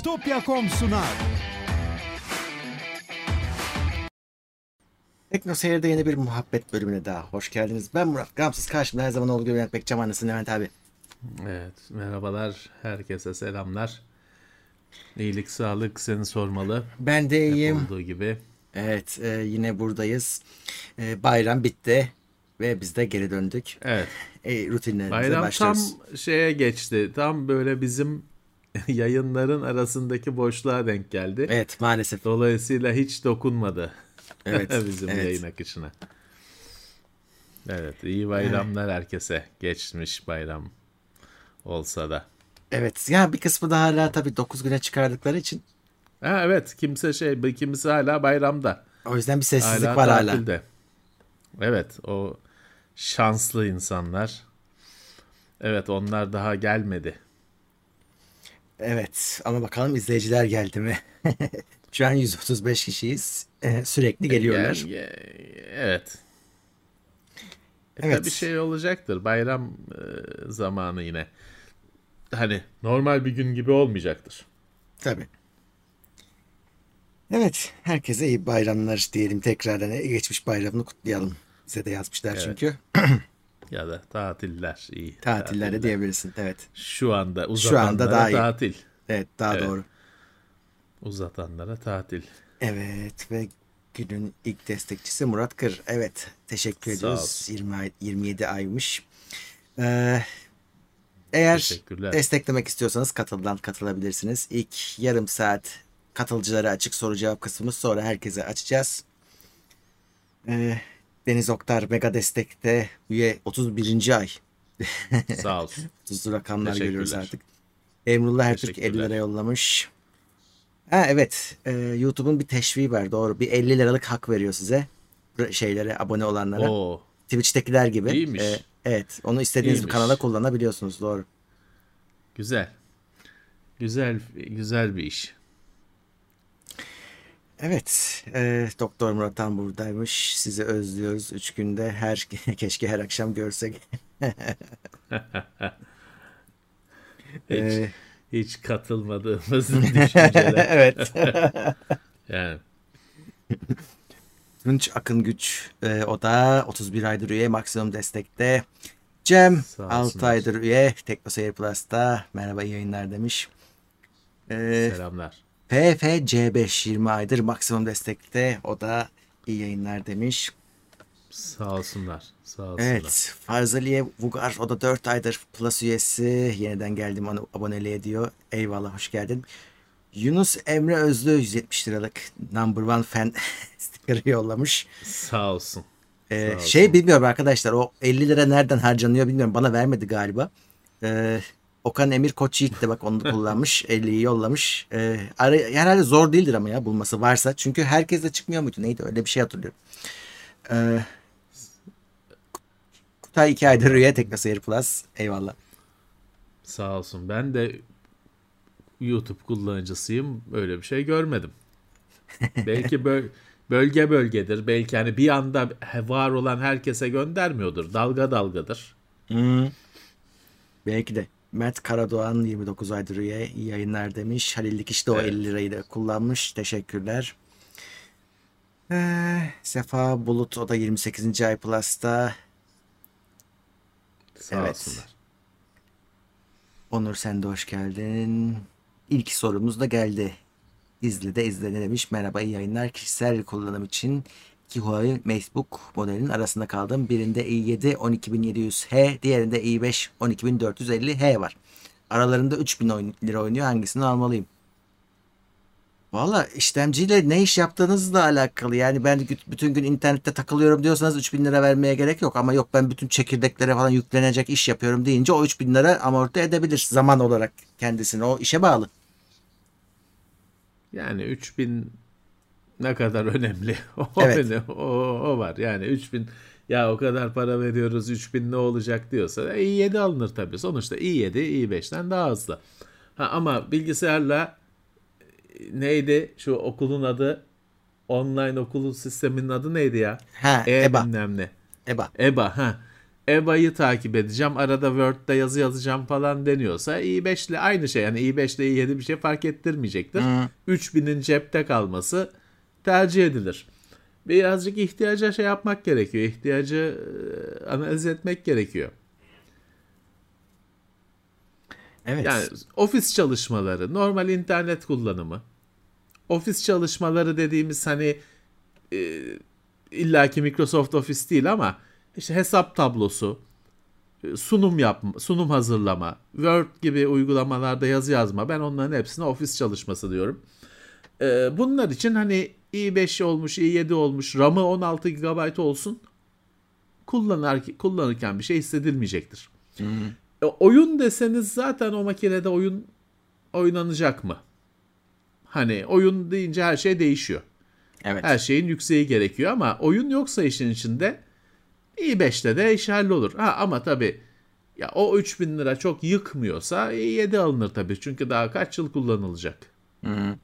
Bitopya.com sunar. Tekno Seyir'de yeni bir muhabbet bölümüne daha hoş geldiniz. Ben Murat. Gamsız karşımda her zaman olduğu gibi Levent Bekçam, annesi Levent abi. Evet, merhabalar. Herkese selamlar. İyilik, sağlık seni sormalı. Ben de Hep iyiyim. olduğu gibi. Evet, yine buradayız. Bayram bitti ve biz de geri döndük. Evet. Rutinlerimize Bayram başlıyoruz. tam şeye geçti. Tam böyle bizim yayınların arasındaki boşluğa denk geldi. Evet, maalesef. Dolayısıyla hiç dokunmadı. Evet, bizim evet. yayın akışına. Evet, iyi bayramlar herkese. Geçmiş bayram olsa da. Evet, ya bir kısmı da hala tabii 9 güne çıkardıkları için. Ha, evet, kimisi hala bayramda. O yüzden bir sessizlik Hala var hala. tatilde. Evet, o şanslı insanlar. Evet, onlar daha gelmedi. Evet, ama bakalım izleyiciler geldi mi? Şu an 135 kişiyiz. Sürekli geliyorlar. Evet. Evet. Tabii şey olacaktır. Bayram zamanı yine. Hani normal bir gün gibi olmayacaktır. Tabii. Evet, herkese iyi bayramlar diyelim tekrardan. Geçmiş bayramını kutlayalım. Bize de yazmışlar Evet. çünkü. Ya da tatiller iyi. Tatillerde diyebilirsin. Evet. Şu anda Şu anda uzatanlara daha iyi. tatil. Evet, daha Evet. doğru. Uzatanlara tatil. Evet ve günün ilk destekçisi Murat Kır. Evet, teşekkür Sağ ediyoruz. olsun. 27 aymış. Eğer Teşekkürler. desteklemek istiyorsanız katıldan katılabilirsiniz. İlk yarım saat katılımcılara açık soru cevap kısmımız, sonra herkese açacağız. Deniz Oktar Mega Destek'te üye 31. ay. Sağ olsun. 30'lu rakamlar Teşekkürler. görüyoruz artık. Emrullah Ertürk 50 lira yollamış. Ha evet, YouTube'un bir teşviği var, doğru. Bir 50 liralık hak veriyor size. Şeylere, abone olanlara. Oo, Twitch'tekiler gibi. iyiymiş. Evet, onu istediğiniz bir İyiymiş. kanala kullanabiliyorsunuz, doğru. Güzel. Güzel bir iş. Evet, Doktor Murat Han buradaymış. Sizi özlüyoruz 3 günde. Keşke her akşam görsek. Hiç hiç katılmadığımız düşünceler. Evet. Yani Tunç Akın Güç, o da 31 aydır üye, maksimum destekte. Cem Sağ 6 olsunlar. aydır üye, Tekno Seyir Plus'ta. Merhaba, iyi yayınlar demiş. selamlar. PFC5 20 aydır maksimum destekte, o da iyi yayınlar demiş. Sağ olsunlar. Sağ olsunlar. Evet, Farzaliye Vugar, o da 4 aydır Plus üyesi. Yeniden geldim, aboneliğe diyor. Eyvallah, hoş geldin. Yunus Emre Özlü 170 liralık number one fan sticker'ı yollamış. Sağ olsun. Sağ olsun. Bilmiyorum arkadaşlar, o 50 lira nereden harcanıyor bilmiyorum, bana vermedi galiba. Okan Emir Koçyiğit de bak onu da kullanmış. 50'yi yollamış. Herhalde zor değildir ama ya, bulması varsa. Çünkü herkes de çıkmıyor muydu? Neydi? Öyle bir şey hatırlıyorum. Kutay 2 aydır üye, Tekno Seyir Plus. Eyvallah. Sağ olsun. Ben de YouTube kullanıcısıyım. Öyle bir şey görmedim. Belki bölge bölgedir. Belki hani bir anda var olan herkese göndermiyordur. Dalga dalgadır. Belki de. Mert Karadoğan 29 aydır üye. İyi yayınlar demiş. Halil Dikiş de o Evet. 50 lirayı da kullanmış. Teşekkürler. Sefa Bulut, o da 28. ay Plus'ta. Sağ Evet. olsunlar. Onur, sen de hoş geldin. İlk sorumuz da geldi. İzle ne demiş. Merhaba, iyi yayınlar. Kişisel kullanım için iki Huawei MateBook modelinin arasında kaldım. Birinde i7 12700H, diğerinde i5 12450H var. Aralarında 3000 lira oynuyor. Hangisini almalıyım? Valla işlemciyle ne iş yaptığınızla alakalı. Yani ben bütün gün internette takılıyorum diyorsanız 3000 lira vermeye gerek yok. Ama yok, ben bütün çekirdeklere falan yüklenecek iş yapıyorum deyince o 3000 lira amorti edebilir zaman olarak kendisini. O işe bağlı. Yani 3000 ne kadar önemli. Evet. O var. Yani 3000, ya o kadar para veriyoruz, 3000 ne olacak diyorsa i7 alınır tabii. Sonuçta i7 i5'ten daha hızlı. Ama bilgisayarla neydi şu okulun adı? Online okulu sisteminin adı neydi ya? EBA. Bilmem ne. EBA. EBA. EBA'yı takip edeceğim. Arada Word'da yazı yazacağım falan deniyorsa i5 ile aynı şey. Yani i5 ile i7 bir şey fark ettirmeyecektir. Hı. 3000'in cepte kalması tercih edilir. Birazcık ihtiyaca şey yapmak gerekiyor. İhtiyacı analiz etmek gerekiyor. Yani Evet. ofis çalışmaları, normal internet kullanımı. Ofis çalışmaları dediğimiz hani e, illaki Microsoft Office değil ama işte hesap tablosu, sunum yapma, sunum hazırlama, Word gibi uygulamalarda yazı yazma. Ben onların hepsine ofis çalışması diyorum. Bunlar için hani i5 olmuş, i7 olmuş, RAM'ı 16 GB olsun. Kullanırken bir şey hissedilmeyecektir. Hı. Oyun deseniz zaten o makinede oyun oynanacak mı? Hani oyun deyince her şey değişiyor. Her Evet. şeyin yükseği gerekiyor ama oyun yoksa işin içinde i5'te de iş hallolur. Ha ama tabii ya o 3000 lira çok yıkmıyorsa i7 alınır tabii. Çünkü daha kaç yıl kullanılacak. Hı.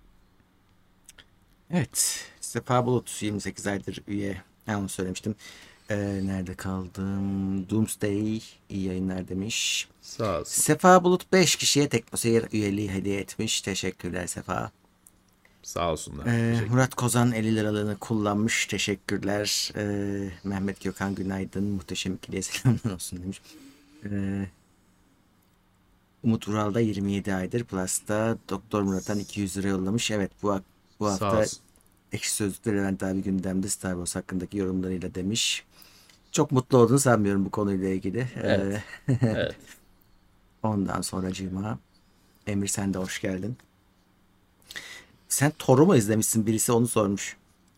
Evet. Sefa Bulut 28 aydır üye. Ha, onu söylemiştim. Nerede kaldım? Doomsday iyi yayınlar demiş. Sağ olsun. Sefa Bulut 5 kişiye Teknoseyir üyeliği hediye etmiş. Teşekkürler Sefa. Sağ olsunlar. Teşekkür. Murat Kozan 50 liralığını kullanmış. Teşekkürler. Mehmet Gökhan günaydın. Muhteşem ikiliye selamlar olsun demiş. Ee, Umut Ural da 27 aydır Plus'ta. Doktor Murat'tan 200 lira yollamış. Evet bu Sağ hafta olsun. Ekşi Sözlük'te Levent abi gündemde Star Wars hakkındaki yorumlarıyla demiş. Çok mutlu olduğunu sanmıyorum bu konuyla ilgili. Evet. Evet. Ondan sonracığıma Emir sen de hoş geldin. Sen Thor'u mu izlemişsin? Birisi onu sormuş.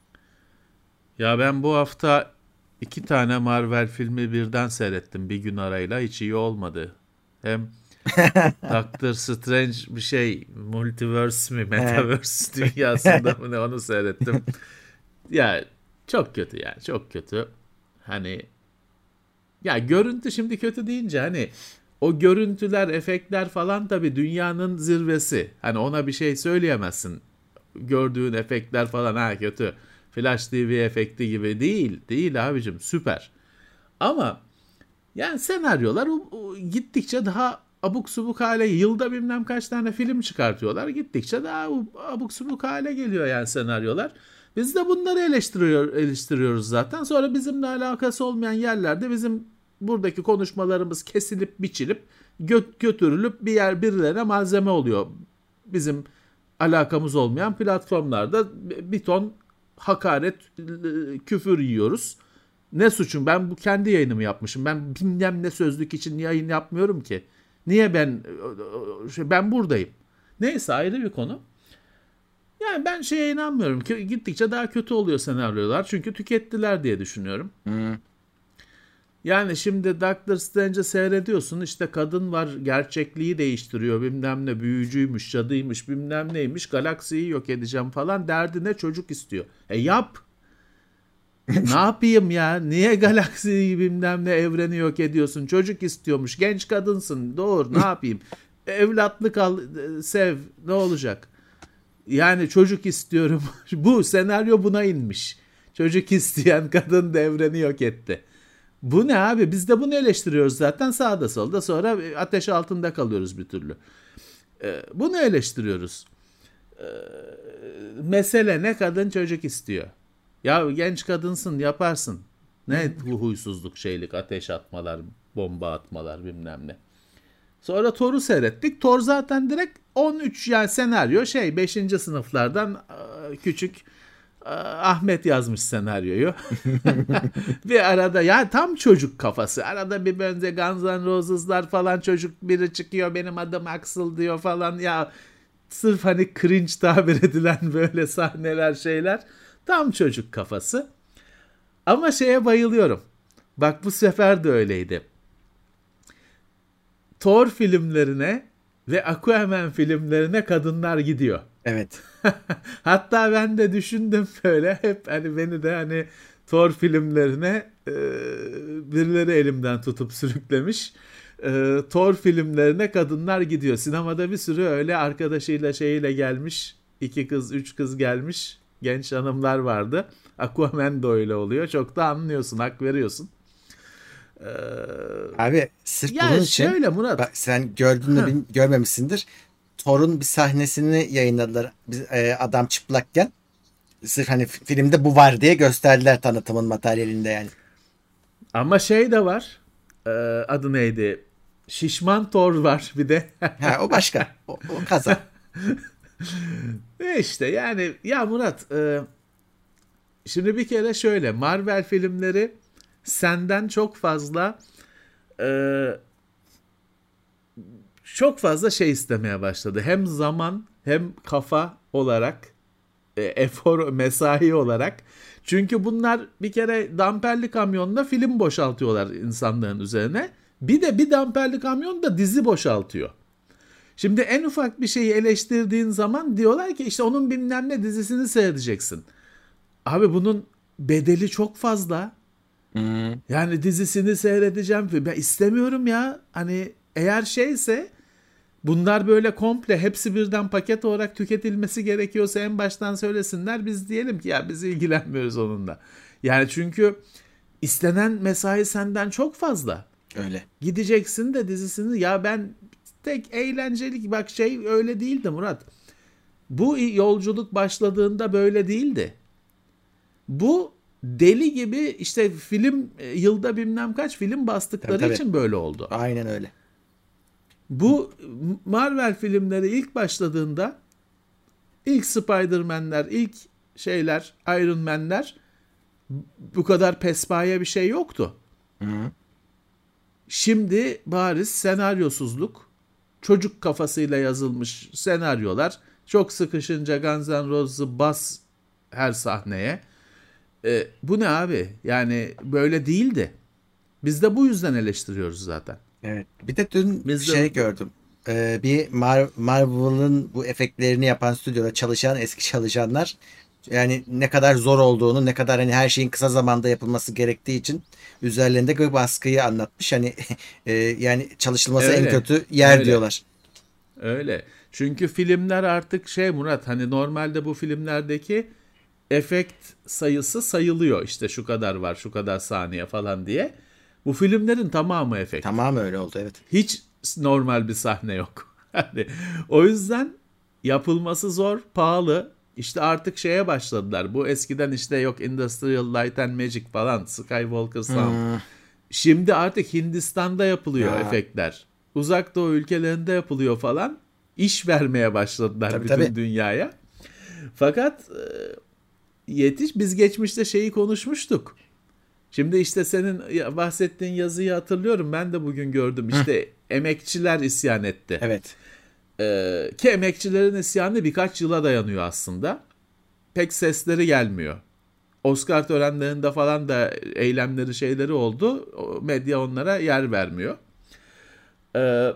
Ya ben bu hafta 2 tane Marvel filmi birden seyrettim bir gün arayla. Hiç iyi olmadı. Hem Doctor Strange bir şey multiverse mi He. metaverse dünyasında mı ne onu seyrettim. Ya çok kötü yani çok kötü. Hani ya görüntü şimdi kötü deyince hani o görüntüler, efektler falan tabii dünyanın zirvesi. Hani ona bir şey söyleyemezsin. Gördüğün efektler falan ha kötü. Flash TV efekti gibi değil. Değil abicim süper. Ama yani senaryolar gittikçe daha abuk subuk hale yılda bilmem kaç tane film çıkartıyorlar. Gittikçe daha abuk subuk hale geliyor yani senaryolar. Biz de bunları eleştiriyoruz zaten. Sonra bizimle alakası olmayan yerlerde bizim buradaki konuşmalarımız kesilip biçilip götürülüp birilerine malzeme oluyor. Bizim alakamız olmayan platformlarda bir ton hakaret, küfür yiyoruz. Ne suçum? Ben bu kendi yayınımı yapmışım. Ben bilmem ne sözlük için yayın yapmıyorum ki. Niye ben buradayım. Neyse ayrı bir konu. Yani ben şeye inanmıyorum ki gittikçe daha kötü oluyor senaryolar. Çünkü tükettiler diye düşünüyorum. Hmm. Yani şimdi Doctor Strange'ı seyrediyorsun işte kadın var gerçekliği değiştiriyor bilmem ne büyücüymüş cadıymış bilmem neymiş galaksiyi yok edeceğim falan derdine çocuk istiyor. Yap. Ne yapayım ya? Niye galaksiyi bilmem ne evreni yok ediyorsun? Çocuk istiyormuş. Genç kadınsın. Doğru. Ne yapayım? Evlatlık al, sev. Ne olacak? Yani çocuk istiyorum. Bu senaryo buna inmiş. Çocuk isteyen kadın da evreni yok etti. Bu ne abi? Biz de bunu eleştiriyoruz zaten sağda solda. Sonra ateş altında kalıyoruz bir türlü. Bunu eleştiriyoruz. Mesele ne kadın çocuk istiyor. Ya genç kadınsın yaparsın. Ne bu huysuzluk şeylik ateş atmalar, bomba atmalar bilmem ne. Sonra Thor'u seyrettik. Thor zaten direkt 13 yani senaryo şey 5. sınıflardan küçük Ahmet yazmış senaryoyu. Ve arada ya tam çocuk kafası. Arada bir böyle Guns N' Roses'lar falan çocuk biri çıkıyor benim adım Axl diyor falan ya sırf hani cringe tabir edilen böyle sahneler şeyler tam çocuk kafası. Ama şeye bayılıyorum. Bak bu sefer de öyleydi. Thor filmlerine ve Aquaman filmlerine kadınlar gidiyor. Evet. Hatta ben de düşündüm böyle hep hani beni de hani Thor filmlerine birileri elimden tutup sürüklemiş. Thor filmlerine kadınlar gidiyor. Sinemada bir sürü öyle arkadaşıyla şeyiyle gelmiş. 2 kız 3 kız gelmiş. Genç hanımlar vardı. Aquaman da öyle oluyor. Çok da anlıyorsun hak veriyorsun. Abi sırf Ya bunun için şöyle Murat. bak, sen gördün mü görmemişsindir. Thor'un bir sahnesini yayınladılar. Adam çıplakken. Sırf hani filmde bu var diye gösterdiler tanıtımın materyalinde yani. Ama şey de var. Adı neydi? Şişman Thor var bir de. Ha, o başka. O kaza. İşte yani ya Murat, şimdi bir kere şöyle, Marvel filmleri senden e, çok fazla şey istemeye başladı. Hem zaman hem kafa olarak, efor, mesai olarak. Çünkü bunlar bir kere damperli kamyonla film boşaltıyorlar insanların üzerine. Bir de bir damperli kamyon da dizi boşaltıyor. Şimdi en ufak bir şeyi eleştirdiğin zaman diyorlar ki işte onun bilmem ne dizisini seyredeceksin. Abi bunun bedeli çok fazla. Hmm. Yani dizisini seyredeceğim. Ben istemiyorum ya. Hani eğer şeyse, bunlar böyle komple hepsi birden paket olarak tüketilmesi gerekiyorsa en baştan söylesinler. Biz diyelim ki ya biz ilgilenmiyoruz onunla. Yani çünkü istenen mesai senden çok fazla. Öyle. Gideceksin de dizisini, ya ben tek eğlencelik, bak şey öyle değildi Murat. Bu yolculuk başladığında böyle değildi. Bu deli gibi işte film, yılda bilmem kaç film bastıkları Tabii. için böyle oldu. Aynen öyle. Bu Marvel filmleri ilk başladığında, ilk Spider-Man'ler, ilk şeyler, Iron Man'ler, bu kadar pespaye bir şey yoktu. Hı. Şimdi bariz senaryosuzluk, çocuk kafasıyla yazılmış senaryolar, çok sıkışınca Guns N' Roses'ı bas her sahneye. Bu ne abi? Yani böyle değildi. Biz de bu yüzden eleştiriyoruz zaten. Evet. Bir de dün Biz de şey gördüm. Bir Marvel'ın bu efektlerini yapan stüdyoda çalışan eski çalışanlar yani ne kadar zor olduğunu, ne kadar hani her şeyin kısa zamanda yapılması gerektiği için üzerlerinde bir baskıyı anlatmış. Hani yani çalışılması en öyle, kötü yer öyle, diyorlar. öyle. Çünkü filmler artık şey Murat, hani normalde bu filmlerdeki efekt sayısı sayılıyor. İşte şu kadar var, şu kadar saniye falan diye. Bu filmlerin tamamı efekt. Tamam, öyle oldu, evet. Hiç normal bir sahne yok. Yani o yüzden yapılması zor, pahalı. İşte artık şeye başladılar. Bu eskiden işte yok Industrial Light and Magic falan, Skywalker Sound. Hmm. Şimdi artık Hindistan'da yapılıyor Ya, efektler. Uzak Doğu ülkelerinde yapılıyor falan. İş vermeye başladılar tabii bütün tabii. dünyaya. Fakat biz geçmişte şeyi konuşmuştuk. Şimdi işte senin bahsettiğin yazıyı hatırlıyorum. Ben de bugün gördüm. Hı, İşte emekçiler isyan etti. evet. Ki emekçilerin isyanı birkaç yıla dayanıyor aslında. Pek sesleri gelmiyor. Oscar törenlerinde falan da eylemleri, şeyleri oldu. Medya onlara yer vermiyor. Ee,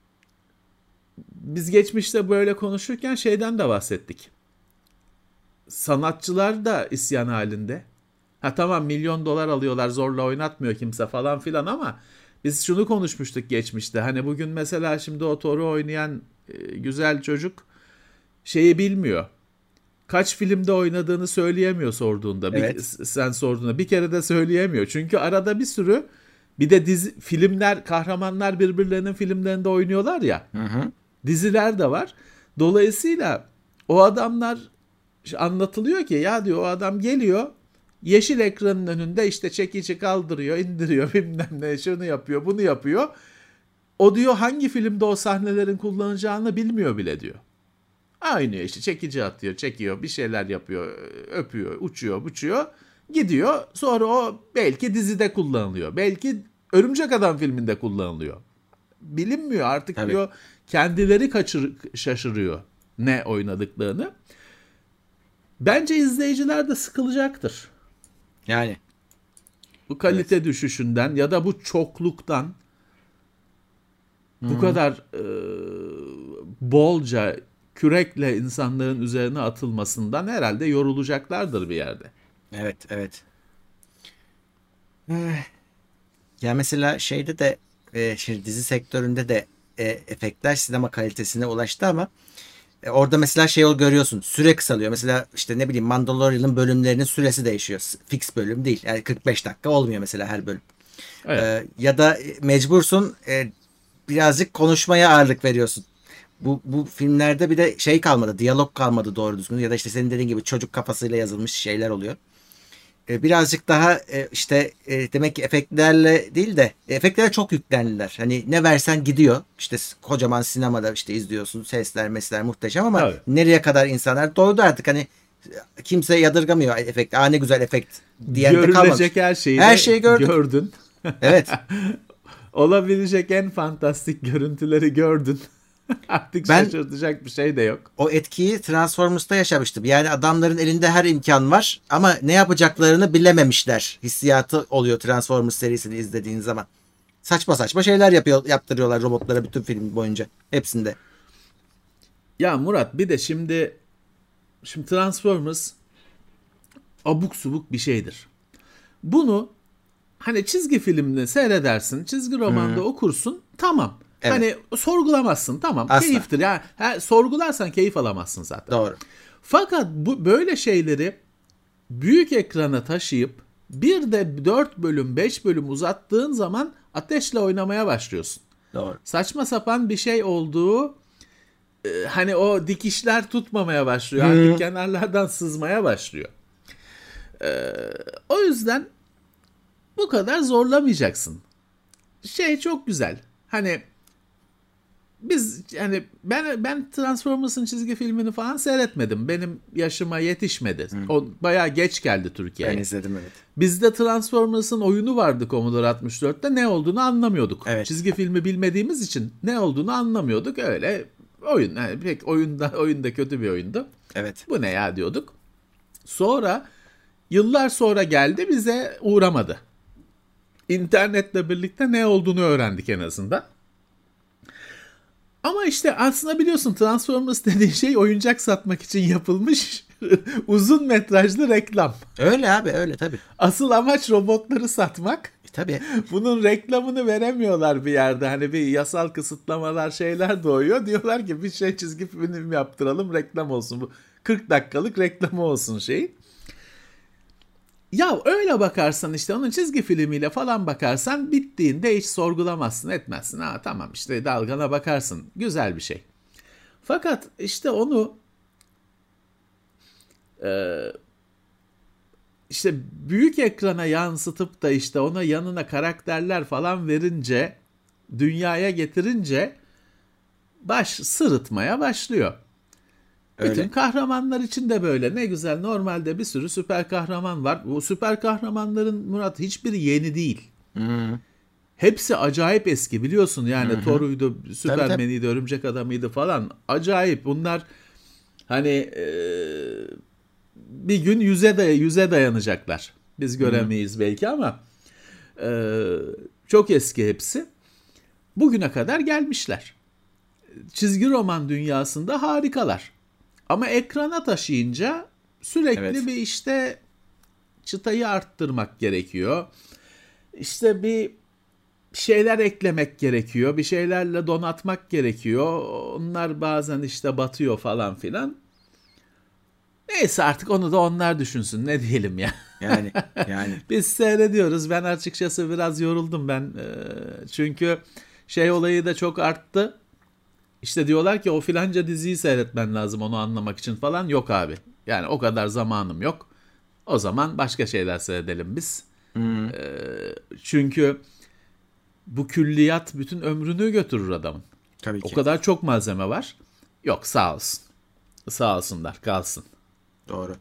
Biz geçmişte böyle konuşurken şeyden de bahsettik. Sanatçılar da isyan halinde. Ha tamam, $1.000.000 alıyorlar, zorla oynatmıyor kimse falan filan, ama biz şunu konuşmuştuk geçmişte. Hani bugün mesela şimdi o Thor'u oynayan güzel çocuk şeyi bilmiyor. Kaç filmde oynadığını söyleyemiyor sorduğunda. Evet. Sen sorduğunda bir kere de söyleyemiyor. Çünkü arada bir sürü, bir de dizi filmler, kahramanlar birbirlerinin filmlerinde oynuyorlar ya. Hı hı. Diziler de var. Dolayısıyla o adamlar, anlatılıyor ki ya diyor, o adam geliyor yeşil ekranın önünde işte çekici kaldırıyor, indiriyor, bilmem ne, şunu yapıyor, bunu yapıyor. O diyor hangi filmde o sahnelerin kullanacağını bilmiyor bile diyor. Aynı işte çekici atıyor, çekiyor, bir şeyler yapıyor, öpüyor, uçuyor, uçuyor, gidiyor. Sonra o belki dizide kullanılıyor. Belki Örümcek Adam filminde kullanılıyor. Bilinmiyor artık Tabii. diyor. Kendileri şaşırıyor ne oynadıklarını. Bence izleyiciler de sıkılacaktır. Yani Bu kalite evet. düşüşünden ya da bu çokluktan, bu Hı. kadar bolca kürekle insanların üzerine atılmasından herhalde yorulacaklardır bir yerde. Evet, evet. Ya mesela şeyde de şimdi dizi sektöründe de efektler sinema kalitesine ulaştı ama orada mesela görüyorsun. Süre kısalıyor. Mesela işte ne bileyim Mandalorian'ın bölümlerinin süresi değişiyor. Fix bölüm değil. Yani 45 dakika olmuyor mesela her bölüm. Evet. Ya da mecbursun, birazcık konuşmaya ağırlık veriyorsun. Bu filmlerde bir de şey kalmadı, diyalog kalmadı doğru düzgün, ya da işte senin dediğin gibi çocuk kafasıyla yazılmış şeyler oluyor. Birazcık daha işte demek ki efektlerle değil de efektlere çok yüklendiler. Hani ne versen gidiyor. İşte kocaman sinemada işte izliyorsun, sesler mesler muhteşem ama Tabii. nereye kadar insanlar doydu artık, hani kimse yadırgamıyor efekt. Aa, ne güzel efekt diyen de kalmamış. Görülecek her şeyi Her de şeyi gördük. gördün. Evet. Olabilecek en fantastik görüntüleri gördün. Artık Ben şaşırtacak bir şey de yok. o etkiyi Transformers'ta yaşamıştım. Yani adamların elinde her imkan var ama ne yapacaklarını bilememişler. Hissiyatı oluyor Transformers serisini izlediğin zaman. Saçma saçma şeyler yaptırıyorlar robotlara bütün film boyunca. Hepsinde. Ya Murat, bir de şimdi Transformers abuk subuk bir şeydir. Bunu hani çizgi filmde seyredersin, çizgi romanda okursun, tamam. Evet. Hani sorgulamazsın, tamam. Asla. Keyiftir. Yani sorgularsan keyif alamazsın zaten. Doğru. Fakat bu böyle şeyleri büyük ekrana taşıyıp bir de 4 bölüm 5 bölüm uzattığın zaman ateşle oynamaya başlıyorsun. Doğru. Saçma sapan bir şey olduğu, hani o dikişler tutmamaya başlıyor. Artık kenarlardan sızmaya başlıyor. O yüzden bu kadar zorlamayacaksın. Şey çok güzel. Hani ben Transformers'ın çizgi filmini falan seyretmedim. Benim yaşıma yetişmedi. O bayağı geç geldi Türkiye'ye. Ben izledim, evet. Bizde Transformers'ın oyunu vardı Commodore 64'te. Ne olduğunu anlamıyorduk. Evet. Çizgi filmi bilmediğimiz için ne olduğunu anlamıyorduk. Öyle oyun. Yani pek oyunda kötü bir oyundu. Evet. Bu ne ya diyorduk. Sonra yıllar sonra geldi, bize uğramadı. İnternetle birlikte ne olduğunu öğrendik en azından. Ama işte aslında biliyorsun, Transformers dediğin şey oyuncak satmak için yapılmış uzun metrajlı reklam. Öyle abi, öyle tabii. Asıl amaç robotları satmak. Tabii. Bunun reklamını veremiyorlar bir yerde. Hani bir yasal kısıtlamalar, şeyler doğuyor. Diyorlar ki bir şey çizgi film yaptıralım, reklam olsun. Bu 40 dakikalık reklamı olsun şeyin. Ya öyle bakarsan, işte onun çizgi filmiyle falan bakarsan, bittiğinde hiç sorgulamazsın, etmezsin. Ha tamam, işte dalgana bakarsın. Güzel bir şey. Fakat işte onu işte büyük ekrana yansıtıp da işte ona yanına karakterler falan verince, dünyaya getirince baş sırıtmaya başlıyor. Öyle. Bütün kahramanlar için de böyle. Ne güzel, normalde bir sürü süper kahraman var. Bu süper kahramanların, Murat, hiçbiri yeni değil. Hepsi acayip eski, biliyorsun. Yani Thor'uydu, Süpermen'iydi, Örümcek Adam'ıydı falan. Acayip. Bunlar hani bir gün yüze dayanacaklar. Biz göremeyiz belki ama çok eski hepsi. Bugüne kadar gelmişler. Çizgi roman dünyasında harikalar. Ama ekrana taşıyınca sürekli bir işte çıtayı arttırmak gerekiyor. İşte bir şeyler eklemek gerekiyor. Bir şeylerle donatmak gerekiyor. Onlar bazen işte batıyor falan filan. Neyse, artık onu da onlar düşünsün. Ne diyelim ya. Yani. Biz seyrediyoruz. Ben açıkçası biraz yoruldum ben. Çünkü şey olayı da çok arttı. İşte diyorlar ki o filanca diziyi seyretmen lazım onu anlamak için falan. Yok abi. Yani o kadar zamanım yok. O zaman başka şeyler seyredelim biz. Çünkü bu külliyat bütün ömrünü götürür adamın. Tabii ki. O kadar çok malzeme var. Yok, sağ olsun. Sağ olsunlar, kalsın. Doğru.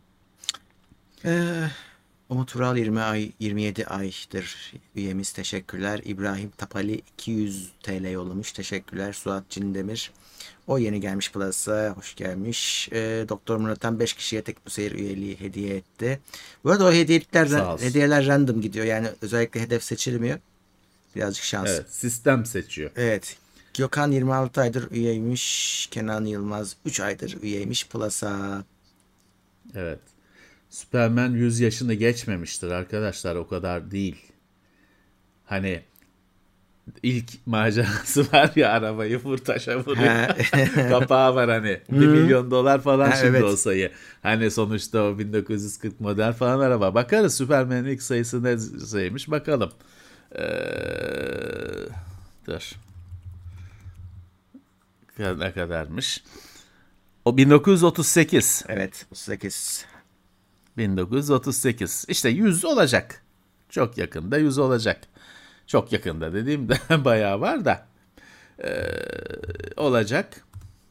Umut Ural 27 aydır üyemiz, teşekkürler. İbrahim Tapali 200 TL yollamış, teşekkürler. Suat Cindemir, o yeni gelmiş Plus'a, hoş gelmiş. Doktor Murat'tan 5 kişiye tek bu seyir üyeliği hediye etti. Bu arada o hediyeler random gidiyor, yani özellikle hedef seçilmiyor. Birazcık şans. Evet, sistem seçiyor. Evet. Gökhan 26 aydır üyeymiş. Kenan Yılmaz 3 aydır üyeymiş Plus'a. Evet. Superman 100 yaşını geçmemiştir arkadaşlar, o kadar değil. Hani ilk macerası var ya, arabayı taşa vuruyor. Kapağı var hani. 1 milyon dolar falan şimdi o sayı. Hani sonuçta o 1940 model falan araba. Bakarız Superman'in ilk sayısı ne sayıymış bakalım. Dur. Ne kadarmış? O 1938. Evet, 38. 1938. İşte 100 olacak. Çok yakında 100 olacak. Çok yakında dediğimde bayağı var da. Olacak.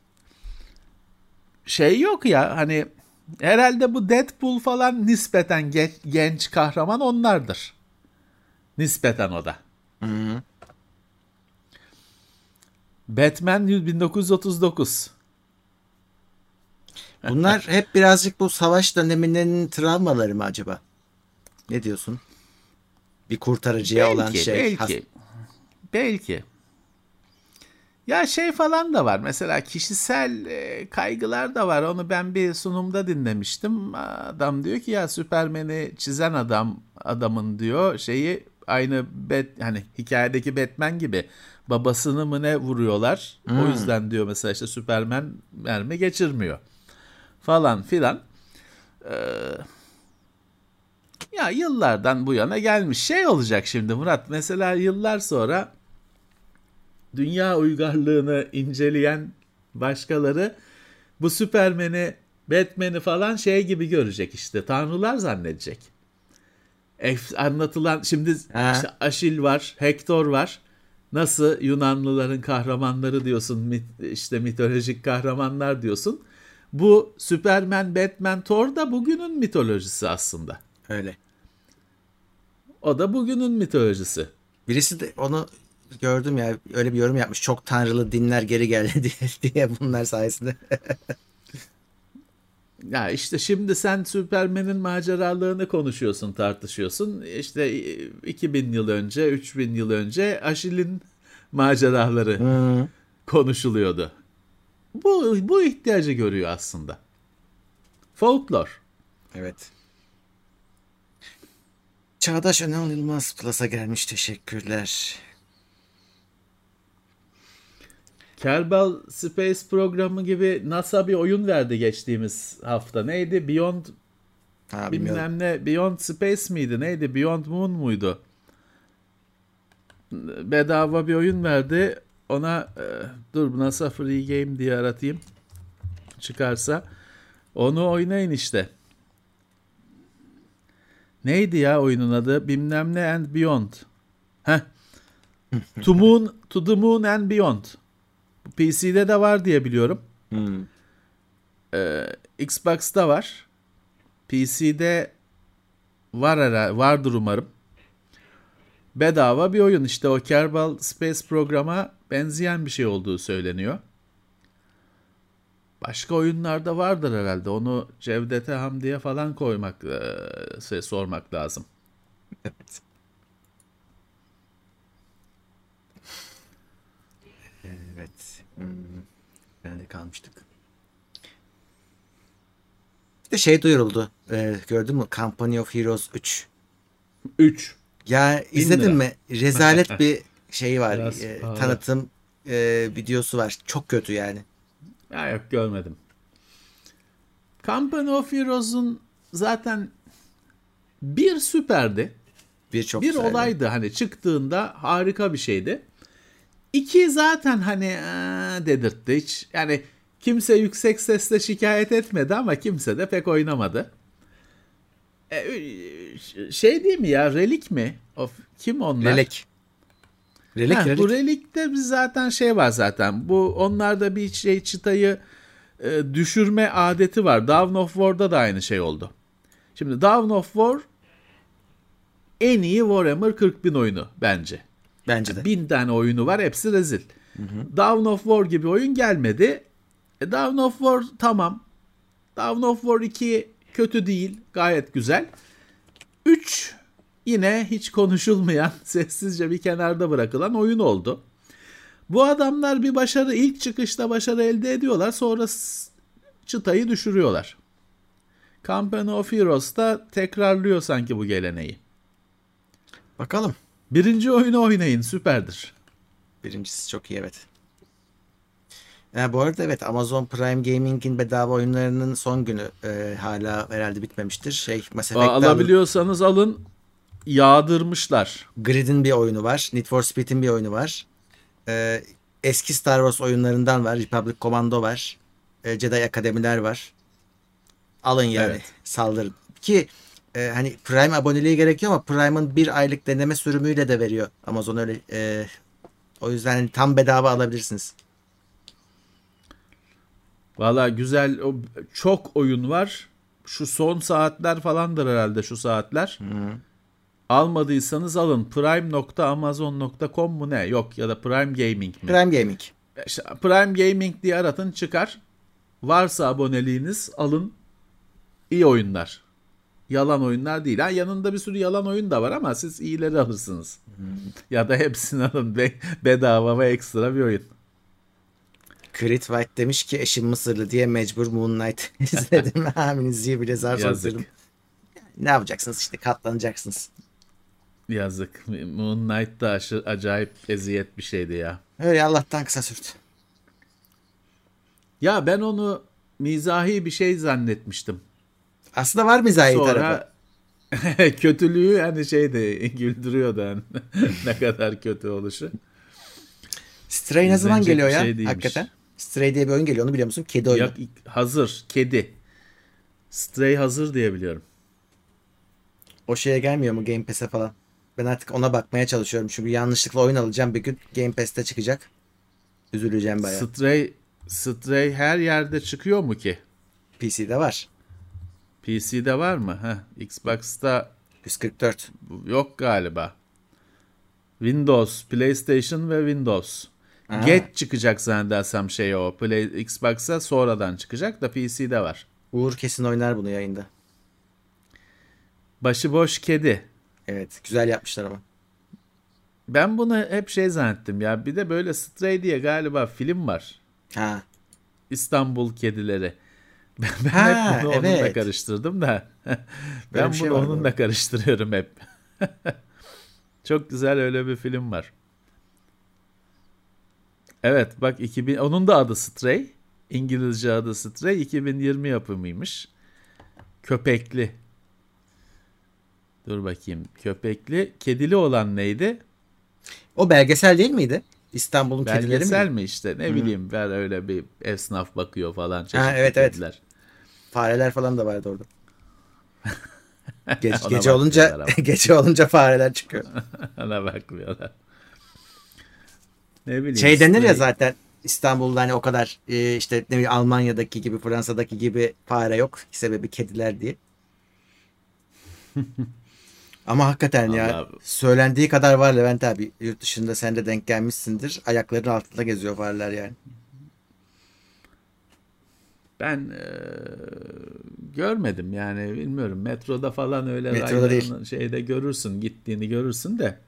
Şey yok ya, hani herhalde bu Deadpool falan nispeten genç kahraman onlardır. Nispeten o da. Hı-hı. Batman 1939. Bunlar hep birazcık bu savaş döneminin travmaları mı acaba? Ne diyorsun? Bir kurtarıcıya olan şey. Belki. Ya şey falan da var. Mesela kişisel kaygılar da var. Onu ben bir sunumda dinlemiştim. Adam diyor ki ya Superman'i çizen adamın diyor şeyi aynı hani hikayedeki Batman gibi babasını mı ne vuruyorlar. O yüzden diyor mesela işte Superman mermi geçirmiyor. Falan filan. Ya yıllardan bu yana gelmiş. Şey olacak şimdi Murat. Mesela yıllar sonra dünya uygarlığını inceleyen başkaları bu Superman'i, Batman'i falan şey gibi görecek işte. Tanrılar zannedecek. Anlatılan şimdi işte Aşil var, Hektor var. Nasıl Yunanlıların kahramanları diyorsun, işte mitolojik kahramanlar diyorsun. Bu Superman, Batman, Thor da bugünün mitolojisi aslında. Öyle. O da bugünün mitolojisi. Birisi de onu gördüm ya, öyle bir yorum yapmış. Çok tanrılı dinler geri geldi diye bunlar sayesinde. Ya işte şimdi sen Superman'in maceralarını konuşuyorsun, tartışıyorsun. İşte 2000 yıl önce, 3000 yıl önce Aşil'in maceraları konuşuluyordu. Bu ihtiyacı görüyor aslında. Folklor. Evet. Çağdaş Önal Yılmaz Plus'a gelmiş. Teşekkürler. Kerbal Space programı gibi NASA bir oyun verdi geçtiğimiz hafta. Neydi? Beyond bilmem ne. Beyond Space miydi? Neydi? Beyond Moon muydu? Bedava bir oyun verdi. Ona dur NASA Free Game diye aratayım. Çıkarsa. Onu oynayın işte. Neydi ya oyunun adı? Bilmem ne and Beyond. Heh. To the Moon and Beyond. PC'de de var diye biliyorum. Xbox'ta var. PC'de vardır umarım. Bedava bir oyun. İşte o Kerbal Space programa benzeyen bir şey olduğu söyleniyor. Başka oyunlarda vardır herhalde. Onu Cevdet'e Hamdi'ye falan sormak lazım. Evet. Evet. Nerede kalmıştık? Bir de şey duyuruldu. Gördün mü? Company of Heroes 3. 3. Ya izledin mi? Rezalet bir şey var. Biraz Tanıtım videosu var. Çok kötü yani. Ya yok görmedim. Company of Heroes'un zaten bir süperdi. Çok bir güzeldi. olaydı hani çıktığında harika bir şeydi. 2 zaten hani dedirtti hiç. Yani kimse yüksek sesle şikayet etmedi ama kimse de pek oynamadı. Şey değil mi ya? Relic mi? Kim onlar? Relic. Bu Relic'te zaten şey var zaten. Bu onlarda bir şey çıtayı düşürme adeti var. Dawn of War'da da aynı şey oldu. Şimdi Dawn of War en iyi Warhammer 40.000 oyunu bence. Bence de. 1000 tane oyunu var, hepsi rezil. Dawn of War gibi oyun gelmedi. Dawn of War tamam. Dawn of War 2 kötü değil, gayet güzel. 3 yine hiç konuşulmayan, sessizce bir kenarda bırakılan oyun oldu. Bu adamlar ilk çıkışta başarı elde ediyorlar, sonra çıtayı düşürüyorlar. Company of Heroes da tekrarlıyor sanki bu geleneği. Bakalım. Birinci oyunu oynayın, süperdir. Birincisi çok iyi, evet. Bu arada evet, Amazon Prime Gaming'in bedava oyunlarının son günü hala herhalde bitmemiştir. Mass Effect'te alabiliyorsanız alın. yağdırmışlar. Grid'in bir oyunu var. Need for Speed'in bir oyunu var. Eski Star Wars oyunlarından var. Republic Commando var. Jedi Akademiler var. Alın yani. Evet. Saldırın. Ki hani Prime aboneliği gerekiyor ama Prime'ın bir aylık deneme sürümüyle de veriyor. Amazon öyle. O yüzden hani tam bedava alabilirsiniz. Valla güzel, çok oyun var. Şu son saatler falandır herhalde, şu saatler. Almadıysanız alın. Prime.amazon.com mu ne? Yok, ya da Prime Gaming mi? Prime Gaming. İşte Prime Gaming diye aratın, çıkar. Varsa aboneliğiniz alın. İyi oyunlar. Yalan oyunlar değil. Ha, yanında bir sürü yalan oyun da var ama siz iyileri alırsınız. Ya da hepsini alın. Bedava ve ekstra bir oyun. Crit White demiş ki eşim Mısırlı diye mecbur Moon Knight izledim. Haminizi bile zar zor Yazık. izledim. Ne yapacaksınız işte, katlanacaksınız. Yazık. Moon Knight da acayip eziyet bir şeydi ya. Öyle Allah'tan kısa sürdü. Ya ben onu mizahi bir şey zannetmiştim. Aslında var mizahi tarafı. Sonra kötülüğü hani şeydi, güldürüyordu hani. Ne kadar kötü oluşu. Stray ne zaman İzlenecek geliyor bir ya? şey değilmiş. Hakikaten. Stray diye bir oyun geliyor, onu biliyor musun? Kedi oyunu. Ya, hazır. Kedi. Stray hazır diye biliyorum. O şeye gelmiyor mu, Game Pass'e falan? Ben artık ona bakmaya çalışıyorum. Çünkü yanlışlıkla oyun alacağım bir gün. Game Pass'te çıkacak. Üzüleceğim bayağı. Stray her yerde çıkıyor mu ki? PC'de var. PC'de var mı? Xbox'ta 144. yok galiba. Windows, PlayStation ve Windows. Aa. Geç çıkacak zannedersem Xbox'a sonradan çıkacak da PC'de var. Uğur kesin oynar bunu yayında. Başıboş kedi. Evet, güzel yapmışlar ama. Ben bunu hep şey zannettim ya. Bir de böyle Stray diye galiba film var. Ha. İstanbul Kedileri. Ben Ha, hep bunu onunla evet. karıştırdım da. Böyle Ben bir şey bunu var, onunla doğru. karıştırıyorum hep. Çok güzel öyle bir film var. Evet bak, onun da adı Stray. İngilizce adı Stray. 2020 yapımıymış. Köpekli. Dur bakayım. Köpekli. Kedili olan neydi? O belgesel değil miydi? İstanbul'un kedileri Belgesel mi? mi işte? Ne bileyim, ben öyle bir esnaf bakıyor falan. Ha, Çeşitli evet evet. kediler. Fareler falan da vardı orada. Ona Gece olunca bakmıyorlar ama. gece olunca fareler çıkıyor. Ona bakmıyorlar. Ne bileyim. Şey denir ya Stray. zaten, İstanbul'da hani o kadar işte ne bileyim Almanya'daki gibi, Fransa'daki gibi fare yok. Sebebi kediler diye. Ama hakikaten ya, Vallahi söylendiği kadar var Levent abi. Yurt dışında sen de denk gelmişsindir. Ayaklarının altında geziyor fareler yani. ben görmedim yani, bilmiyorum. Metroda falan öyle Metroda değil. rayların şeyde görürsün, gittiğini görürsün de.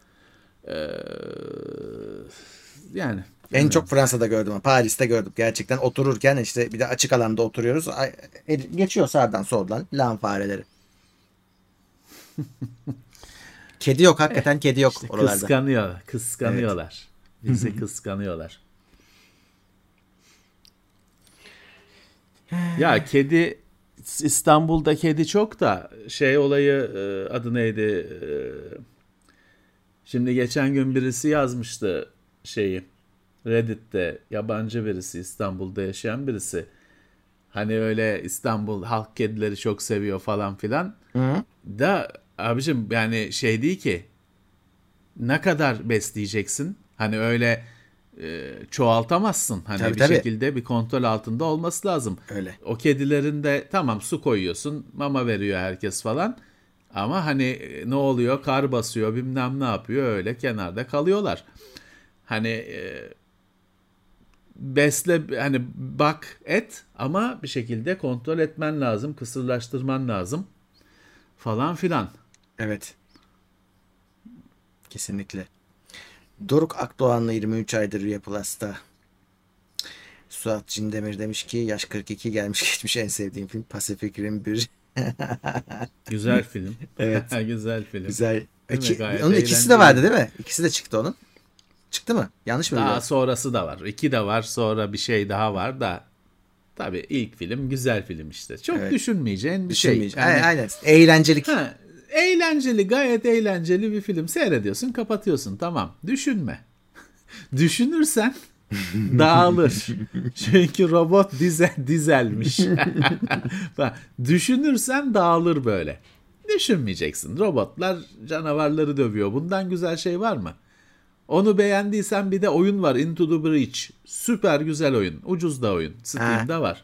Yani En bilmiyorum. çok Fransa'da gördüm ama Paris'te gördüm. Gerçekten otururken işte bir de açık alanda oturuyoruz. Geçiyor sağdan soldan lan fareleri. Kedi yok, hakikaten kedi yok İşte oralarda. kıskanıyorlar. Bizi kıskanıyorlar. Ya kedi, İstanbul'da kedi çok da şey olayı, adı neydi? Şimdi geçen gün birisi yazmıştı şeyi. Reddit'te, yabancı birisi, İstanbul'da yaşayan birisi. Hani öyle İstanbul halk kedileri çok seviyor falan filan. Hı? Da abicim yani şey değil ki, ne kadar besleyeceksin? Hani öyle çoğaltamazsın. Hani Tabii bir tabii. şekilde bir kontrol altında olması lazım. Öyle. O kedilerin de tamam, su koyuyorsun, mama veriyor herkes falan. Ama hani ne oluyor? Kar basıyor, bilmem ne yapıyor, öyle kenarda kalıyorlar. Hani besle, hani bak et, ama bir şekilde kontrol etmen lazım, kısırlaştırman lazım falan filan. Evet. Kesinlikle. Doruk Akdoğan'la 23 aydır Rüya Plus'ta. Suat Cindemir demiş ki yaş 42, gelmiş geçmiş en sevdiğim film Pacific Rim 1. Güzel film. Evet. Güzel film. Güzel. Değil mi? Gayet Onun ikisi de vardı eğlenceli. değil mi? İkisi de çıktı onun. Çıktı mı? Yanlış mı Daha biliyorum? sonrası da var. 2 de var. Sonra bir şey daha var da. Tabii ilk film güzel film işte. Çok Evet. düşünmeyeceğin bir şey. Düşünmeyeceğim. Yani Aynen. Eğlencelik. ha, Eğlenceli, gayet eğlenceli bir film. Seyrediyorsun, kapatıyorsun. Tamam. Düşünme. Düşünürsen dağılır. Çünkü robot dizelmiş. Düşünürsen dağılır böyle. Düşünmeyeceksin. Robotlar canavarları dövüyor. Bundan güzel şey var mı? Onu beğendiysen bir de oyun var. Into the Breach. Süper güzel oyun. Ucuz da oyun. Steam'de var.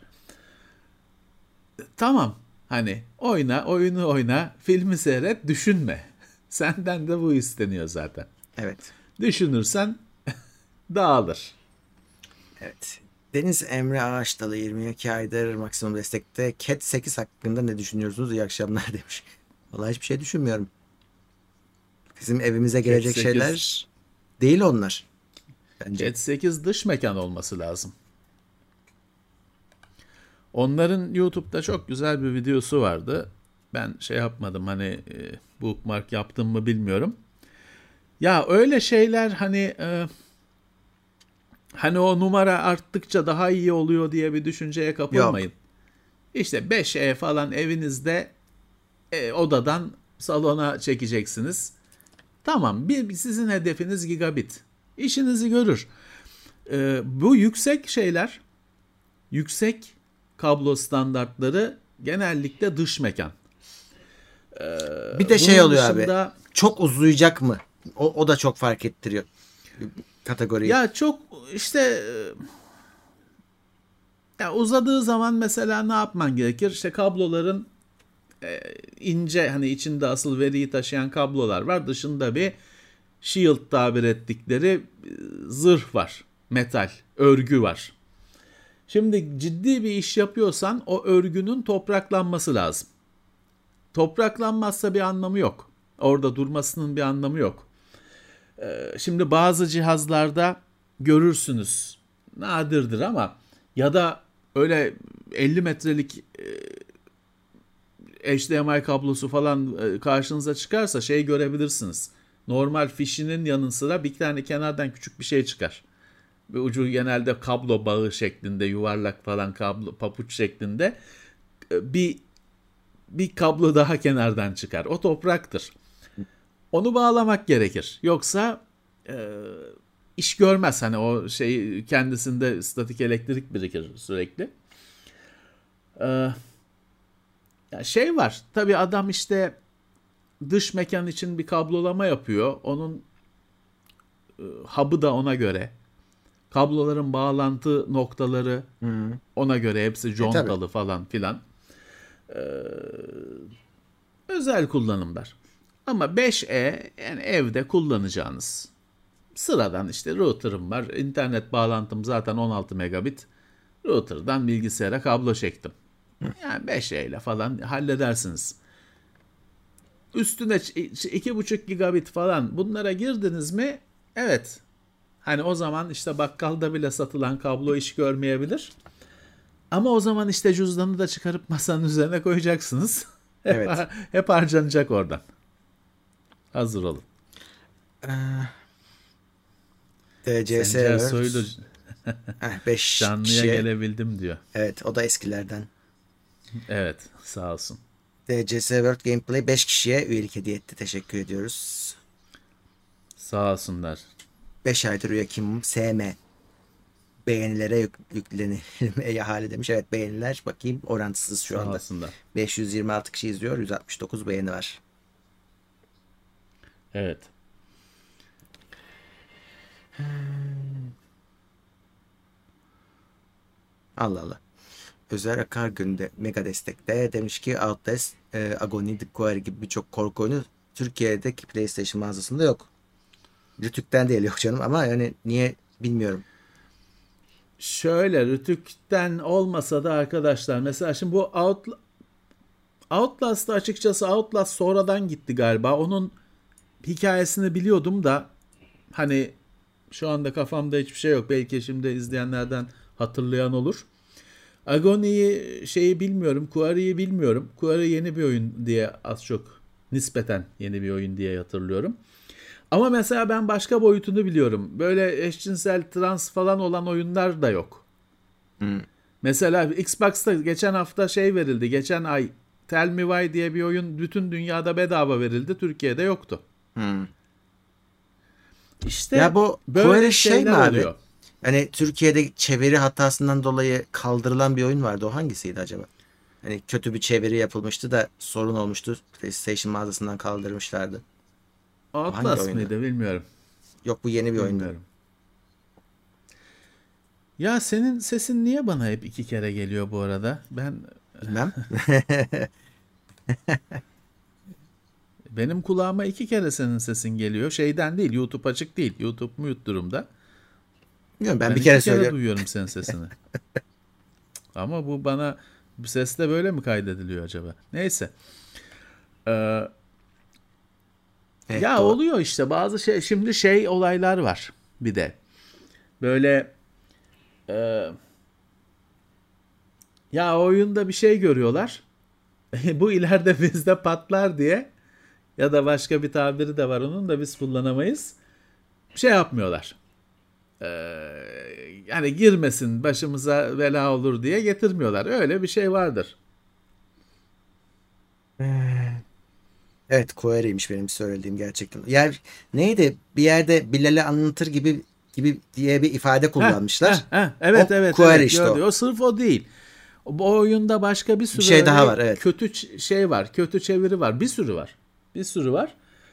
Tamam. Hani oyna, oyunu oyna, filmi seyret, düşünme. Senden de bu isteniyor zaten. Evet. Düşünürsen dağılır. Evet. Deniz Emre Ağaçdalı 22 aydır maksimum destekte. Cat 8 hakkında ne düşünüyorsunuz? İyi akşamlar demiş. Vallahi hiçbir şey düşünmüyorum. Bizim evimize gelecek 8. şeyler değil onlar. Bence. Cat 8 dış mekan olması lazım. Onların YouTube'da çok güzel bir videosu vardı. Ben şey yapmadım, hani bookmark yaptım mı bilmiyorum. Ya öyle şeyler hani o numara arttıkça daha iyi oluyor diye bir düşünceye kapılmayın. Yok. İşte 5E falan evinizde odadan salona çekeceksiniz. Tamam, sizin hedefiniz gigabit. İşinizi görür. Bu yüksek şeyler, yüksek kablo standartları genellikle dış mekan. Bir de şey Bunun oluyor dışında, abi. Çok uzayacak mı? O da çok fark ettiriyor kategoriyi. ya çok işte ya uzadığı zaman mesela ne yapman gerekir? İşte kabloların ince, hani içinde asıl veriyi taşıyan kablolar var. Dışında bir shield tabir ettikleri zırh var. Metal, örgü var. Şimdi ciddi bir iş yapıyorsan o örgünün topraklanması lazım. Topraklanmazsa bir anlamı yok. Orada durmasının bir anlamı yok. Şimdi bazı cihazlarda görürsünüz. Nadirdir ama, ya da öyle 50 metrelik HDMI kablosu falan karşınıza çıkarsa şey görebilirsiniz. Normal fişinin yanı sıra bir tane kenardan küçük bir şey çıkar. Ve ucu genelde kablo bağı şeklinde, yuvarlak falan kablo papuç şeklinde bir kablo daha kenardan çıkar. O topraktır. Onu bağlamak gerekir. Yoksa iş görmez. Hani o şey, kendisinde statik elektrik birikir sürekli. Ya şey var. Tabii adam işte dış mekan için bir kablolama yapıyor. Onun hub'ı da ona göre. Kabloların bağlantı noktaları ona göre. Hepsi contalı falan filan. Özel kullanımlar. Ama 5E yani evde kullanacağınız, sıradan işte router'ım var. İnternet bağlantım zaten 16 megabit. Router'dan bilgisayara kablo çektim. Yani 5E ile falan halledersiniz. Üstüne 2,5 gigabit falan bunlara girdiniz mi? Evet. Hani o zaman işte bakkalda bile satılan kablo iş görmeyebilir. Ama o zaman işte cüzdanı da çıkarıp masanın üzerine koyacaksınız. Evet. Hep harcanacak oradan. Hazır olun. DCS Sencer Soylu 5 canlıya kişiye. gelebildim diyor. Evet, o da eskilerden. Evet, sağ olsun. DCS World Gameplay 5 kişiye üyelik hediye etti. Teşekkür ediyoruz. Sağ olsunlar. 5 aydır üye kim? SM. Beğenilere yüklenilmeye hali demiş. Evet, beğeniler bakayım orantısız şu Sağ anda. olsunlar. 526 kişi izliyor. 169 beğeni var. Evet. Allah Allah. Özer Akar günde mega destekte demiş ki Outlast, Agony, The Quarry gibi birçok korku oyunu Türkiye'deki PlayStation mağazasında yok. Rütük'ten değil yok canım, ama yani niye bilmiyorum. Şöyle, Rütük'ten olmasa da arkadaşlar, mesela şimdi bu Outlast'ta, açıkçası Outlast sonradan gitti galiba. Onun hikayesini biliyordum da hani şu anda kafamda hiçbir şey yok. Belki şimdi izleyenlerden hatırlayan olur. Agony'yi şeyi bilmiyorum. Quarry'yi bilmiyorum. Quarry yeni bir oyun diye, az çok nispeten yeni bir oyun diye hatırlıyorum. Ama mesela ben başka boyutunu biliyorum. Böyle eşcinsel, trans falan olan oyunlar da yok. Mesela Xbox'ta geçen hafta şey verildi. Geçen ay Tell Me Why diye bir oyun bütün dünyada bedava verildi. Türkiye'de yoktu. Hmm. İşte Ya bu böyle Query mi şeyler abi? oluyor. Hani Türkiye'de çeviri hatasından dolayı kaldırılan bir oyun vardı. O hangisiydi acaba? Hani kötü bir çeviri yapılmıştı da sorun olmuştu. PlayStation mağazasından kaldırmışlardı. O hangi Atlas oyundu? mıydı bilmiyorum. Yok, bu yeni bir oyundu. Bilmiyorum. Ya senin sesin niye bana hep 2 kere geliyor bu arada? Bilmem. Benim kulağıma 2 kere senin sesin geliyor. Şeyden değil, YouTube açık değil. YouTube mute durumda. Bilmiyorum, ben Ben bir iki kere kere söylüyorum. duyuyorum senin sesini. Ama bu bana ses de böyle mi kaydediliyor acaba? Neyse. Ee, Evet, Ya doğru. oluyor işte bazı şey. Şimdi şey olaylar var bir de. Böyle e, ya oyunda bir şey görüyorlar. Bu ileride bizde patlar diye ya da başka bir tabiri de var onun da biz kullanamayız. Şey yapmıyorlar. Ee, Yani girmesin başımıza bela olur diye getirmiyorlar. Öyle bir şey vardır. Evet, Query'ymiş benim söylediğim gerçekten. Yani neydi? Bir yerde Bilal'i anlatır gibi diye bir ifade kullanmışlar. Evet O evet Query evet işte gördü. o. O sırf o değil. Bu oyunda başka bir Bir sürü şey daha öyle var, evet. kötü şey var. Kötü çeviri var. Bir sürü var. Bir sürü var.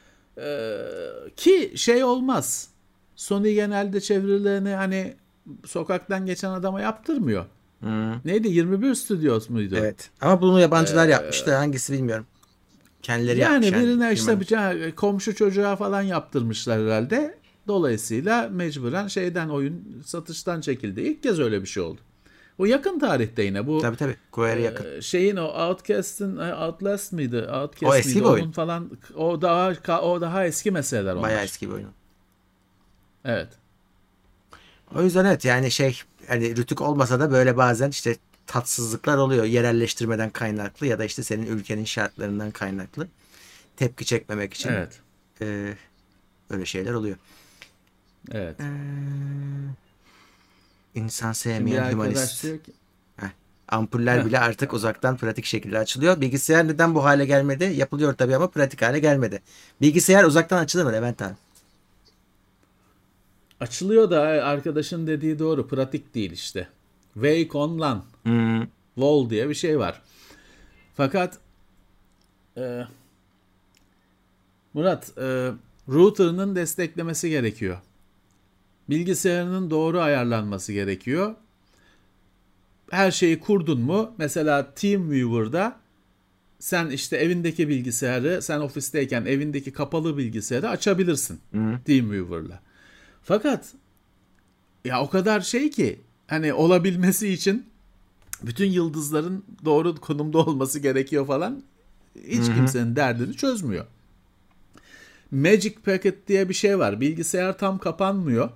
Ki şey olmaz. Sony genelde çevirilerini hani sokaktan geçen adama yaptırmıyor. Hı, Neydi? 21 Studios muydu? evet. Ama bunu yabancılar yapmıştı. Hangisi bilmiyorum. Kendileri yapmış Yani yani. birine işte Firmanın. komşu çocuğa falan yaptırmışlar herhalde. Dolayısıyla mecburen şeyden oyun satıştan çekildi. İlk kez öyle bir şey oldu. O yakın tarihte yine bu Tabii tabii. Query yakın. şeyin o Outlast mıydı? O Outlast eski mıydı? bir oyun. Onun falan o daha eski meseleler Bayağı onlar. eski bir oyun. Evet. O yüzden evet, yani şey, hani Rütük olmasa da böyle bazen işte tatsızlıklar oluyor. Yerelleştirmeden kaynaklı ya da işte senin ülkenin şartlarından kaynaklı. Tepki çekmemek için Evet. e, öyle şeyler oluyor. Evet. E, insan Şimdi bir sevmeyen arkadaş hümanist. diyor ki Heh. Ampuller heh, bile artık uzaktan pratik şekilde açılıyor. Bilgisayar neden bu hale gelmedi? Yapılıyor tabii ama pratik hale gelmedi. Bilgisayar uzaktan açılır mı Levent abi? açılıyor da arkadaşın dediği doğru. Pratik değil işte. Wake on LAN. Hmm. Wall diye bir şey var. Fakat e, Murat, router'ının desteklemesi gerekiyor. Bilgisayarının doğru ayarlanması gerekiyor. Her şeyi kurdun mu? Mesela TeamViewer'da sen işte evindeki bilgisayarı, sen ofisteyken evindeki kapalı bilgisayarı açabilirsin Hmm. TeamViewer'la. Fakat ya o kadar şey ki hani olabilmesi için bütün yıldızların doğru konumda olması gerekiyor falan. Hiç Hı. kimsenin derdini çözmüyor. Magic Packet diye bir şey var. Bilgisayar tam kapanmıyor.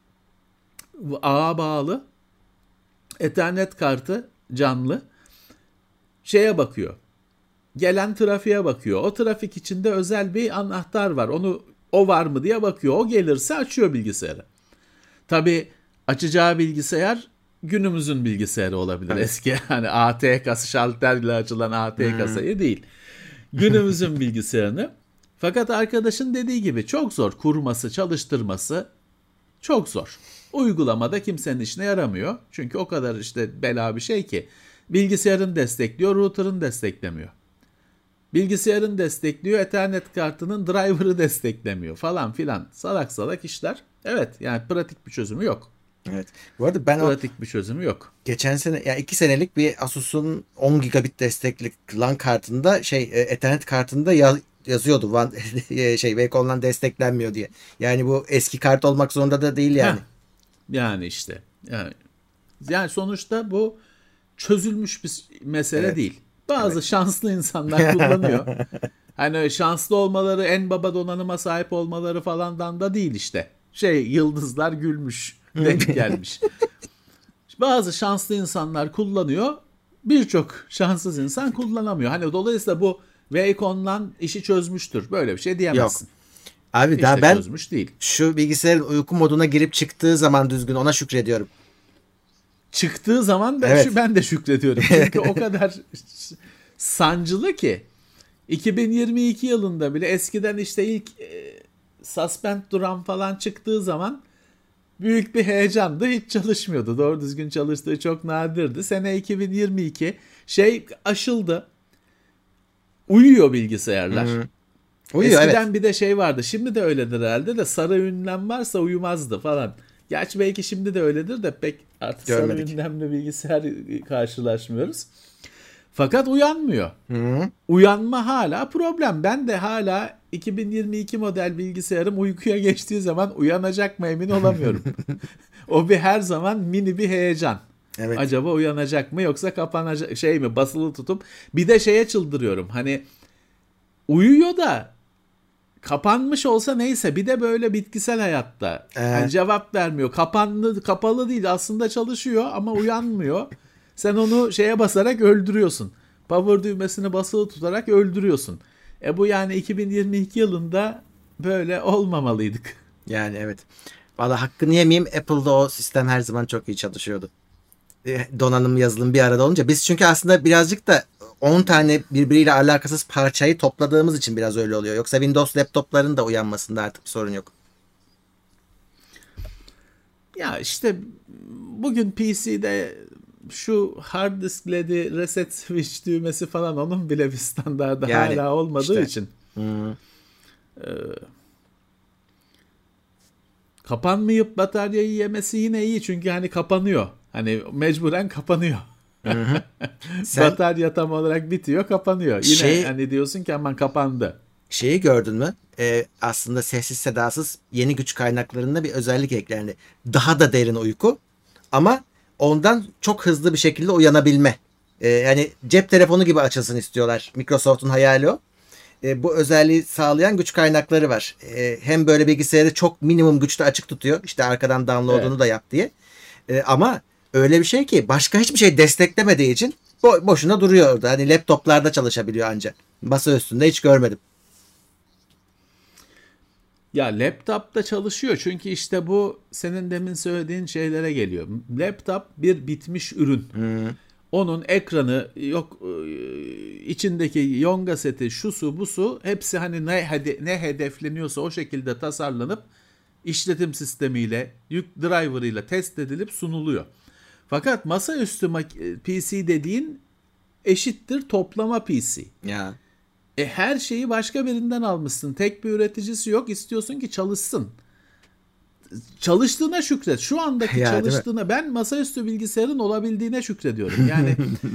Ağa bağlı. Ethernet kartı canlı. Şeye bakıyor. Gelen trafiğe bakıyor. O trafik içinde özel bir anahtar var. O var mı diye bakıyor. O gelirse açıyor bilgisayarı. Tabii açacağı bilgisayar günümüzün bilgisayarı olabilir. Tabii. Eski hani AT kasa şalterle açılan AT Hmm. kasayı değil. Günümüzün bilgisayarını. Fakat arkadaşın dediği gibi çok zor kurması, çalıştırması çok zor. Uygulamada kimsenin işine yaramıyor. Çünkü o kadar işte bela bir şey ki. Bilgisayarın destekliyor, router'ın desteklemiyor. Bilgisayarın destekliyor, Ethernet kartının driver'ı desteklemiyor falan filan. Salak salak işler. Evet, yani pratik bir çözümü yok. Evet. Bu arada ben o Pratik bir çözümü yok. geçen sene, yani 2 senelik bir Asus'un 10 gigabit destekli LAN kartında Ethernet kartında yazıyordu şey Wacom desteklenmiyor diye. Yani bu eski kart olmak zorunda da değil Heh, yani. yani işte. Yani sonuçta bu çözülmüş bir mesele Evet. değil. Bazı Evet. şanslı insanlar kullanıyor. Hani şanslı olmaları, en baba donanıma sahip olmaları falandan da değil işte. Yıldızlar gülmüş, denk gelmiş. Bazı şanslı insanlar kullanıyor, birçok şanssız insan kullanamıyor. Hani dolayısıyla bu Wacom'dan işi çözmüştür. Böyle bir şey Yok. diyemezsin. Abi Hiç daha de ben çözmüş değil. şu bilgisayarın uyku moduna girip çıktığı zaman düzgün ona şükrediyorum. Çıktığı zaman Evet. ben de şükrediyorum. Çünkü o kadar sancılı ki 2022 yılında bile eskiden işte ilk Suspend Duran falan çıktığı zaman büyük bir heyecandı. Hiç çalışmıyordu. Doğru düzgün çalıştığı çok nadirdi. Sene 2022 şey aşıldı. Uyuyor bilgisayarlar. Uyuyor, Eskiden evet. bir de şey vardı. Şimdi de öyledir herhalde de sarı ünlem varsa uyumazdı falan. Gerçi belki şimdi de öyledir de pek artık sarı Görmedik. ünlemli bilgisayar karşılaşmıyoruz. Fakat uyanmıyor. Hı. Uyanma hala problem. Ben de hala 2022 model bilgisayarım uykuya geçtiği zaman uyanacak mı emin olamıyorum. O bir her zaman mini bir heyecan. Evet. Acaba uyanacak mı yoksa kapanacak şey mi basılı tutup bir de şeye çıldırıyorum. Hani uyuyor da kapanmış olsa neyse bir de böyle bitkisel hayatta hani cevap vermiyor. Kapalı değil aslında çalışıyor ama uyanmıyor. Sen onu şeye basarak öldürüyorsun. Power düğmesini basılı tutarak öldürüyorsun. Bu yani 2022 yılında böyle olmamalıydık. Yani evet. Valla hakkını yemeyeyim, Apple'da o sistem her zaman çok iyi çalışıyordu. Donanım yazılım bir arada olunca. Biz çünkü aslında birazcık da 10 tane birbiriyle alakasız parçayı topladığımız için biraz öyle oluyor. Yoksa Windows laptopların da uyanmasında artık bir sorun yok. Ya işte bugün PC'de şu hard diskleri reset switch düğmesi falan onun bile bir standardı Yani hala olmadığı işte. için Hmm. kapanmayıp bataryayı yemesi yine iyi çünkü hani kapanıyor. Hani mecburen kapanıyor. Hı hı. Sen Batarya tam olarak bitiyor, kapanıyor. Yine şey hani diyorsun ki aman kapandı. şeyi gördün mü? Aslında sessiz sedasız yeni güç kaynaklarında bir özellik eklendi. Daha da derin uyku ama ondan çok hızlı bir şekilde uyanabilme. Yani cep telefonu gibi açılsın istiyorlar. Microsoft'un hayali o. Bu özelliği sağlayan güç kaynakları var. Hem böyle bilgisayarı çok minimum güçte açık tutuyor. İşte arkadan Evet. download'unu da yap diye. Ama öyle bir şey ki başka hiçbir şey desteklemediği için boşuna duruyor orada. Hani laptoplarda çalışabiliyor ancak. Masa üstünde hiç görmedim. Ya laptopta çalışıyor çünkü işte bu senin demin söylediğin şeylere geliyor. Laptop bir bitmiş ürün. Hmm. Onun ekranı yok içindeki yonga seti şu su bu su hepsi hani ne hedefleniyorsa o şekilde tasarlanıp işletim sistemiyle yük driver'ıyla test edilip sunuluyor. Fakat masaüstü PC dediğin eşittir toplama PC. Ya. Her şeyi başka birinden almışsın. Tek bir üreticisi yok. İstiyorsun ki çalışsın. Çalıştığına şükret. Şu andaki Ya, değil mi? çalıştığına ben masaüstü bilgisayarın olabildiğine şükrediyorum. Yani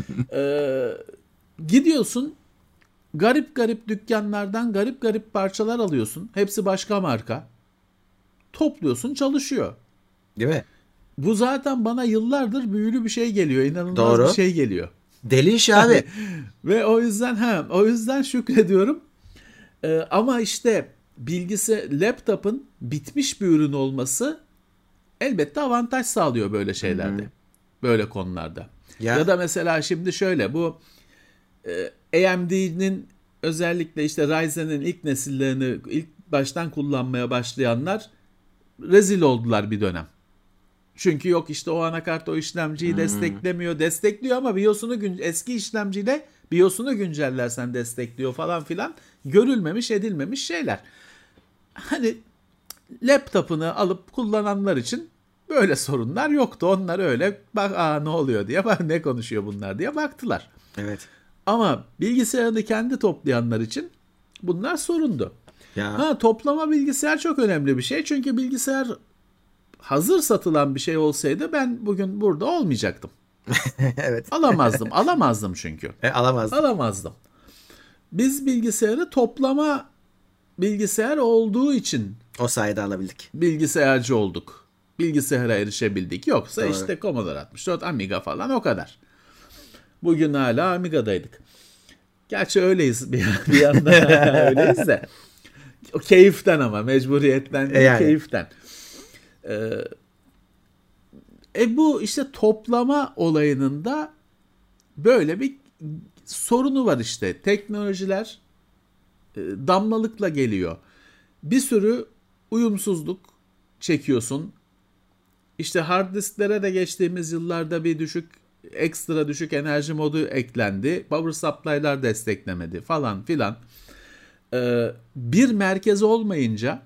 gidiyorsun garip garip dükkanlardan garip garip parçalar alıyorsun. Hepsi başka marka. Topluyorsun çalışıyor. Değil mi? Bu zaten bana yıllardır büyülü bir şey geliyor. İnanılmaz bir Doğru. şey geliyor. Deli iş Yani abi. ve o yüzden şükrediyorum. Ama işte laptopun bitmiş bir ürün olması elbette avantaj sağlıyor böyle şeylerde. Böyle konularda. Ya Ya. da mesela şimdi şöyle bu AMD'nin özellikle işte Ryzen'in ilk nesillerini ilk baştan kullanmaya başlayanlar rezil oldular bir dönem. Çünkü yok işte o anakart o işlemciyi desteklemiyor. Destekliyor ama eski işlemciyle BIOS'unu güncellersen destekliyor falan filan. Görülmemiş edilmemiş şeyler. Hani laptopunu alıp kullananlar için böyle sorunlar yoktu. Onlar öyle bak ne oluyor diye bak ne konuşuyor bunlar diye baktılar. Evet. Ama bilgisayarını kendi toplayanlar için bunlar sorundu. Ya. Toplama bilgisayar çok önemli bir şey. Çünkü bilgisayar hazır satılan bir şey olsaydı ben bugün burada olmayacaktım. Evet. Alamazdım çünkü. Alamazdım. Alamazdım. Biz bilgisayarı toplama bilgisayar olduğu için O sayede alabildik. bilgisayarcı olduk. Bilgisayara erişebildik. Yoksa Doğru. işte Commodore 64, Amiga falan o kadar. Bugün hala Amiga'daydık. Gerçi öyleyiz bir yandan öyleyiz de. O keyiften ama mecburiyetten değil Yani. keyiften. Bu işte toplama olayının da böyle bir sorunu var işte. Teknolojiler damlalıkla geliyor. Bir sürü uyumsuzluk çekiyorsun. İşte hard disklere de geçtiğimiz yıllarda bir düşük ekstra düşük enerji modu eklendi. Power supply'lar desteklemedi falan filan. Bir merkez olmayınca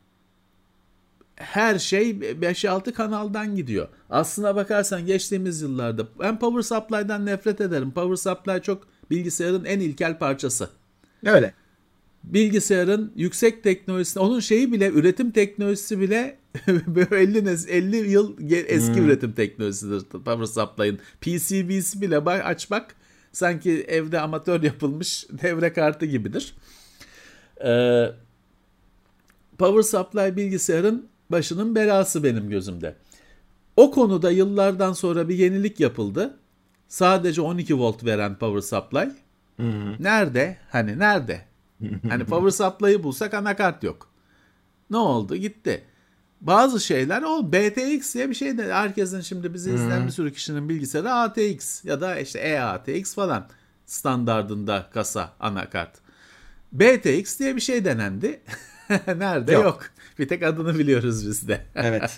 her şey 5-6 kanaldan gidiyor. Aslına bakarsan geçtiğimiz yıllarda ben power supply'dan nefret ederim. Power supply çok bilgisayarın en ilkel parçası. Öyle. Bilgisayarın yüksek teknolojisi, onun şeyi bile, üretim teknolojisi bile 50 yıl eski üretim teknolojisidir power supply'ın. PCB'si bile aç bak, sanki evde amatör yapılmış devre kartı gibidir. Power supply bilgisayarın başının belası benim gözümde. O konuda yıllardan sonra bir yenilik yapıldı. Sadece 12 volt veren power supply. Nerede? Hani nerede? Hani power supply'ı bulsak anakart yok. Ne oldu? Gitti. Bazı şeyler, o BTX diye bir şey de, herkesin şimdi bizi izleyen bir sürü kişinin bilgisayarı ATX ya da işte eATX falan standardında kasa anakart. BTX diye bir şey denendi. Nerede? Yok. Bir tek adını biliyoruz biz de. Evet.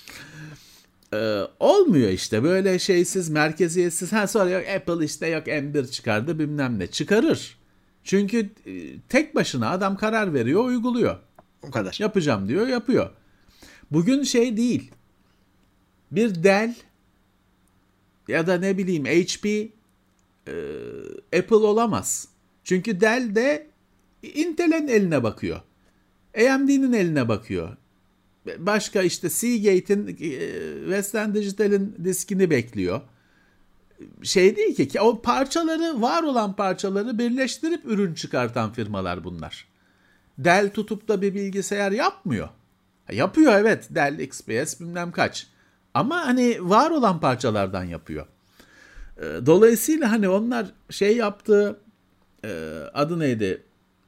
Olmuyor işte böyle şeysiz, merkeziyetsiz. Sonra yok Apple işte yok M1 çıkardı bilmem ne. Çıkarır. Çünkü tek başına adam karar veriyor, uyguluyor. O kadar. Yapacağım diyor, yapıyor. Bugün şey değil. Bir Dell ya da ne bileyim HP Apple olamaz. Çünkü Dell de Intel'in eline bakıyor. AMD'nin eline bakıyor. Başka işte Seagate'in, Western Digital'in diskini bekliyor. Şey değil ki o parçaları, var olan parçaları birleştirip ürün çıkartan firmalar bunlar. Dell tutup da bir bilgisayar yapmıyor. Yapıyor evet, Dell XPS bilmem kaç. Ama hani var olan parçalardan yapıyor. Dolayısıyla hani onlar şey yaptığı, adı neydi?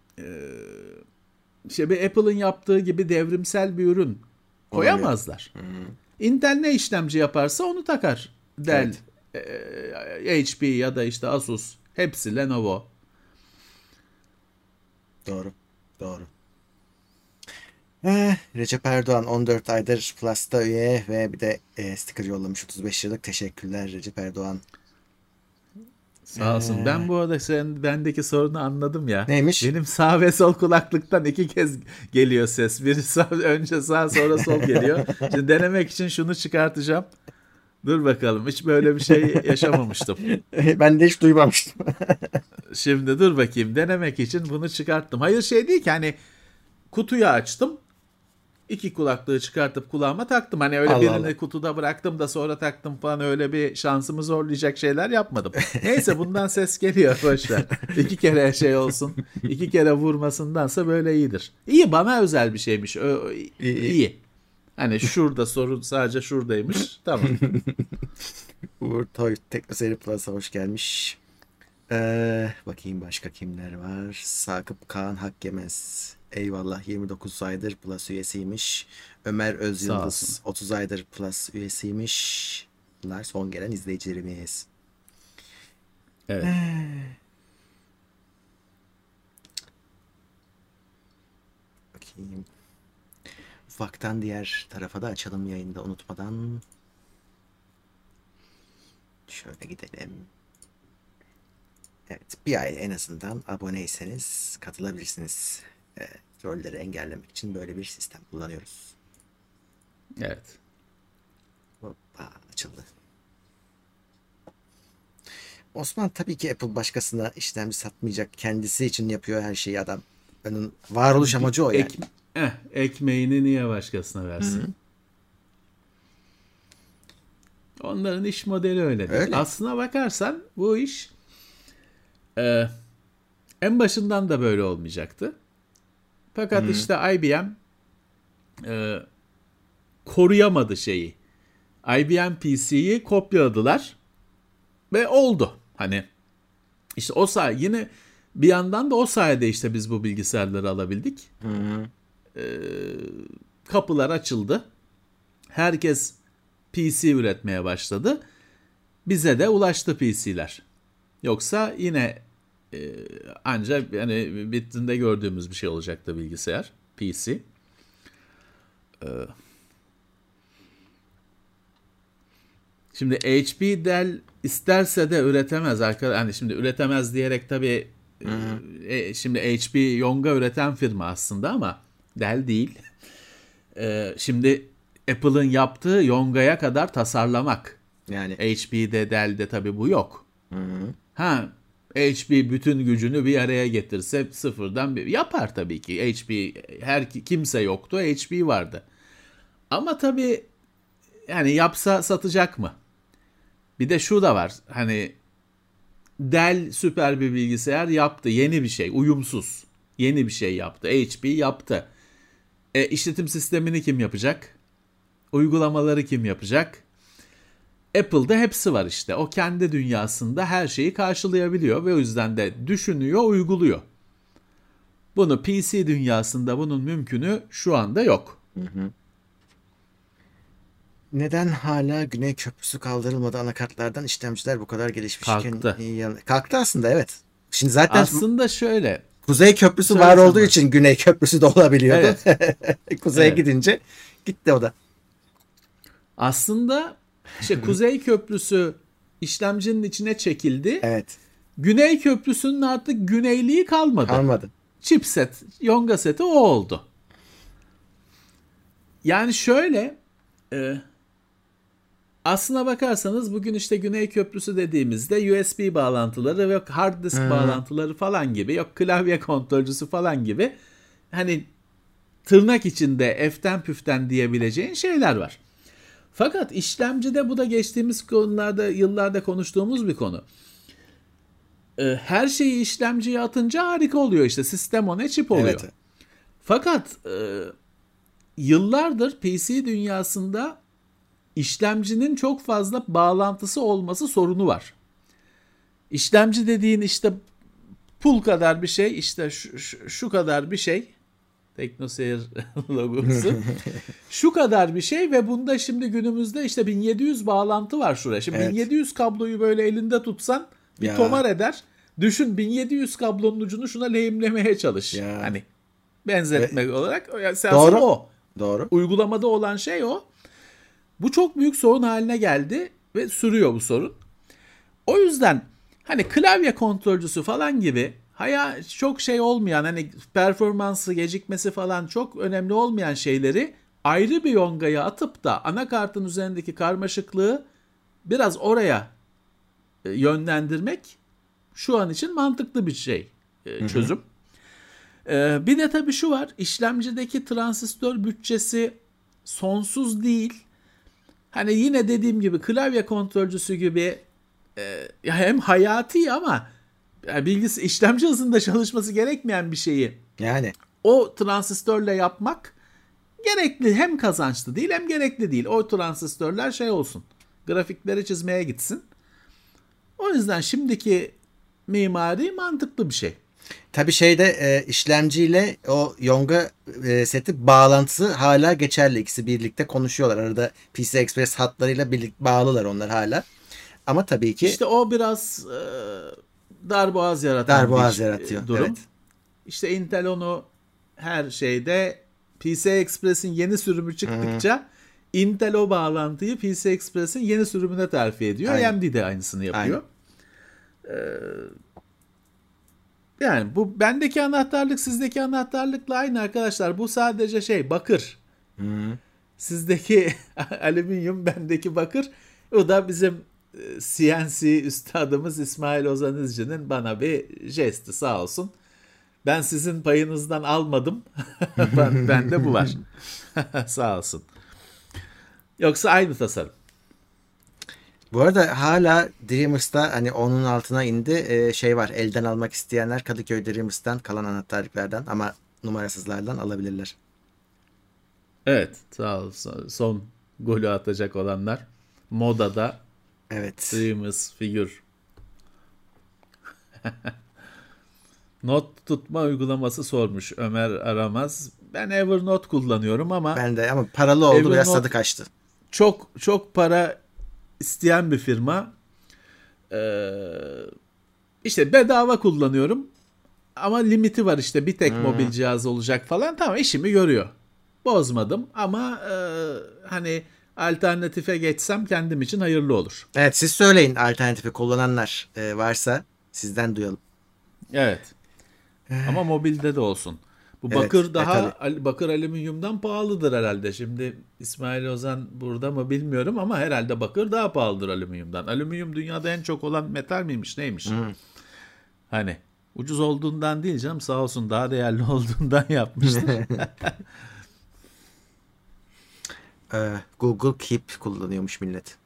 İşte bir Apple'ın yaptığı gibi devrimsel bir ürün koyamazlar. Intel ne işlemci yaparsa onu takar. Dell, HP ya da işte Asus, hepsi Lenovo. Doğru. Recep Erdoğan 14 aydır Plus'ta üye ve bir de sticker yollamış, 35 yıllık. Teşekkürler Recep Erdoğan. Sağ olsun. Ben bu arada bendeki sorunu anladım ya. Neymiş? Benim sağ ve sol kulaklıktan 2 kez geliyor ses. Biri önce sağ sonra sol geliyor. Şimdi denemek için şunu çıkartacağım. Dur bakalım. Hiç böyle bir şey yaşamamıştım. Ben de hiç duymamıştım. Şimdi dur bakayım. Denemek için bunu çıkarttım. Hayır şey değil ki, hani kutuyu açtım. 2 kulaklığı çıkartıp kulağıma taktım. Hani öyle birini kutuda bıraktım da sonra taktım falan, öyle bir şansımı zorlayacak şeyler yapmadım. Neyse, bundan ses geliyor, boşver. 2 kere şey olsun. 2 kere vurmasındansa böyle iyidir. İyi, bana özel bir şeymiş. İyi. Hani şurada sorun sadece şuradaymış. Tamam. Uğur Toy Teknoseyir Plus'a hoş gelmiş. Bakayım başka kimler var. Sakıp Kaan Hakkemez. Eyvallah, 29 aydır Plus üyesiymiş. Ömer Özyıldız 30 aydır Plus üyesiymiş. Bunlar son gelen izleyicilerimiz. Evet. Bakayım. Ufaktan diğer tarafa da açalım yayında unutmadan. Şöyle gidelim. Evet, bir ay en azından aboneyseniz katılabilirsiniz. Trolleri engellemek için böyle bir sistem kullanıyoruz. Evet. Hoppa, açıldı. Osman tabii ki Apple başkasına işlemci satmayacak. Kendisi için yapıyor her şeyi adam. Onun varoluş amacı o yani. Ekmeğini niye başkasına versin? Hı-hı. Onların iş modeli öyledir. Öyle. Aslına bakarsan bu iş en başından da böyle olmayacaktı. Fakat işte IBM koruyamadı şeyi. IBM PC'yi kopyaladılar ve oldu. Hani işte o sayede, yine bir yandan da o sayede işte biz bu bilgisayarları alabildik. Kapılar açıldı. Herkes PC üretmeye başladı. Bize de ulaştı PC'ler. Yoksa yine ancak yani vitrinde gördüğümüz bir şey olacaktı bilgisayar, PC. Şimdi HP Dell isterse de üretemez arkadaşlar. Hani şimdi üretemez diyerek tabii şimdi HP Yonga üreten firma aslında ama Dell değil. Şimdi Apple'ın yaptığı Yonga'ya kadar tasarlamak. Yani HP'de, Dell'de tabii bu yok. hı. Ha, HP bütün gücünü bir araya getirse sıfırdan yapar tabii ki. HP kimse yoktu, HP vardı. Ama tabii yani yapsa satacak mı? Bir de şu da var. Hani Dell süper bir bilgisayar yaptı. Yeni bir şey, uyumsuz. Yeni bir şey yaptı. HP yaptı. İşletim sistemini kim yapacak? Uygulamaları kim yapacak? Apple'da hepsi var işte. O kendi dünyasında her şeyi karşılayabiliyor ve o yüzden de düşünüyor, uyguluyor. Bunu PC dünyasında bunun mümkünü şu anda yok. Neden hala Güney Köprüsü kaldırılmadı, anakartlardan işlemciler bu kadar gelişmişken? Kalktı. Kalktı aslında, evet. Şimdi zaten Aslında şöyle. Kuzey Köprüsü Söyle var olduğu sana. için Güney Köprüsü de olabiliyordu. Kuzeye Evet. gidince gitti o da. Aslında işte Kuzey Köprüsü işlemcinin içine çekildi. Evet. Güney Köprüsü'nün artık güneyliği kalmadı. Kalmadı. Chipset, Yonga seti o oldu. Yani şöyle aslına bakarsanız bugün işte Güney Köprüsü dediğimizde USB bağlantıları ve hard disk bağlantıları falan gibi, yok klavye kontrolcüsü falan gibi hani tırnak içinde eften püften diyebileceğin şeyler var. Fakat işlemcide bu da geçtiğimiz konularda yıllarda konuştuğumuz bir konu. Her şeyi işlemciye atınca harika oluyor işte. Sistem on a chip oluyor. Evet. Fakat yıllardır PC dünyasında işlemcinin çok fazla bağlantısı olması sorunu var. İşlemci dediğin işte pul kadar bir şey, işte şu kadar bir şey. TeknoSeyir logosu. Şu kadar bir şey ve bunda şimdi günümüzde işte 1700 bağlantı var şuraya. Şimdi Evet. 1700 kabloyu böyle elinde tutsan bir Ya. tomar eder. Düşün 1700 kablonun ucunu şuna lehimlemeye çalış. Ya. Hani benzetmek olarak. Yani Doğru. o. Doğru. Uygulamada olan şey o. Bu çok büyük sorun haline geldi ve sürüyor bu sorun. O yüzden hani klavye kontrolcüsü falan gibi çok şey olmayan, hani performansı gecikmesi falan çok önemli olmayan şeyleri ayrı bir yongaya atıp da anakartın üzerindeki karmaşıklığı biraz oraya yönlendirmek şu an için mantıklı bir şey, çözüm. Bir de tabii şu var, işlemcideki transistör bütçesi sonsuz değil. Hani yine dediğim gibi klavye kontrolcüsü gibi hem hayati ama işlemci hızında çalışması gerekmeyen bir şeyi Yani. o transistörle yapmak gerekli, hem kazançlı değil hem gerekli değil. O transistörler şey olsun, grafikleri çizmeye gitsin. O yüzden şimdiki mimari mantıklı bir şey. Tabii şeyde işlemciyle o Yonga seti bağlantısı hala geçerli. İkisi birlikte konuşuyorlar. Arada PCI Express hatlarıyla birlikte bağlılar onlar hala. Ama tabii ki İşte o biraz darboğaz yaratan bir yaratıyor. durum. Evet. İşte Intel onu her şeyde PCI Express'in yeni sürümü çıktıkça Intel o bağlantıyı PCI Express'in yeni sürümüne terfi ediyor. Aynen. AMD de aynısını yapıyor. Yani bu bendeki anahtarlık sizdeki anahtarlıkla aynı arkadaşlar. Bu sadece bakır. Sizdeki alüminyum, bendeki bakır. O da bizim CNC üstadımız İsmail Ozan İzci'nin bana bir jesti, sağ olsun. Ben sizin payınızdan almadım. Bende bu var. Sağ olsun. Yoksa aynı tasarım. Bu arada hala Dreamers'ta hani onun altına indi. Şey var, elden almak isteyenler Kadıköy Dreamers'tan kalan anahtarlıklardan ama numarasızlardan alabilirler. Evet, sağ ol. Son golü atacak olanlar. Moda'da Evet. Dreamers figür. Not tutma uygulaması sormuş Ömer Aramaz. Ben Evernote kullanıyorum ama Ben de, ama paralı oldu, biraz Evernote- tadı kaçtı. çok çok para isteyen bir firma. İşte bedava kullanıyorum ama limiti var, işte bir tek mobil cihaz olacak falan. Tamam, işimi görüyor. Bozmadım ama hani alternatife geçsem kendim için hayırlı olur. Evet, siz söyleyin, alternatifi kullananlar varsa sizden duyalım. Evet. Ama mobilde de olsun. Bu Evet, bakır tabii. bakır alüminyumdan pahalıdır herhalde. Şimdi İsmail Ozan burada mı bilmiyorum ama herhalde bakır daha pahalıdır alüminyumdan. Alüminyum dünyada en çok olan metal miymiş neymiş? Hı. Hani ucuz olduğundan değil canım, sağ olsun daha değerli olduğundan yapmıştır. Google Keep kullanıyormuş millet.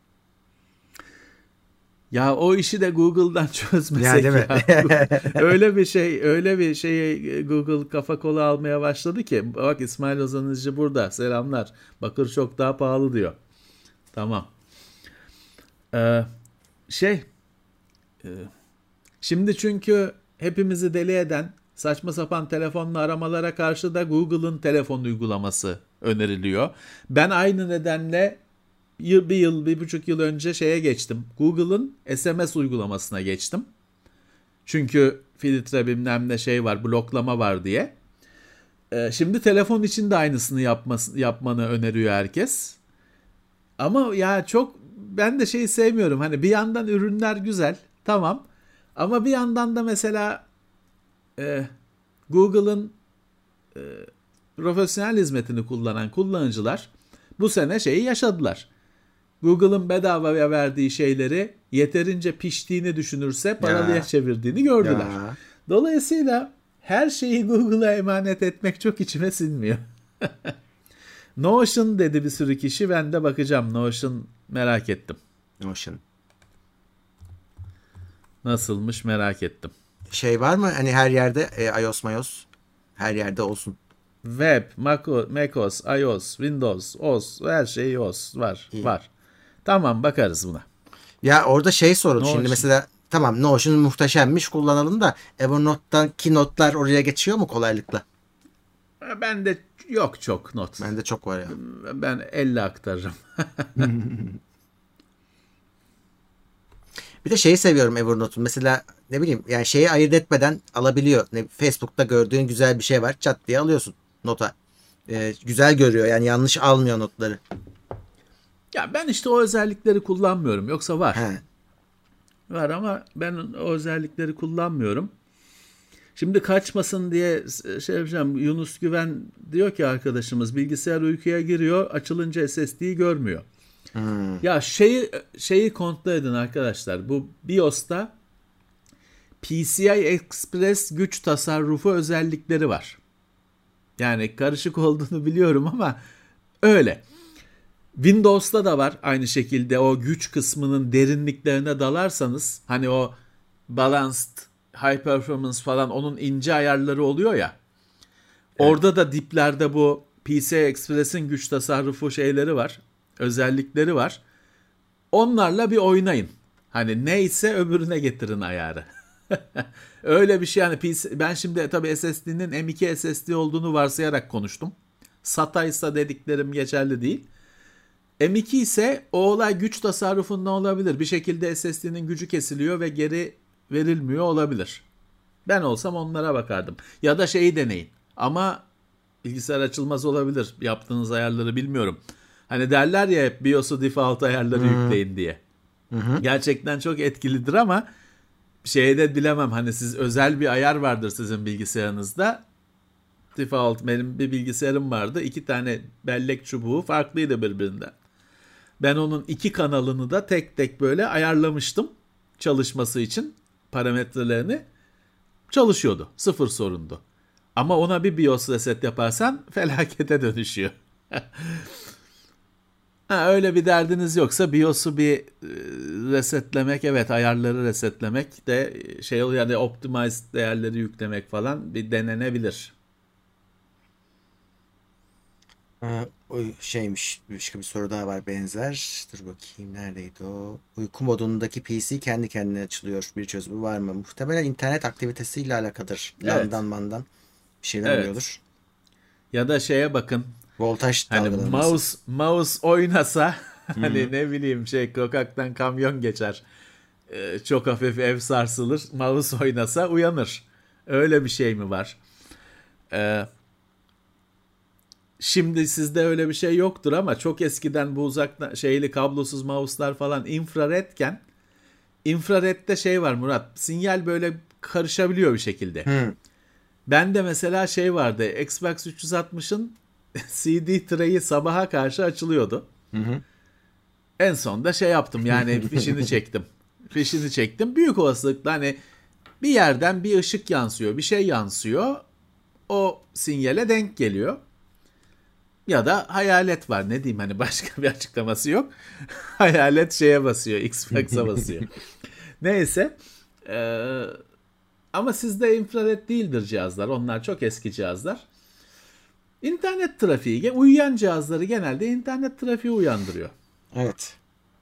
Ya o işi de Google'dan Ya, değil çözmesek mi? ya. Öyle bir şeye Google kafa kola almaya başladı ki. Bak İsmail Ozanıcı burada. Selamlar. Bakır çok daha pahalı diyor. Tamam. Ee, şey e, Şimdi çünkü hepimizi deli eden saçma sapan telefonla aramalara karşı da Google'ın telefon uygulaması öneriliyor. Ben aynı nedenle bir yıl, 1,5 yıl önce şeye geçtim. Google'ın SMS uygulamasına geçtim. Çünkü filtre bilmem ne şey var, bloklama var diye. Şimdi telefon için de aynısını yapmanı öneriyor herkes. Ama ya ben de şeyi sevmiyorum. Hani bir yandan ürünler güzel, tamam. Ama bir yandan da mesela e, Google'ın e, profesyonel hizmetini kullanan kullanıcılar bu sene şeyi yaşadılar. Google'ın bedavaya verdiği şeyleri yeterince piştiğini düşünürse paralıya Ya, çevirdiğini gördüler. ya. Dolayısıyla her şeyi Google'a emanet etmek çok içime sinmiyor. Notion dedi bir sürü kişi. Ben de bakacağım. Notion merak ettim. Notion. Nasılmış merak ettim. Şey var mı? Hani her yerde iOS, mayos her yerde olsun. Web, macOS, iOS, Windows, OS, her şey OS var. İyi. Var. Tamam bakarız buna. Ya orada şey sorun. Şimdi Notion. mesela tamam, Notion muhteşemmiş, kullanalım da Evernote'daki notlar oraya geçiyor mu kolaylıkla? Bende yok çok not. Bende çok var ya. Ben elle aktarırım. Bir de şeyi seviyorum Evernote'un. Mesela ne bileyim, yani şeyi ayırt etmeden alabiliyor. Facebook'ta gördüğün güzel bir şey var, çat diye alıyorsun nota. Güzel görüyor, yani yanlış almıyor notları. Ya ben işte o özellikleri kullanmıyorum. Yoksa var. He. Var ama ben o özellikleri kullanmıyorum. Şimdi kaçmasın diye şey yapacağım. Yunus Güven diyor ki arkadaşımız bilgisayar uykuya giriyor. Açılınca SSD'yi görmüyor. Hmm. Ya şeyi kontrol edin arkadaşlar. Bu BIOS'ta PCI Express güç tasarrufu özellikleri var. Yani karışık olduğunu biliyorum ama öyle. Windows'ta da var aynı şekilde, o güç kısmının derinliklerine dalarsanız hani o balanced high performance falan, onun ince ayarları oluyor ya. Evet. Orada da diplerde bu PCI Express'in güç tasarrufu şeyleri var. Özellikleri var. Onlarla bir oynayın. Hani neyse öbürüne getirin ayarı. Öyle bir şey yani ben şimdi tabii SSD'nin M.2 SSD olduğunu varsayarak konuştum. SATA ise dediklerim geçerli değil. M.2 ise o olay güç tasarrufunda olabilir. Bir şekilde SSD'nin gücü kesiliyor ve geri verilmiyor olabilir. Ben olsam onlara bakardım. Ya da şeyi deneyin. Ama bilgisayar açılmaz olabilir. Yaptığınız ayarları bilmiyorum. Hani derler ya hep BIOS'u default ayarları yükleyin diye. Hı. Gerçekten çok etkilidir ama şeyde bilemem. Hani siz özel bir ayar vardır sizin bilgisayarınızda. Default, benim bir bilgisayarım vardı. 2 tane bellek çubuğu farklıydı birbirinden. Ben onun 2 kanalını da tek tek böyle ayarlamıştım çalışması için parametrelerini. Çalışıyordu. Sıfır sorundu. Ama ona bir BIOS reset yaparsan felakete dönüşüyor. Öyle bir derdiniz yoksa BIOS'u bir resetlemek, evet, ayarları resetlemek de şey oluyor, yani optimized değerleri yüklemek falan bir denenebilir. O şeymiş. Başka bir soru daha var benzer. Dur bakayım, neredeydi o? Uyku modundaki PC kendi kendine açılıyor. Bir çözümü var mı? Muhtemelen internet aktivitesiyle alakadır. Evet. LAN'dan mandan bir şeyler Evet. oluyordur. Ya da şeye bakın. Voltaj Hani dalgalanması. mouse oynasa Hı hı. hani ne bileyim sokaktan kamyon geçer. Çok hafif ev sarsılır. Mouse oynasa uyanır. Öyle bir şey mi var? Ee, Şimdi sizde öyle bir şey yoktur ama çok eskiden bu uzaktan şeyli kablosuz mouse'lar falan infraredken, infraredde şey var Murat, sinyal böyle karışabiliyor bir şekilde. Hı. Bende mesela şey vardı, Xbox 360'ın CD tray'i sabaha karşı açılıyordu. Hı hı. En sonunda şey yaptım, yani fişini çektim. Fişini çektim. Büyük olasılıkla hani bir yerden bir ışık yansıyor, bir şey yansıyor. O sinyale denk geliyor. Ya da hayalet var, ne diyeyim, hani başka bir açıklaması yok. Hayalet şeye basıyor, Xbox'a basıyor. Neyse. Ama sizde infrared değildir cihazlar. Onlar çok eski cihazlar. İnternet trafiği, uyuyan cihazları genelde internet trafiği uyandırıyor. Evet.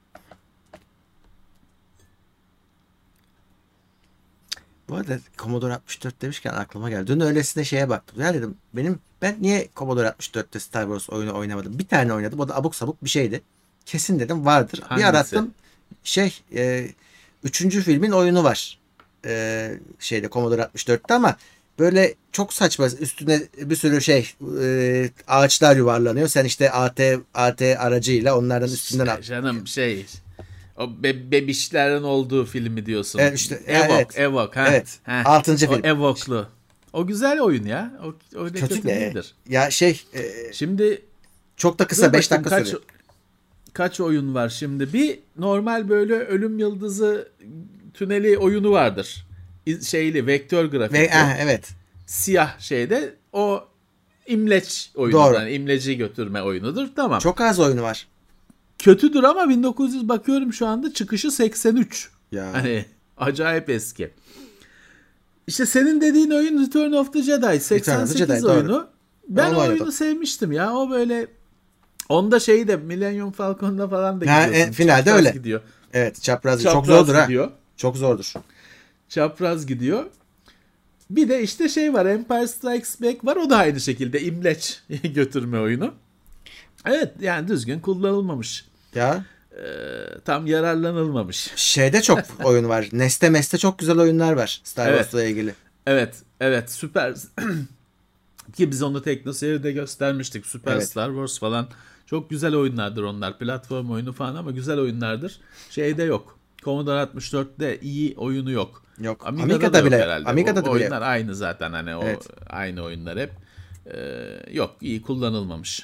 Bu arada Commodore 64 demişken aklıma geldi. Dün öylesine şeye baktım. Ya dedim ben niye Commodore 64'te Star Wars oyunu oynamadım? Bir tane oynadım. O da abuk sabuk bir şeydi. Kesin dedim vardır. Bir Hangisi? arattım. Üçüncü filmin oyunu var. Commodore 64'te ama böyle çok saçma. Üstüne bir sürü ağaçlar yuvarlanıyor. Sen işte AT aracıyla onlardan üstünden at. Canım o bebişlerin olduğu filmi diyorsun. Evet işte Evok, Evok ha. Evet. Ha. 6. O film. Evoklu. O güzel oyun ya. O öyle kötü değildir. Ya Şimdi çok da kısa, dur 5 bakayım dakika sürüyor. kaç oyun var şimdi? Bir normal böyle Ölüm Yıldızı tüneli oyunu vardır. Vektör grafikli. Evet. Siyah şeyde o imleç oyunu. Doğru. Yani imleci götürme oyunudur. Tamam. Çok az oyunu var. Kötüdür ama 1900 bakıyorum şu anda, çıkışı 83. Ya. Hani acayip eski. İşte senin dediğin oyun Return of the Jedi 88 Jedi, oyunu. doğru. Ben onu o oynadım. oyunu sevmiştim ya. O böyle onda de Millennium Falcon'da falan da Ha, gidiyorsun. finalde Çapraz öyle. gidiyor. Evet, çapraz çok Çapraz zordur gidiyor. ha. Çok zordur. Çapraz gidiyor. Bir de işte var, Empire Strikes Back var. O da aynı şekilde imleç götürme oyunu. Evet, yani düzgün kullanılmamış. Ya. Tam yararlanılmamış. Şeyde çok oyun var. Meste çok güzel oyunlar var Star Evet. Wars'la ilgili. Evet, süper. Ki biz onu TeknoSeyir'de göstermiştik. Süper Evet. Star Wars falan. Çok güzel oyunlardır onlar. Platform oyunu falan ama güzel oyunlardır. Şeyde yok. Commodore 64'te iyi oyunu yok. Yok. Amiga'da bile yok yok. herhalde. Amiga'da da bile oyunlar yok. aynı zaten, hani o Evet. aynı oyunlar hep. Yok, iyi kullanılmamış.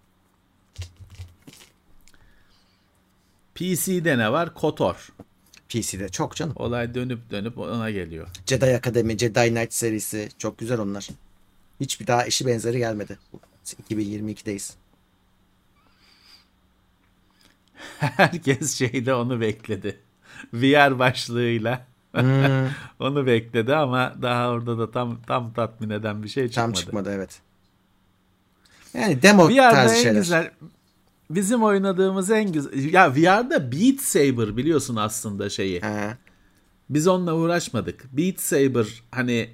PC'de ne var? KOTOR. PC'de çok canım. Olay dönüp ona geliyor. Jedi Akademi, Jedi Knight serisi çok güzel onlar. Hiçbir daha eşi benzeri gelmedi. 2022'deyiz. Herkes onu bekledi. VR başlığıyla. Onu bekledi ama daha orada da tam tatmin eden bir şey çıkmadı. Tam çıkmadı, evet. Yani demo VR'da tarzı en şeyler. güzel, bizim oynadığımız en güzel, ya VR'da Beat Saber biliyorsun aslında şeyi. Ha. Biz onunla uğraşmadık. Beat Saber hani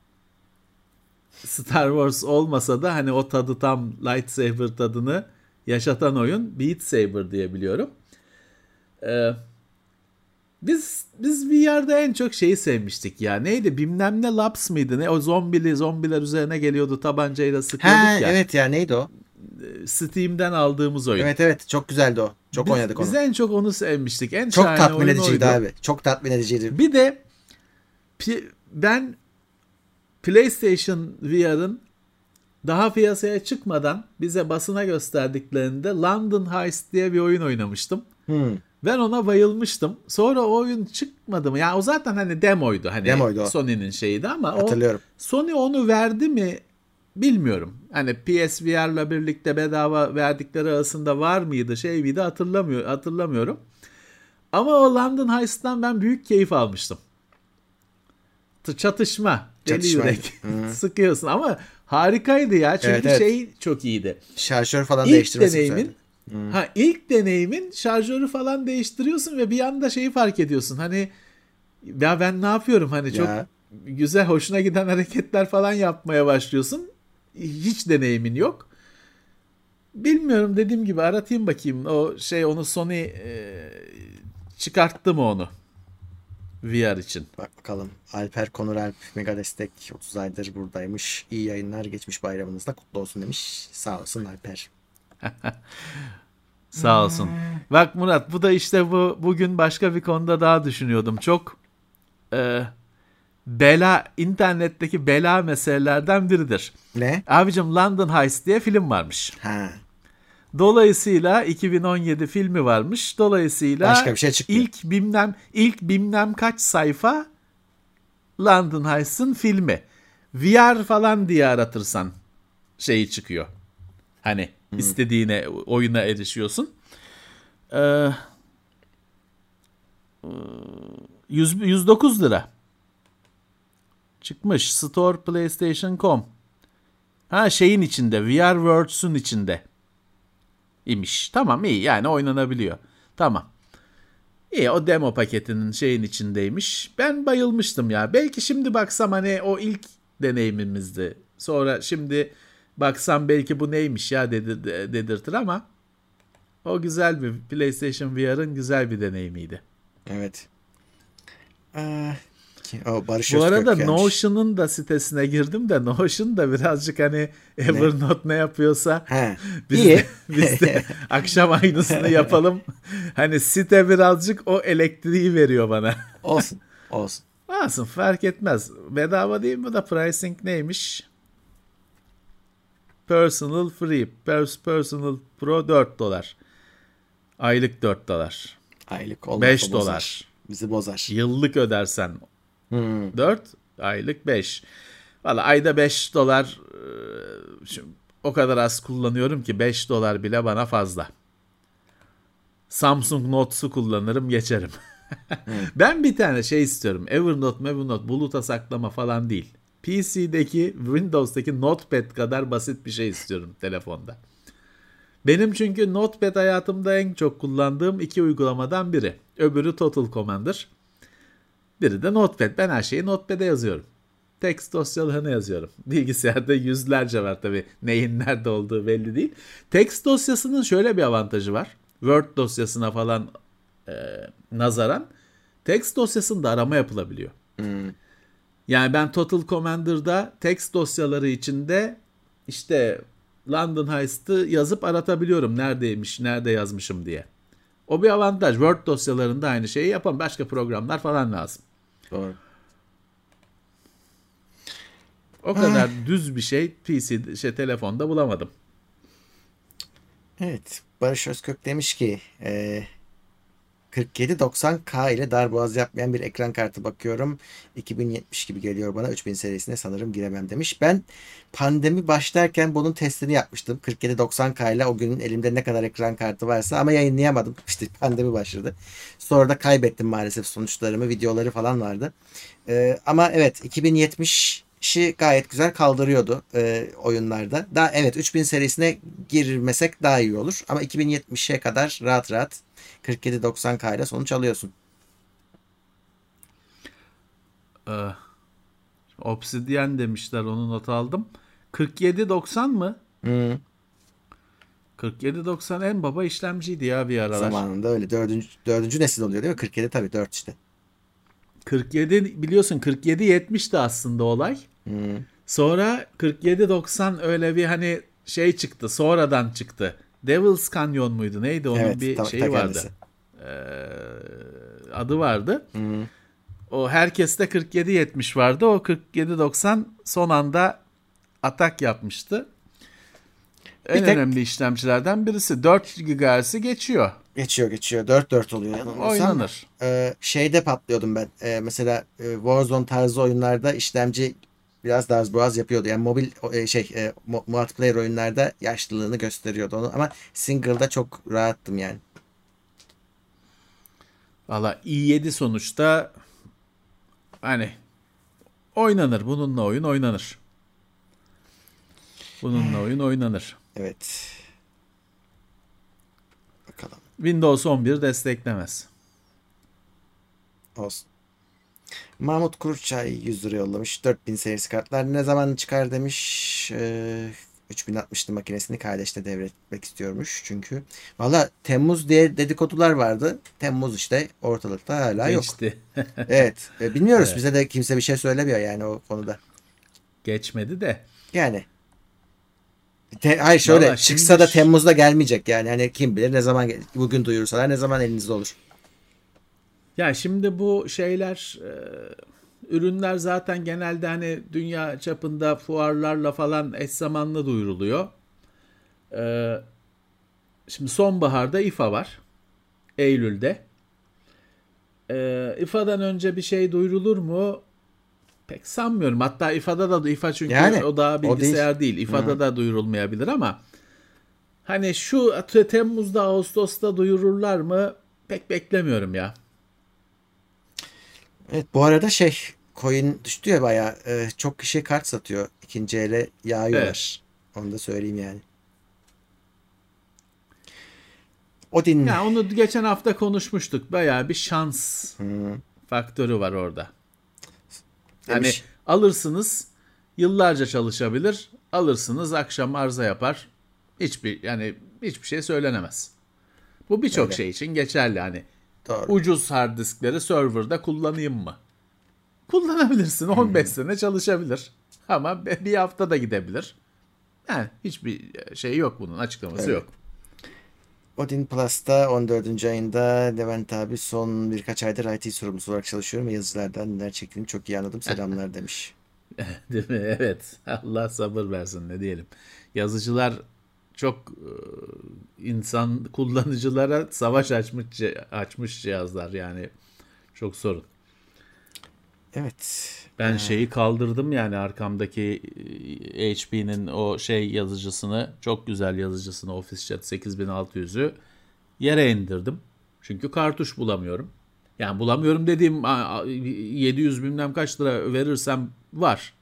Star Wars olmasa da hani o tadı, tam lightsaber tadını yaşatan oyun Beat Saber diye biliyorum. Biz VR'da en çok şeyi sevmiştik ya. Neydi? Bilmem ne Labs mıydı? Ne o zombiler üzerine geliyordu, tabancayla sıkıyorduk ya. Evet ya, neydi o? Steam'den aldığımız oyun. Evet çok güzeldi o. Çok oynadık onu. Biz en çok onu sevmiştik. En Çok şahane tatmin oyun ediciydi oydu. abi. Çok tatmin ediciydi. Bir de ben PlayStation VR'ın daha piyasaya çıkmadan bize basına gösterdiklerinde London Heist diye bir oyun oynamıştım. Ben ona bayılmıştım. Sonra o oyun çıkmadı mı? Yani o zaten hani demoydu. Hani Demoydu o. Sony'nin şeyiydi ama Hatırlıyorum. Sony onu verdi mi bilmiyorum. Hani PSVR'la birlikte bedava verdikleri arasında var mıydı, şey miydi hatırlamıyorum. Ama o London Heist'tan ben büyük keyif almıştım. Çatışma. Deli yürek. Sıkıyorsun ama harikaydı ya. Çünkü Evet. çok iyiydi. Şarjör falan değiştirmesi deneyimin, ilk deneyimin şarjörü falan değiştiriyorsun ve bir anda şeyi fark ediyorsun. Hani ya ben ne yapıyorum? Hani çok güzel, hoşuna giden hareketler falan yapmaya başlıyorsun. Hiç deneyimin yok. Bilmiyorum, dediğim gibi aratayım bakayım. Onu Sony çıkarttı mı onu? VR için. Bak bakalım. Alper Konur Alp Mega Destek 30 aydır buradaymış. İyi yayınlar, geçmiş bayramınız da kutlu olsun demiş. Sağ olsun Alper. Sağ olsun. Bak Murat, bu da işte bugün başka bir konuda daha düşünüyordum. Çok e, internetteki bela meselelerden biridir. Ne? Abicim, London Heist diye film varmış. Ha. Dolayısıyla 2017 filmi varmış. Dolayısıyla Başka bir şey çıkmıyor. ilk bilmem kaç sayfa London Heist'ın filmi. VR falan diye aratırsan şeyi çıkıyor. Hani istediğine oyuna erişiyorsun. Ee, 109 lira. Çıkmış. Store PlayStation.com. Ha, şeyin içinde. VR Worlds'un içinde. İmiş. Tamam, iyi. Yani oynanabiliyor. Tamam. İyi, o demo paketinin şeyin içindeymiş. Ben bayılmıştım ya. Belki şimdi baksam hani o ilk deneyimimizdi. Sonra şimdi baksam belki bu neymiş ya dedirtir ama o güzel bir PlayStation VR'ın güzel bir deneyimiydi. Evet. O Barış Bu Özkök arada gelmiş. Notion'un da sitesine girdim de Notion da birazcık hani Evernote ne yapıyorsa He. biz de, İyi. biz de akşam aynısını yapalım. Hani site birazcık o elektriği veriyor bana. Olsun. Olsun. Olsun, fark etmez. Bedava değil mi da pricing neymiş? Personal Free. Personal Pro $4. Aylık $4. Aylık olmazsa $5. bozar. Bizi bozar. Yıllık ödersen 4, aylık 5. Valla ayda $5, şimdi o kadar az kullanıyorum ki $5 bile bana fazla. Samsung Notes'u kullanırım, geçerim. Ben bir tane şey istiyorum. Evernote, buluta saklama falan değil. PC'deki, Windows'daki Notepad kadar basit bir şey istiyorum telefonda. Benim çünkü Notepad hayatımda en çok kullandığım iki uygulamadan biri. Öbürü Total Commander. Biri de Notepad. Ben her şeyi Notepad'e yazıyorum. Text dosyalarına yazıyorum. Bilgisayarda yüzlerce var tabii. Neyin nerede olduğu belli değil. Text dosyasının şöyle bir avantajı var. Word dosyasına falan nazaran text dosyasında arama yapılabiliyor. Yani ben Total Commander'da text dosyaları içinde işte London Heist'ı yazıp aratabiliyorum. Neredeymiş, nerede yazmışım diye. O bir avantaj. Word dosyalarında aynı şeyi yapan başka programlar falan lazım. Doğru. O kadar düz bir şey telefonda bulamadım. Evet. Barış Özkök demiş ki 4790K ile darboğaz yapmayan bir ekran kartı bakıyorum. 2070 gibi geliyor bana. 3000 serisine sanırım giremem demiş. Ben pandemi başlarken bunun testini yapmıştım. 4790K ile o günün elimde ne kadar ekran kartı varsa ama yayınlayamadım. İşte pandemi başladı. Sonra da kaybettim maalesef sonuçlarımı. Videoları falan vardı. Ama evet 2070'i gayet güzel kaldırıyordu oyunlarda. Daha evet 3000 serisine girmesek daha iyi olur. Ama 2070'e kadar rahat rahat 4790K ile sonuç alıyorsun. Obsidian demişler, onu not aldım. 4790 mı? Hı. 4790 en baba işlemciydi ya bir aralar. Zamanında öyle. Dördüncü nesil oluyor değil mi? 47 tabii 4 işte. 47 biliyorsun, 4770'ti aslında olay. Hı. Sonra 4790 öyle bir hani şey çıktı. Sonradan çıktı. Devil's Canyon muydu? Neydi? Onun Evet, bir şeyi ta vardı. kendisi. Adı vardı. Hı. O herkeste 4770 vardı. O 4790 son anda atak yapmıştı. En önemli işlemcilerden birisi. 4 GHz'i geçiyor. Geçiyor. 4 oluyor yanılmıyorsam. Oynanır. Şeyde patlıyordum ben. Mesela Warzone tarzı oyunlarda işlemci biraz darboğaz yapıyordu. Yani mobil multiplayer oyunlarda yaşlılığını gösteriyordu onu. Ama single'da çok rahattım yani. Valla i7 sonuçta hani oynanır. Bununla oyun oynanır. Evet. Bakalım. Windows 11 desteklemez. Olsun. Mahmut Kuruçay 100 lira yollamış. 4000 serisi kartlar ne zaman çıkar demiş. 3060'lı makinesini kardeşine devretmek istiyormuş çünkü. Valla Temmuz diye dedikodular vardı. Temmuz işte ortalıkta hala yok. Geçti. Evet. Bilmiyoruz. Evet. Bize de kimse bir şey söylemiyor yani o konuda. Geçmedi de. Yani hayır şöyle Valla çıksa da Temmuz'da gelmeyecek yani. Hani kim bilir ne zaman bugün duyursalar ne zaman elinizde olur. ya şimdi bu şeyler ürünler zaten genelde hani dünya çapında fuarlarla falan eş zamanlı duyuruluyor. E, Şimdi sonbaharda İFA var. Eylül'de. İFA'dan önce bir şey duyurulur mu? Pek sanmıyorum. Hatta İFA'da da İFA çünkü Yani o daha o değil. bilgisayar değil. Hı. İFA'da da duyurulmayabilir ama hani şu Temmuz'da Ağustos'ta duyururlar mı? Pek beklemiyorum ya. Evet bu arada şey coin düştü ya bayağı. Çok kişi kart satıyor. İkinci ele Evet. yağıyorlar. Onu da söyleyeyim yani. Odin. Ya onu geçen hafta konuşmuştuk. Bayağı bir şans Hı. faktörü var orada. Hani Demiş. alırsınız yıllarca çalışabilir. Alırsınız akşam arıza yapar. Hiçbir şey söylenemez. Bu birçok Öyle. şey için geçerli. Hani Doğru. ucuz hard diskleri serverda kullanayım mı? Kullanabilirsin. Hı. 15 sene çalışabilir. Ama bir hafta da gidebilir. Yani hiçbir şey yok bunun açıklaması Öyle. yok. Odin Plus'ta 14. ayında Levent abi son birkaç aydır IT sorumlusu olarak çalışıyorum ve yazıcılardan neler çektiğini çok iyi anladım. Selamlar demiş. Değil mi? Evet. Allah sabır versin ne diyelim. Yazıcılar çok insan kullanıcılara savaş açmış cihazlar yani çok sorun. Evet. Ben şeyi kaldırdım yani arkamdaki HP'nin o şey yazıcısını çok güzel yazıcısını OfficeJet 8600'ü yere indirdim. Çünkü kartuş bulamıyorum. Yani bulamıyorum dediğim 700 bilmem kaç lira verirsem var.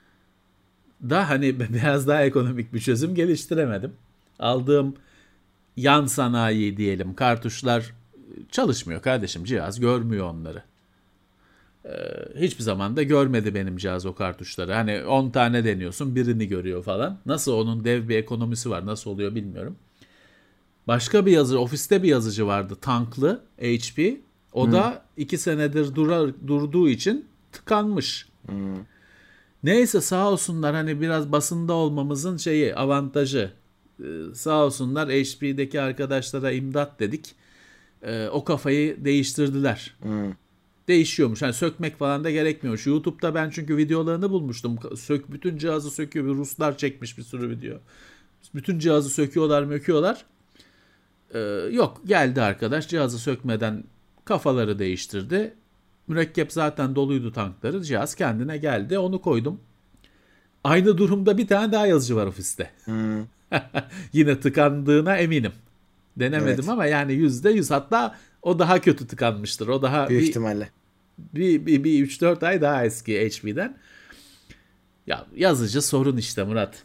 Da hani biraz daha ekonomik bir çözüm geliştiremedim. Aldığım yan sanayi diyelim kartuşlar çalışmıyor kardeşim cihaz görmüyor onları. Hiçbir zaman da görmedi benim cihaz o kartuşları. Hani 10 tane deniyorsun birini görüyor falan. Nasıl onun dev bir ekonomisi var nasıl oluyor bilmiyorum. Başka bir yazıcı ofiste bir yazıcı vardı tanklı HP. O Hı. da 2 senedir durduğu için tıkanmış. Hı. Neyse sağ olsunlar hani biraz basında olmamızın şeyi avantajı. Sağ olsunlar HP'deki arkadaşlara imdat dedik. O kafayı değiştirdiler. Hı. Değişiyormuş. Hani sökmek falan da gerekmiyormuş. YouTube'da ben çünkü videolarını bulmuştum. Bütün cihazı söküyor. Bir Ruslar çekmiş bir sürü video. Bütün cihazı söküyorlar, möküyorlar. Yok geldi arkadaş cihazı sökmeden kafaları değiştirdi. Mürekkep zaten doluydu tankları. Cihaz kendine geldi. Onu koydum. Aynı durumda bir tane daha yazıcı var ofiste. Hı. Yine tıkandığına eminim. Denemedim Evet. ama yani %100 hatta o daha kötü tıkanmıştır. O daha Büyük ihtimalle. bir 3-4 ay daha eski HP'den. Ya yazıcı sorun işte Murat.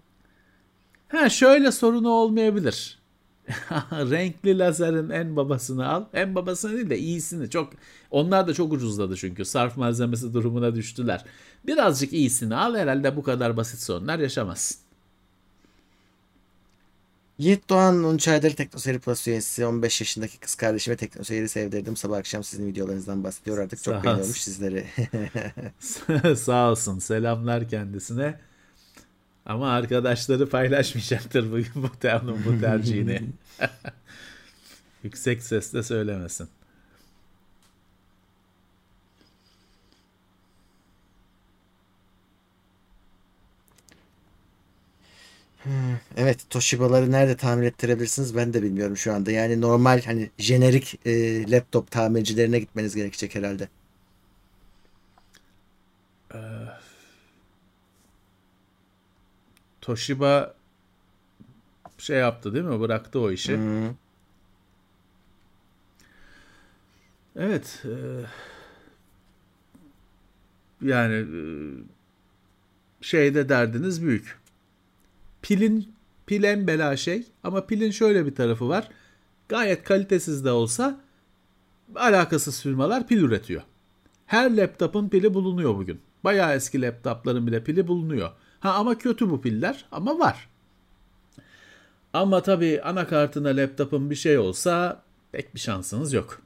Ha şöyle sorunu olmayabilir. Renkli lazerin en babasını al. En babasını değil de iyisini. Onlar da çok ucuzladı çünkü. Sarf malzemesi durumuna düştüler. Birazcık iyisini al herhalde bu kadar basit sorunlar yaşamazsın. Yiğit Doğan 13 aydır TeknoSeyir Plus üyesi. 15 yaşındaki kız kardeşime TeknoSeyir'i sevdirdim. Sabah akşam sizin videolarınızdan bahsediyor. Artık çok Sağ beğeniyormuş olsun. sizleri. Sağ olsun. Selamlar kendisine. Ama arkadaşları paylaşmayacaktır bugün bu tercihini. Yüksek sesle söylemesin. Evet, Toshiba'ları nerede tamir ettirebilirsiniz ben de bilmiyorum şu anda. Yani normal hani jenerik laptop tamircilerine gitmeniz gerekecek herhalde. Toshiba şey yaptı değil mi? Bıraktı o işi. Hmm. Evet. Yani şeyde derdiniz büyük. Pil en bela şey ama pilin şöyle bir tarafı var. Gayet kalitesiz de olsa alakasız firmalar pil üretiyor. Her laptopun pili bulunuyor bugün. Bayağı eski laptopların bile pili bulunuyor. Ha ama kötü bu piller ama var. Ama tabii anakartına laptopun bir şey olsa pek bir şansınız yok.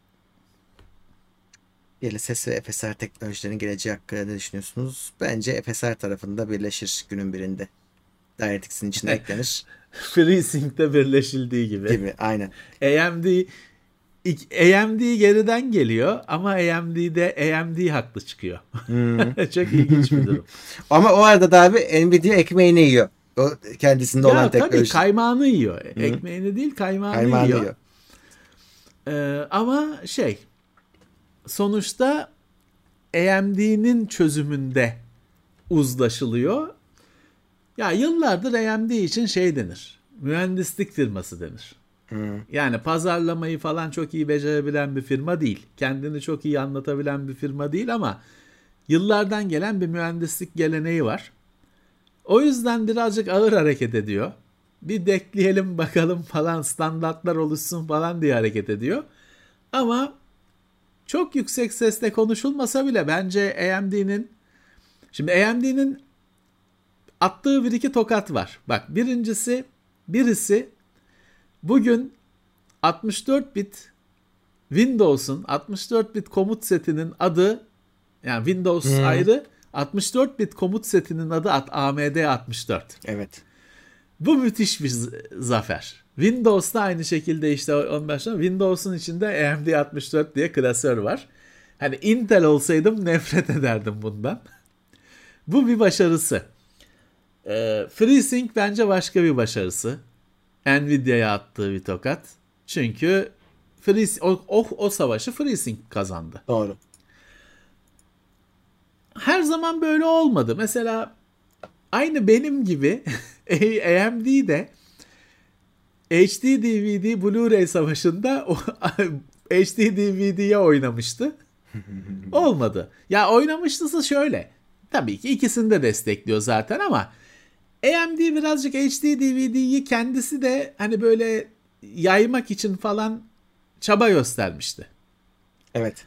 GLSS ve FSR teknolojilerinin geleceği hakkında ne düşünüyorsunuz? Bence FSR tarafında birleşir günün birinde. DirectX'in içine eklenir FreeSync'te birleşildiği gibi. gibi. Aynen. AMD AMD geriden geliyor ama AMD'de AMD haklı çıkıyor. Çok ilginç bir durum. Ama o arada da abi Nvidia ekmeğini yiyor. O kendisinde olan Ya tabii teknoloji. kaymağını yiyor. Ekmeğini değil kaymağını Kaymağını yiyor. yiyor. Ama sonuçta AMD'nin çözümünde uzlaşılıyor. Ya yıllardır AMD için şey denir. Mühendislik firması denir. Yani pazarlamayı falan çok iyi becerebilen bir firma değil. Kendini çok iyi anlatabilen bir firma değil ama yıllardan gelen bir mühendislik geleneği var. O yüzden birazcık ağır hareket ediyor. Bir bekleyelim bakalım falan standartlar oluşsun falan diye hareket ediyor. Ama çok yüksek sesle konuşulmasa bile bence AMD'nin attığı bir iki tokat var. Bak birisi bugün 64 bit Windows'un 64 bit komut setinin adı, yani Windows ayrı, 64 bit komut setinin adı AMD 64. Evet. Bu müthiş bir zafer. Windows'ta aynı şekilde işte Windows'un içinde AMD 64 diye klasör var. Hani Intel olsaydım nefret ederdim bundan. Bu bir başarısı. FreeSync bence başka bir başarısı. Nvidia'ya attığı bir tokat. Çünkü o savaşı FreeSync kazandı. Doğru. Her zaman böyle olmadı. Mesela aynı benim gibi AMD de HD DVD Blu-ray savaşında o HD DVD'ye oynamıştı. Olmadı. Ya oynamıştısa şöyle. Tabii ki ikisini de destekliyor zaten ama AMD birazcık HD DVD'yi kendisi de hani böyle yaymak için falan çaba göstermişti. Evet.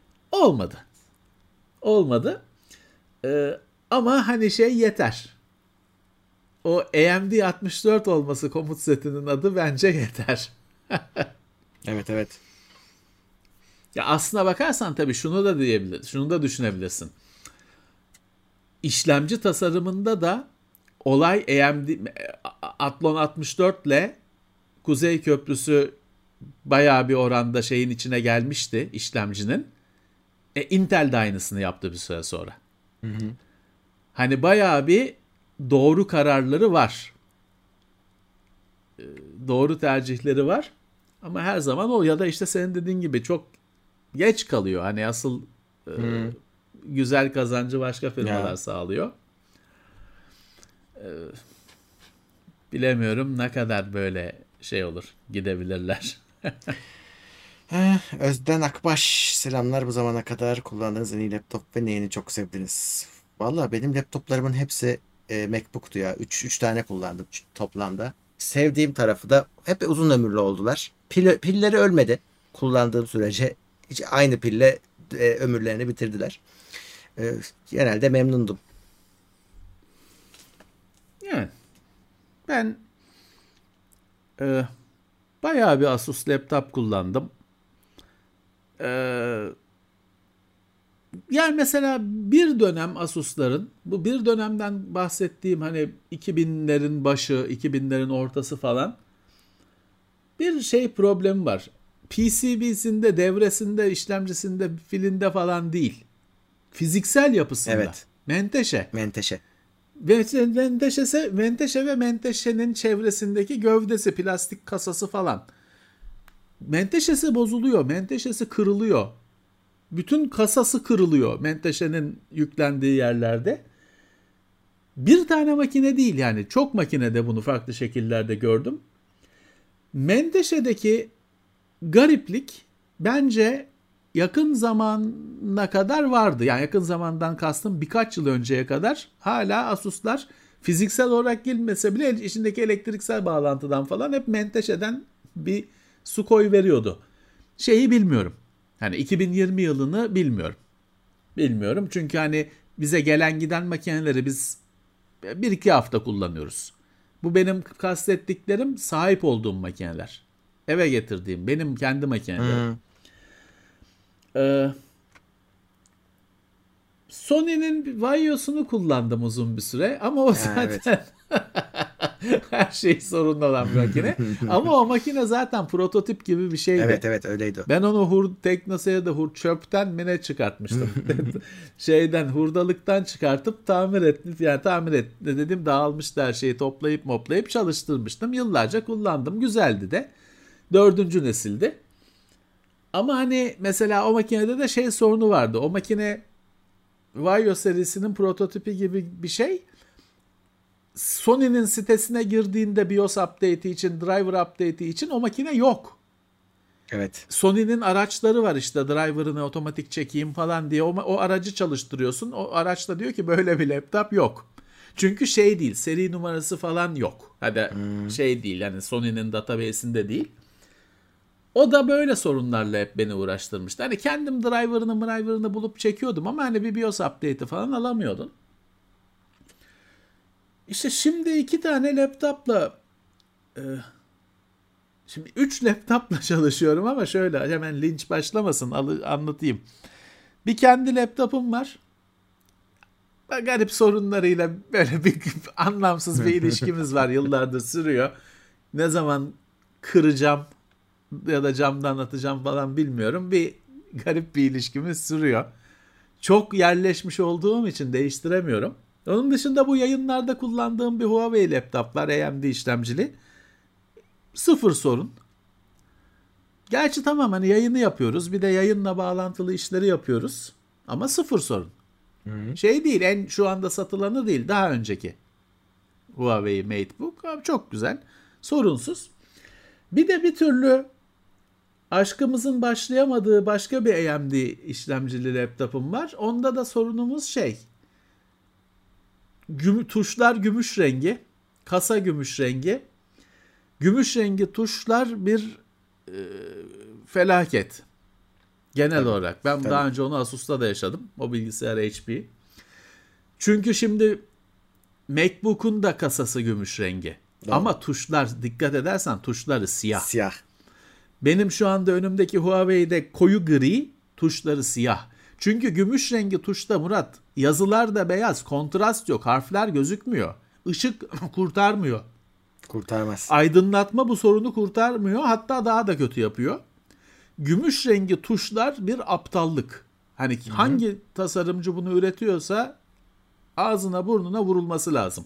Olmadı. Ama hani yeter. O AMD 64 olması komut setinin adı bence yeter. Evet. Ya aslına bakarsan tabii şunu da düşünebilirsin. İşlemci tasarımında da olay AMD Athlon 64 ile Kuzey Köprüsü bayağı bir oranda şeyin içine gelmişti işlemcinin. Intel de aynısını yaptı bir süre sonra. Hani bayağı bir doğru kararları var. Doğru tercihleri var. Ama her zaman o ya da işte senin dediğin gibi çok geç kalıyor. Hani asıl güzel kazancı başka firmalar sağlıyor. Bilemiyorum ne kadar böyle olur. Gidebilirler. Özden Akbaş, selamlar. Bu zamana kadar kullandığınız en iyi laptop ve neyini çok sevdiniz? Valla benim laptoplarımın hepsi MacBook'tu ya. 3 tane kullandım toplamda. Sevdiğim tarafı da hep uzun ömürlü oldular. Pilleri ölmedi kullandığım sürece. Hiç aynı pille ömürlerini bitirdiler. Genelde memnundum. Yani ben bayağı bir Asus laptop kullandım. Yani mesela bir dönem Asus'ların, bu bir dönemden bahsettiğim hani 2000'lerin başı, 2000'lerin ortası falan bir problemi var. PCB'sinde, devresinde, işlemcisinde, filinde falan değil. Fiziksel yapısında. Evet. Menteşe. Menteşe. Menteşe ve menteşenin çevresindeki gövdesi, plastik kasası falan. Menteşesi bozuluyor, menteşesi kırılıyor. Bütün kasası kırılıyor menteşenin yüklendiği yerlerde. Bir tane makine değil yani çok makinede bunu farklı şekillerde gördüm. Menteşedeki gariplik bence yakın zamana kadar vardı. Yani yakın zamandan kastım birkaç yıl önceye kadar hala Asus'lar fiziksel olarak girmese bile içindeki elektriksel bağlantıdan falan hep menteşeden bir su koy veriyordu. Bilmiyorum. Hani 2020 yılını bilmiyorum. Bilmiyorum çünkü hani bize gelen giden makineleri biz 1-2 hafta kullanıyoruz. Bu benim kastettiklerim sahip olduğum makineler. Eve getirdiğim benim kendi makinelerim. Ee, Sony'nin Vaios'unu kullandım uzun bir süre ama o zaten evet. her şey sorunlu olan bir makine. Ama o makine zaten prototip gibi bir şeydi. Evet öyleydi o. Ben onu Teknoseyir'de çöpten mi ne çıkartmıştım. Hurdalıktan çıkartıp tamir et dedim, dağılmıştı her şeyi, toplayıp çalıştırmıştım. Yıllarca kullandım. Güzeldi de. 4. nesildi. Ama hani mesela o makinede de şey sorunu vardı. O makine Vaio serisinin prototipi gibi bir şey. Sony'nin sitesine girdiğinde BIOS update'i için, driver update'i için o makine yok. Evet. Sony'nin araçları var işte, driver'ını otomatik çekeyim falan diye o aracı çalıştırıyorsun. O araçta diyor ki böyle bir laptop yok. Çünkü şey değil, seri numarası falan yok. Hadi şey değil yani, Sony'nin database'inde değil. O da böyle sorunlarla hep beni uğraştırmıştı. Hani kendim driver'ını bulup çekiyordum ama hani bir BIOS update'i falan alamıyordun. İşte şimdi 2 tane laptopla şimdi 3 laptopla çalışıyorum ama şöyle hemen linç başlamasın, anlatayım. Bir kendi laptopum var. Garip sorunlarıyla böyle bir anlamsız bir ilişkimiz var, yıllardır sürüyor. Ne zaman kıracağım ya da camdan atacağım falan bilmiyorum. Bir garip bir ilişkimiz sürüyor. Çok yerleşmiş olduğum için değiştiremiyorum. Onun dışında bu yayınlarda kullandığım bir Huawei laptop var, AMD işlemcili. Sıfır sorun. Gerçi tamam, hani yayını yapıyoruz, bir de yayınla bağlantılı işleri yapıyoruz. Ama sıfır sorun. Şey değil, şu anda satılanı değil, daha önceki Huawei MateBook. Çok güzel. Sorunsuz. Bir de bir türlü aşkımızın başlayamadığı başka bir AMD işlemcili laptopum var. Onda da sorunumuz şey. Tuşlar gümüş rengi. Kasa gümüş rengi. Gümüş rengi tuşlar bir felaket. Genel olarak. Ben daha önce onu Asus'ta da yaşadım. O bilgisayar HP. Çünkü şimdi MacBook'un da kasası gümüş rengi. Doğru. Ama tuşlar, dikkat edersen tuşları siyah. Siyah. Benim şu anda önümdeki Huawei'de koyu gri, tuşları siyah. Çünkü gümüş rengi tuşta Murat, yazılar da beyaz, kontrast yok, harfler gözükmüyor. Işık kurtarmıyor. Kurtarmaz. Aydınlatma bu sorunu kurtarmıyor, hatta daha da kötü yapıyor. Gümüş rengi tuşlar bir aptallık. Hani hangi tasarımcı bunu üretiyorsa ağzına burnuna vurulması lazım.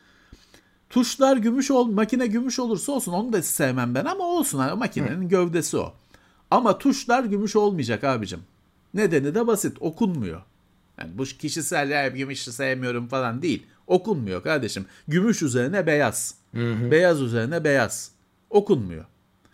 Tuşlar gümüş makine gümüş olursa olsun, onu da sevmem ben ama olsun, hani makinenin gövdesi o. Ama tuşlar gümüş olmayacak abicim. Nedeni de basit, okunmuyor. Yani bu kişisel gümüşü sevmiyorum falan değil. Okunmuyor kardeşim. Gümüş üzerine beyaz. Beyaz üzerine beyaz. Okunmuyor.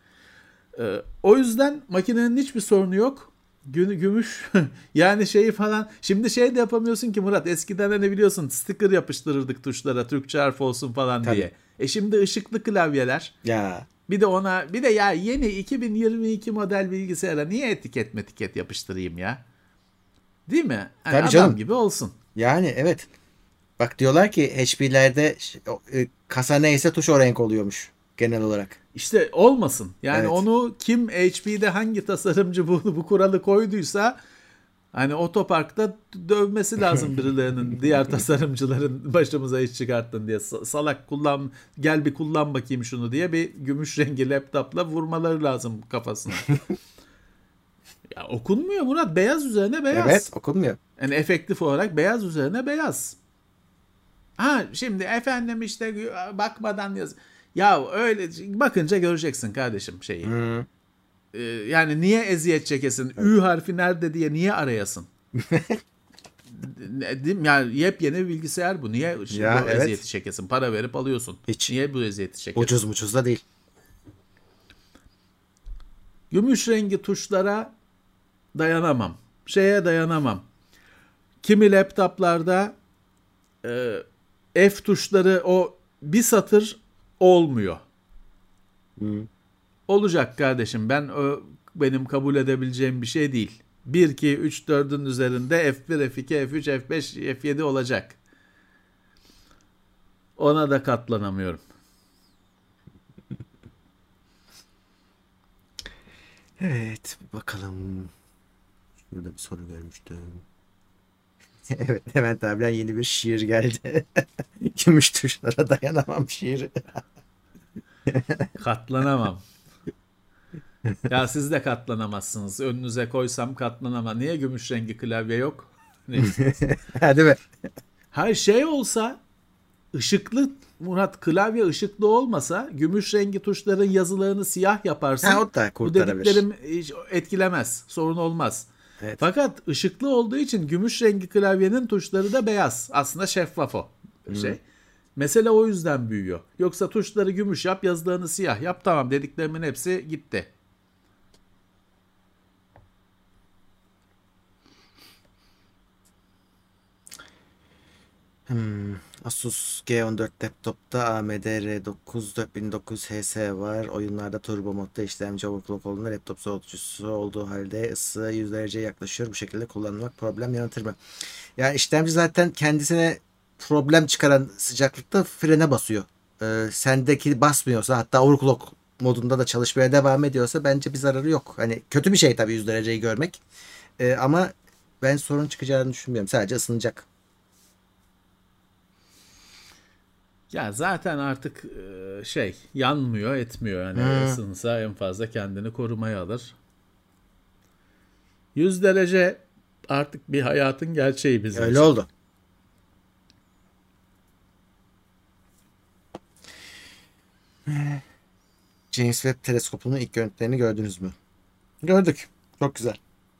O yüzden makinenin hiçbir sorunu yok. Gümüş yani şeyi falan. Şimdi şey de yapamıyorsun ki Murat. Eskiden hani biliyorsun, sticker yapıştırırdık tuşlara, Türkçe harf olsun falan diye. Şimdi ışıklı klavyeler. Ya. Bir de ya yeni 2022 model bilgisayara niye etiket yapıştırayım ya? Değil mi? Yani tabii adam canım gibi olsun. Yani evet. Bak diyorlar ki HP'lerde kasa neyse tuş o renk oluyormuş genel olarak. İşte olmasın. Yani evet. Onu kim, HP'de hangi tasarımcı bu kuralı koyduysa hani otoparkta dövmesi lazım birilerinin, diğer tasarımcıların başımıza iş çıkarttın diye. Salak, gel bir kullan bakayım şunu diye bir gümüş rengi laptopla vurmaları lazım kafasına. Ya okunmuyor Murat, beyaz üzerine beyaz. Evet, okunmuyor. Yani efektif olarak beyaz üzerine beyaz. Şimdi efendim işte bakmadan yaz. Ya öyle bakınca göreceksin kardeşim şeyi. Yani niye eziyet çekesin? Ü harfi nerede diye niye arayasın? Yani yepyeni bir bilgisayar bu. Niye bu eziyeti çekesin? Para verip alıyorsun. Hiç. Niye bu eziyeti çekesin? Ucuz da değil. Gümüş rengi tuşlara dayanamam. Şeye dayanamam. Kimi laptoplarda F tuşları o bir satır olmuyor. Olacak kardeşim. Benim kabul edebileceğim bir şey değil. 1, 2, 3, 4'ün üzerinde F1, F2, F3, F5, F7 olacak. Ona da katlanamıyorum. Evet, bakalım. Burada bir soru görmüştüm. Evet, Levent abiden yeni bir şiir geldi. Gümüş tuşlara dayanamam şiiri. Katlanamam. Ya siz de katlanamazsınız. Önünüze koysam katlanamam. Niye gümüş rengi klavye yok? Hani Ha, değil mi? her şey olsa ışıklı Murat klavye ışıklı olmasa gümüş rengi tuşların yazılarını siyah Ha, yaparsın. o da Bu kurtarabilir. dediklerim hiç etkilemez. Sorun olmaz. Evet. Fakat ışıklı olduğu için gümüş rengi klavyenin tuşları da beyaz. Aslında şeffaf o Hmm. şey. Mesele o yüzden büyüyor. Yoksa tuşları gümüş yap, yazılarını siyah yap. Tamam dediklerimin hepsi gitti. Asus G14 laptopta AMD R9 4900HS var. Oyunlarda turbo modda işlemci overclock olduğunda laptop soğutucusu olduğu halde ısı 100 dereceye yaklaşıyor. Bu şekilde kullanmak problem yaratır mı? Yani işlemci zaten kendisine problem çıkaran sıcaklıkta frene basıyor. Sendeki basmıyorsa, hatta overclock modunda da çalışmaya devam ediyorsa bence bir zararı yok. Hani kötü bir şey tabii 100 dereceyi görmek. Ama ben sorun çıkacağını düşünmüyorum. Sadece ısınacak. Ya zaten artık yanmıyor etmiyor. Yani Hmm, ısınsa en fazla kendini korumaya alır. 100 derece artık bir hayatın gerçeği bizim öyle için. oldu. James Webb teleskopunun ilk görüntülerini gördünüz mü? Gördük. Çok güzel.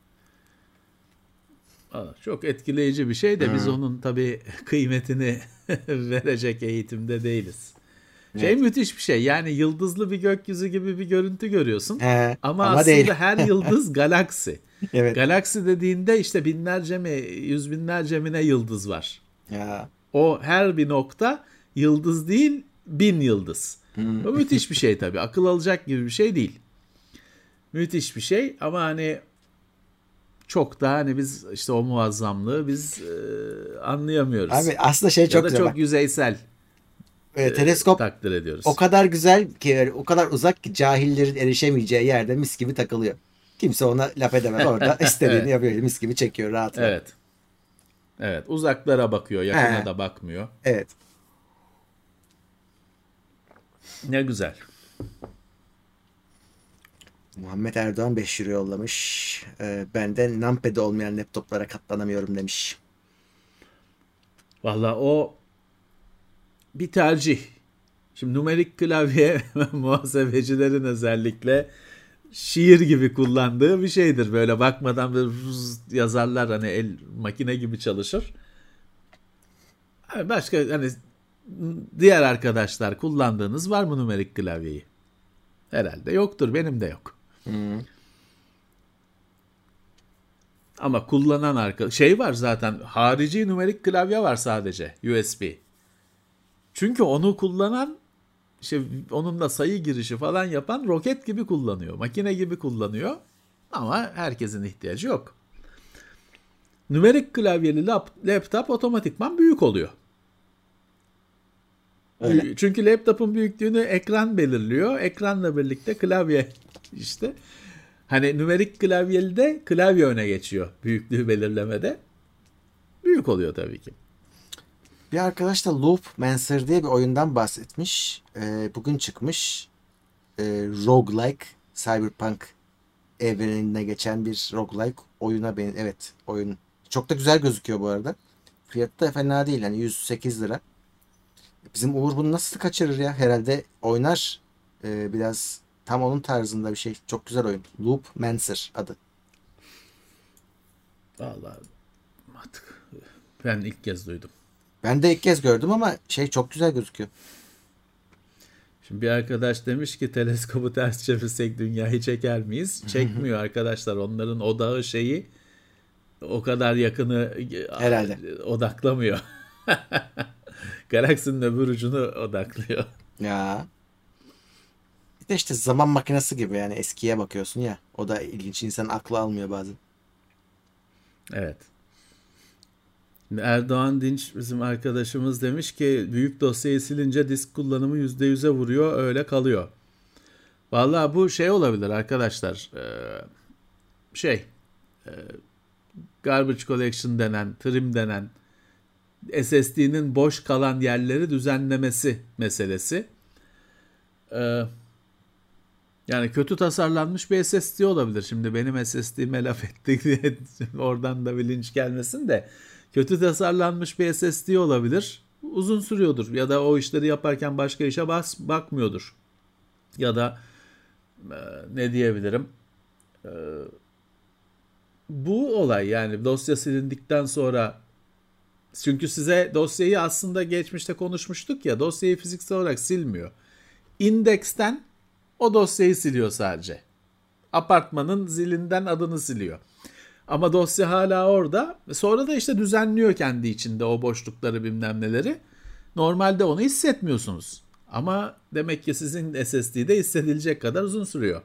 Valla çok etkileyici bir şey de biz Hmm, onun tabii kıymetini verecek eğitimde değiliz. Şey evet. müthiş bir şey yani yıldızlı bir gökyüzü gibi bir görüntü görüyorsun. He, Ama ama değil. aslında her yıldız galaksi. Evet. Galaksi dediğinde işte binlerce mi yüz binlerce mi ne yıldız var. Ya. O her bir nokta yıldız değil 1000 yıldız. Hmm. Bu müthiş bir şey tabii. Akıl alacak gibi bir şey değil. Müthiş bir şey ama hani çok da hani biz işte o muazzamlığı biz anlayamıyoruz. Abi aslında şey Ya çok da güzel çok bak. yüzeysel Teleskop takdir o ediyoruz. kadar güzel ki, yani o kadar uzak ki cahillerin erişemeyeceği yerde mis gibi takılıyor. Kimse ona laf edemez. Orada istediğini Evet, yapıyor. Mis gibi çekiyor rahat rahat. evet, evet. Uzaklara bakıyor, yakına He, da bakmıyor. evet. Ne güzel. Muhammed Erdoğan 5 euro yollamış. Ben de numpad'i olmayan laptoplara katlanamıyorum demiş. Valla o bir tercih. Şimdi numerik klavye muhasebecilerin özellikle şiir gibi kullandığı bir şeydir. Böyle bakmadan böyle yazarlar hani el makine gibi çalışır. Başka hani diğer arkadaşlar kullandığınız var mı numerik klavyeyi? Herhalde yoktur. Benim de yok. Hmm. Ama kullanan şey var zaten harici numerik klavye var sadece USB. Çünkü onu kullanan işte onunla sayı girişi falan yapan roket gibi kullanıyor. Makine gibi kullanıyor. Ama herkesin ihtiyacı yok. Numerik klavyeli laptop otomatikman büyük oluyor. Öyle. Çünkü laptopun büyüklüğünü ekran belirliyor. Ekranla birlikte klavye işte. Hani numerik klavyeli de klavye öne geçiyor büyüklüğü belirlemede. Büyük oluyor tabii ki. Bir arkadaş da Loop Mancer diye bir oyundan bahsetmiş. Bugün çıkmış. Roguelike Cyberpunk evrenine geçen bir roguelike oyuna evet, oyun çok da güzel gözüküyor bu arada. Fiyatı da fena değil, hani 108 lira. Bizim Uğur bunu nasıl kaçırır ya? Herhalde oynar. Biraz tam onun tarzında bir şey. Çok güzel oyun. Loop Mancer adı. Vallahi artık ben ilk kez duydum. Ben de ilk kez gördüm ama şey çok güzel gözüküyor. Şimdi bir arkadaş demiş ki teleskobu ters çevirsek dünyayı çeker miyiz? Çekmiyor arkadaşlar. Onların odağı şeyi o kadar yakını Herhalde. odaklamıyor. Galaksinin öbür ucunu odaklıyor. Ya. Bir de işte zaman makinesi gibi, yani eskiye bakıyorsun ya. O da ilginç, insan aklı almıyor bazen. Evet. Erdoğan Dinç bizim arkadaşımız demiş ki büyük dosyayı silince disk kullanımı %100'e vuruyor öyle kalıyor. Vallahi bu şey olabilir arkadaşlar. Şey, garbage collection denen, trim denen SSD'nin boş kalan yerleri düzenlemesi meselesi. Yani kötü tasarlanmış bir SSD olabilir. Şimdi benim SSD'me laf ettik diye oradan da bir linç gelmesin de. Kötü tasarlanmış bir SSD olabilir. Uzun sürüyordur. Ya da o işleri yaparken başka işe bakmıyordur. Ya da ne diyebilirim? Bu olay yani dosya silindikten sonra, çünkü size dosyayı aslında geçmişte konuşmuştuk ya, dosyayı fiziksel olarak silmiyor. İndeksten o dosyayı siliyor sadece. Apartmanın zilinden adını siliyor. Ama dosya hala orada. Sonra da işte düzenliyor kendi içinde o boşlukları bilmem neleri. Normalde onu hissetmiyorsunuz. Ama demek ki sizin SSD'de hissedilecek kadar uzun sürüyor.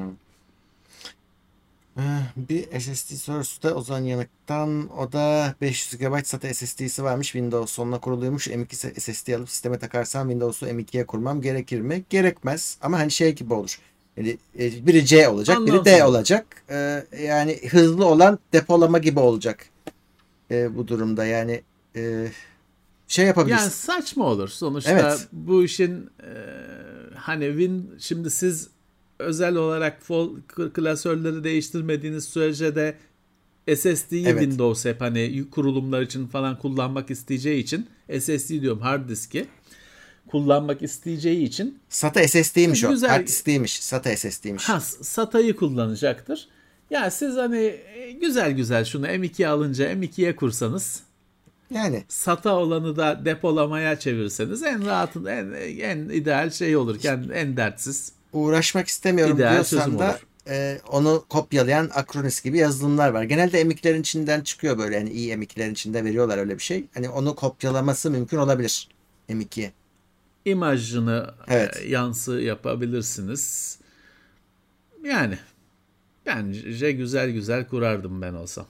Bir SSD sorusu da Ozan Yanık'tan. O da 500 GB SATA SSD'si varmış. Windows sonuna kuruluyormuş. M.2 SSD alıp sisteme takarsam Windows'u M.2'ye kurmam gerekir mi? Gerekmez. Ama hani şey gibi olur. Yani, biri C olacak, biri D olacak. Yani hızlı olan depolama gibi olacak. Bu durumda yani şey yapabilirsin. Yani saçma olur. Sonuçta Evet. bu işin hani şimdi siz özel olarak klasörleri değiştirmediğiniz sürece de SSD'yi Evet. Windows hep hani kurulumlar için falan kullanmak isteyeceği için, SSD diyorum, hard diski kullanmak isteyeceği için SATA SSD'ymiş o. güzel, Hard disk değilmiş. SATA SSD'ymiş. SATA'yı kullanacaktır. Ya siz hani güzel güzel şunu M.2'ye alınca M.2'ye kursanız, Yani SATA olanı da depolamaya çevirseniz en rahatın en ideal şey olur. En dertsiz. uğraşmak istemiyorum İdeal diyorsan çözüm da olur. onu kopyalayan Acronis gibi yazılımlar var. Genelde M.2'lerin içinden çıkıyor böyle. Yani iyi M.2'lerin içinde veriyorlar öyle bir şey. Hani onu kopyalaması mümkün olabilir M.2'ye. İmajını Evet. yansı yapabilirsiniz. Yani bence güzel güzel kurardım ben olsam.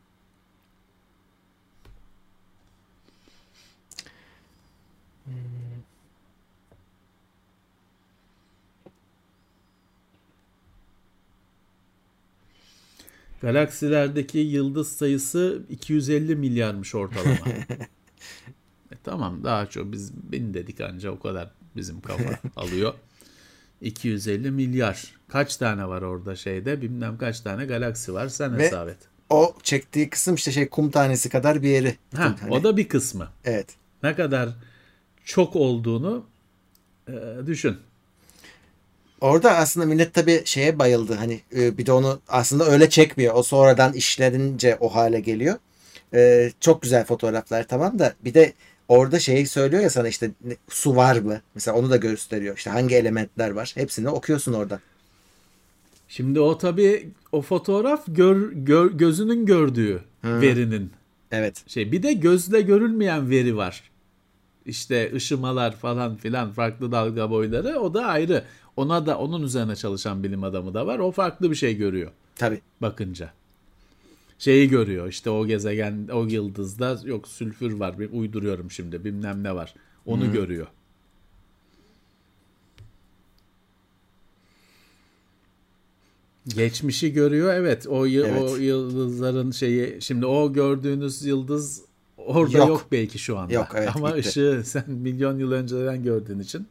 Galaksilerdeki yıldız sayısı 250 milyarmış ortalama. Tamam, daha çok biz 1000 dedik anca, o kadar bizim kafa alıyor. 250 milyar. Kaç tane var orada şeyde? Bilmem kaç tane galaksi var. Sen Ve hesap et. o çektiği kısım işte şey kum tanesi kadar bir yeri. Bütün O hani da bir kısmı. evet. Ne kadar çok olduğunu düşün. Orada aslında millet tabii şeye bayıldı. Hani bir de onu aslında öyle çekmiyor. O sonradan işlenince o hale geliyor. Çok güzel fotoğraflar tamam da bir de orada şeyi söylüyor ya sana işte su var mı? Mesela onu da gösteriyor. İşte hangi elementler var? Hepsini okuyorsun orada. Şimdi o tabii o fotoğraf gözünün gördüğü Hı, verinin evet. bir de gözle görülmeyen veri var. İşte ışımalar falan filan, farklı dalga boyları, o da ayrı. Ona da onun üzerine çalışan bilim adamı da var. O farklı bir şey görüyor Tabii. bakınca. Şeyi görüyor işte, o gezegen, o yıldızda yok sülfür var, bir uyduruyorum şimdi, bilmem ne var. Onu Hı, görüyor. Geçmişi görüyor, evet. O evet. yıldızların şimdi o gördüğünüz yıldız orada yok Yok. belki şu anda. Yok evet Ama gitti. ışığı sen milyon yıl önceden gördüğün için.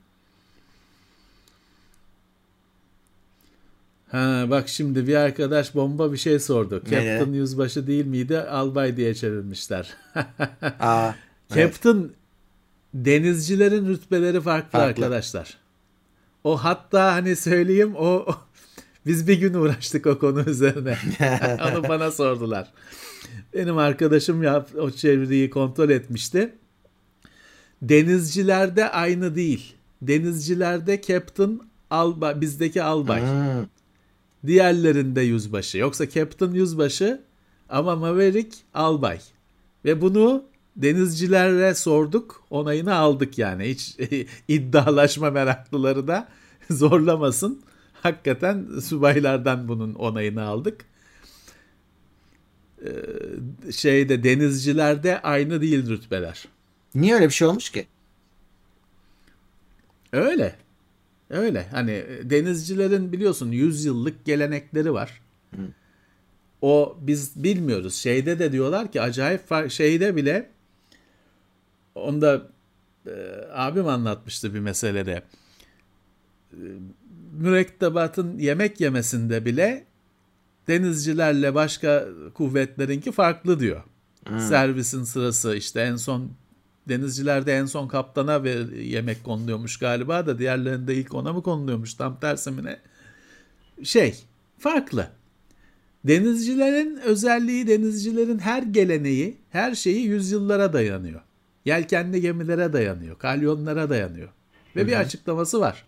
Ha bak, şimdi bir arkadaş bomba bir şey sordu. Nereye? Captain Yüzbaşı değil miydi? Albay diye çevirmişler. Aa evet. Captain, denizcilerin rütbeleri farklı Farklı. arkadaşlar. O hatta hani söyleyeyim, biz bir gün uğraştık o konu üzerine. Onu bana sordular. Benim arkadaşım o çeviriyi kontrol etmişti. Denizcilerde aynı değil. Denizcilerde Captain albay, bizdeki albay. Hı, Diğerlerinde yüzbaşı. Yoksa Captain yüzbaşı ama Maverick albay. Ve bunu denizcilere sorduk. Onayını aldık yani. Hiç iddialaşma meraklıları da zorlamasın. Hakikaten subaylardan bunun onayını aldık. Denizcilerde aynı değil rütbeler. niye öyle bir şey olmuş ki? Öyle. Öyle. Hani denizcilerin biliyorsun 100 yıllık gelenekleri var. O biz bilmiyoruz. Şeyde de diyorlar ki acayip şeyde bile onda abim anlatmıştı bir meselede. Mürettebatın yemek yemesinde bile denizcilerle başka kuvvetlerinki farklı diyor. Servisin sırası işte en son denizcilerde en son kaptana yemek konuluyormuş galiba da diğerlerinde ilk ona mı konuluyormuş tam tersi mi ne? Şey farklı. Denizcilerin özelliği, denizcilerin her geleneği, her şeyi yüzyıllara dayanıyor. Yelkenli gemilere dayanıyor, kalyonlara dayanıyor. Ve bir açıklaması var.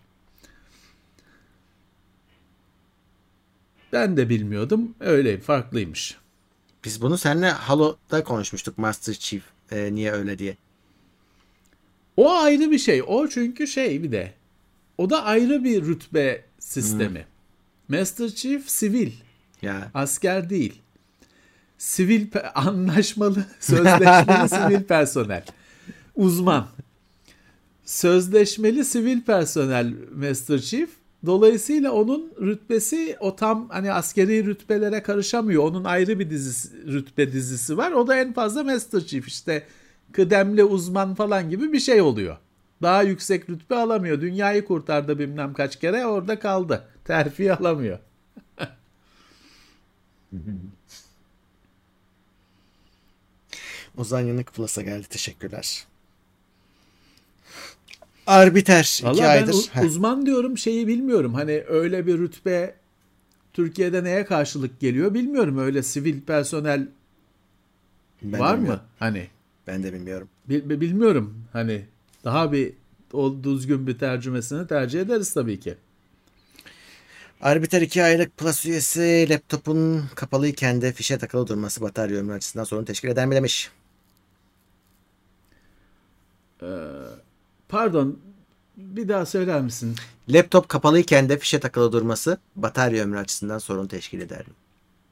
Ben de bilmiyordum, öyle farklıymış. Biz bunu seninle Halo'da konuşmuştuk, Master Chief niye öyle diye. O ayrı bir şey. O çünkü şey bir de. O da ayrı bir rütbe sistemi. Master Chief sivil. Ya. Asker değil. Sivil anlaşmalı, sözleşmeli sivil personel. Uzman. Sözleşmeli sivil personel Master Chief. Dolayısıyla onun rütbesi o tam hani askeri rütbelere karışamıyor. Onun ayrı bir rütbe dizisi var. O da en fazla Master Chief işte kıdemli uzman falan gibi bir şey oluyor. Daha yüksek rütbe alamıyor. Dünyayı kurtardı bilmem kaç kere orada kaldı. Terfi alamıyor. Ozan Yanık Plus'a geldi. Teşekkürler. Arbiter 2 Valla ben aydır. uzman diyorum şeyi bilmiyorum. Hani öyle bir rütbe Türkiye'de neye karşılık geliyor bilmiyorum. Öyle sivil personel Ben var de mı? bilmiyorum. Hani Ben de bilmiyorum. bilmiyorum. Hani daha bir o düzgün bir tercümesini tercih ederiz tabii ki. Arbiter 2 aylık Plus üyesi laptopun kapalıyken de fişe takılı durması batarya ömrü açısından sorun teşkil eder mi demiş. Pardon bir daha söyler misin? Laptop kapalıyken de fişe takılı durması batarya ömrü açısından sorun teşkil eder mi?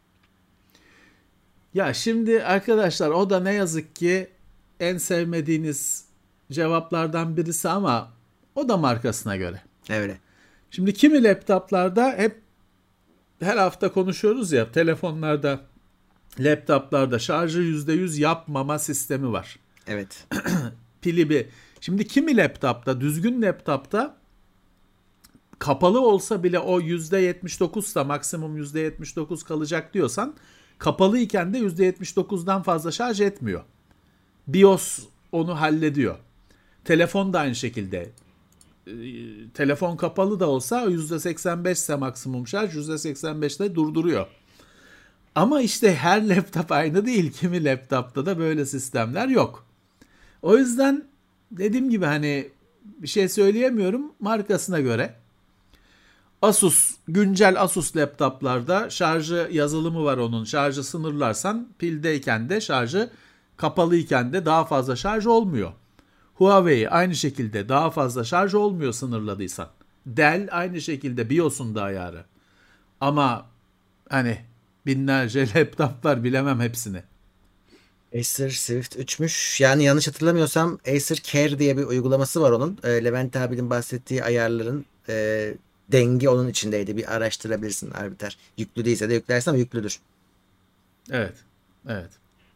Ya şimdi arkadaşlar o da ne yazık ki en sevmediğiniz cevaplardan birisi ama o da markasına göre. Öyle. Şimdi kimi laptoplarda hep her hafta konuşuyoruz ya telefonlarda, laptoplarda şarjı %100 yapmama sistemi var. Evet. Pili bir. Şimdi kimi laptopta, düzgün laptopta kapalı olsa bile o %79'sa maksimum %79 kalacak diyorsan kapalı iken de %79'dan fazla şarj etmiyor. BIOS onu hallediyor. Telefon da aynı şekilde. Telefon kapalı da olsa %85 ise maksimum şarj %85'te durduruyor. Ama işte her laptop aynı değil. Kimi laptopta da böyle sistemler yok. O yüzden dediğim gibi hani bir şey söyleyemiyorum markasına göre. Asus, güncel Asus laptoplarda şarjı yazılımı var onun. Şarjı sınırlarsan pildeyken de şarjı kapalıyken de daha fazla şarj olmuyor. Huawei aynı şekilde daha fazla şarj olmuyor sınırladıysan. Dell aynı şekilde BIOS'un da ayarı. Ama hani binlerce laptop var bilemem hepsini. Acer Swift 3'müş. Yani yanlış hatırlamıyorsam Acer Care diye bir uygulaması var onun. Levent abinin bahsettiği ayarların dengi onun içindeydi. Bir araştırabilirsin Arbiter. Yüklü değilse de yüklersen yüklüdür. Evet. Evet.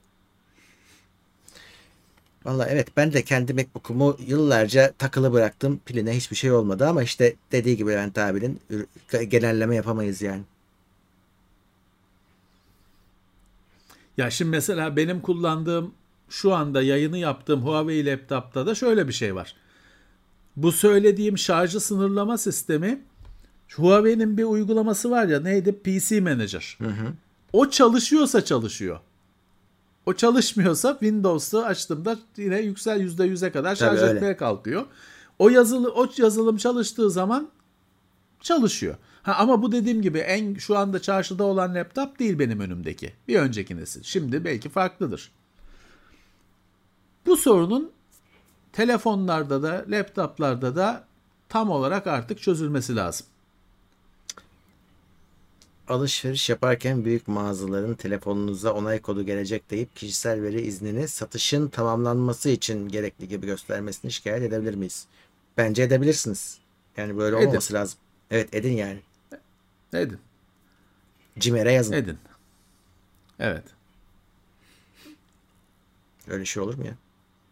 Valla evet ben de kendi MacBook'umu yıllarca takılı bıraktım. Piline hiçbir şey olmadı ama işte dediği gibi Levent abinin genelleme yapamayız yani. Ya şimdi mesela benim kullandığım şu anda yayını yaptığım Huawei laptopta da şöyle bir şey var. Bu söylediğim şarjı sınırlama sistemi Huawei'nin bir uygulaması var ya neydi? PC Manager. Hı hı. O çalışıyorsa çalışıyor. O çalışmıyorsa Windows'u açtığımda yine %100'e kadar şarj Tabii öyle. etmeye kalkıyor. O yazılım çalıştığı zaman çalışıyor. Ama bu dediğim gibi en şu anda çarşıda olan laptop değil benim önümdeki. Bir önceki nesil. Şimdi belki farklıdır. Bu sorunun telefonlarda da laptoplarda da tam olarak artık çözülmesi lazım. Alışveriş yaparken büyük mağazaların telefonunuza onay kodu gelecek deyip kişisel veri iznini satışın tamamlanması için gerekli gibi göstermesini şikayet edebilir miyiz? Bence edebilirsiniz. Yani böyle Edin. olmaması lazım. Evet, edin yani. Edin. Cimer'e yazın. Edin. Evet. Öyle şey olur mu ya?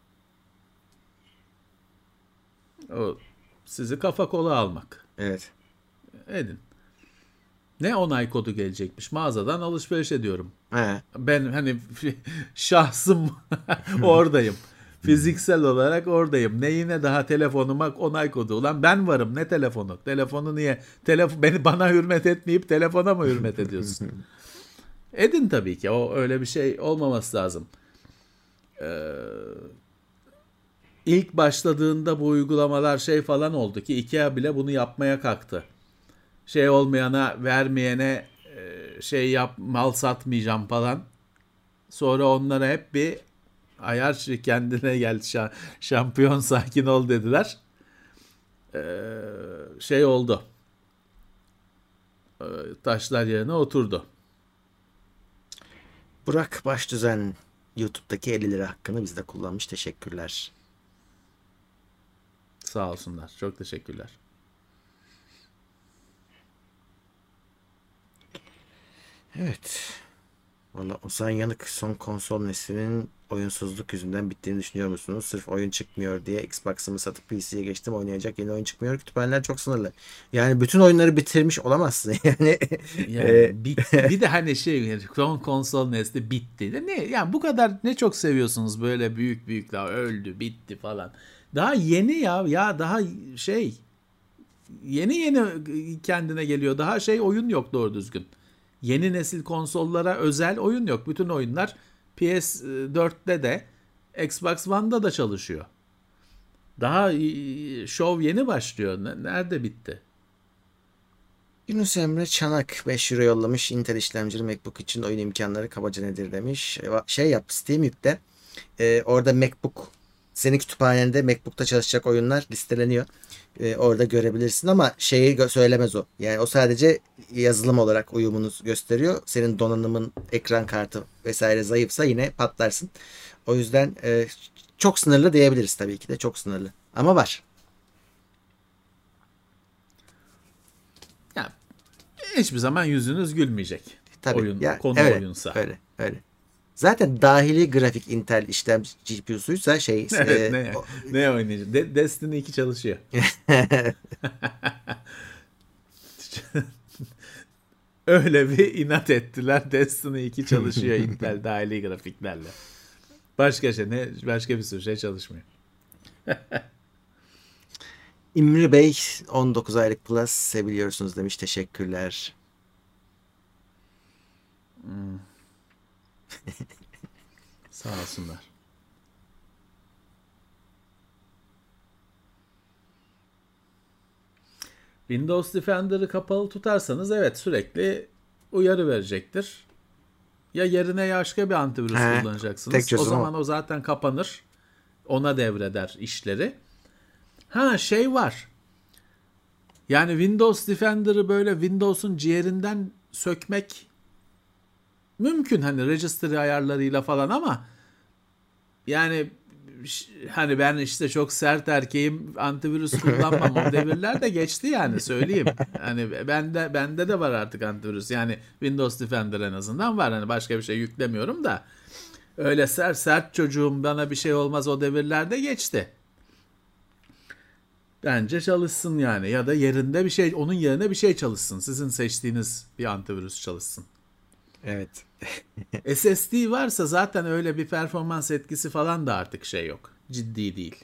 O sizi kafa kola almak. Evet. Edin. Ne onay kodu gelecekmiş? Mağazadan alışveriş ediyorum. He. Ben hani şahsım oradayım. Fiziksel olarak oradayım. Neyine daha telefonuma onay kodu. Ulan ben varım, ne telefonu? Telefonu niye? Bana hürmet etmeyip telefona mı hürmet ediyorsun? Edin tabii ki. O öyle bir şey olmaması lazım. İlk başladığında bu uygulamalar şey falan oldu ki IKEA bile bunu yapmaya kalktı. Şey olmayana, vermeyene mal satmayacağım falan. Sonra onlara hep bir ayar, kendine gel, şampiyon, sakin ol dediler. Şey oldu. Taşlar yerine oturdu. Burak Başdüzen YouTube'daki 50 lira hakkını bizde kullanmış. Teşekkürler. Sağ olsunlar. Çok teşekkürler. Evet. Valla Ozan Yanık, son konsol neslinin oyunsuzluk yüzünden bittiğini düşünüyor musunuz? Sırf oyun çıkmıyor diye Xbox'ımı satıp PC'ye geçtim, oynayacak yeni oyun çıkmıyor. Kütüphaneler çok sınırlı. Yani bütün oyunları bitirmiş olamazsın. Yani Yani bir de hani son konsol nesli bitti. Ne yani, bu kadar ne çok seviyorsunuz böyle büyük büyükler öldü bitti falan. Daha yeni ya daha yeni kendine geliyor. Daha oyun yok doğru düzgün. Yeni nesil konsollara özel oyun yok. Bütün oyunlar PS4'te de Xbox One'da da çalışıyor. Daha şov yeni başlıyor. Nerede bitti? Yunus Emre Çanak 5 euro yollamış. Intel işlemcili MacBook için oyun imkanları kabaca nedir demiş. Şey yap, Steam yükle. Orada MacBook, senin kütüphanende MacBook'ta çalışacak oyunlar listeleniyor. Orada görebilirsin ama söylemez o. Yani o sadece yazılım olarak uyumunu gösteriyor. Senin donanımın, ekran kartı vesaire zayıfsa yine patlarsın. O yüzden çok sınırlı diyebiliriz, tabii ki de çok sınırlı. Ama var. Ya, hiçbir zaman yüzünüz gülmeyecek. Tabii. Konu Öyle, oyunsa. öyle. Zaten dahili grafik Intel işlemci GPU'suysa Evet, ne oynayacak? Destiny 2 çalışıyor. Öyle bir inat ettiler. Destiny 2 çalışıyor Intel dahili grafiklerle. Başka bir sürü şey çalışmıyor. İmri Bey 19 aylık plus seviliyorsunuz demiş. Teşekkürler. Sağ olsunlar. Windows Defender'ı kapalı tutarsanız evet sürekli uyarı verecektir. Ya yerine başka bir antivirüs kullanacaksınız. Tek çözüm O zaman o zaten kapanır. Ona devreder işleri. Var. Yani Windows Defender'ı böyle Windows'un ciğerinden sökmek mümkün, hani registry ayarlarıyla falan, ama yani hani ben işte çok sert erkeğim, antivirüs kullanmam, o devirler de geçti yani, söyleyeyim. Hani bende de var artık antivirüs. Yani Windows Defender en azından var. Hani başka bir şey yüklemiyorum da öyle sert çocuğum, bana bir şey olmaz, o devirler de geçti. Bence çalışsın yani, ya da yerinde bir şey, onun yerine bir şey çalışsın. Sizin seçtiğiniz bir antivirüs çalışsın. Evet. SSD varsa zaten öyle bir performans etkisi falan da artık yok. Ciddi değil.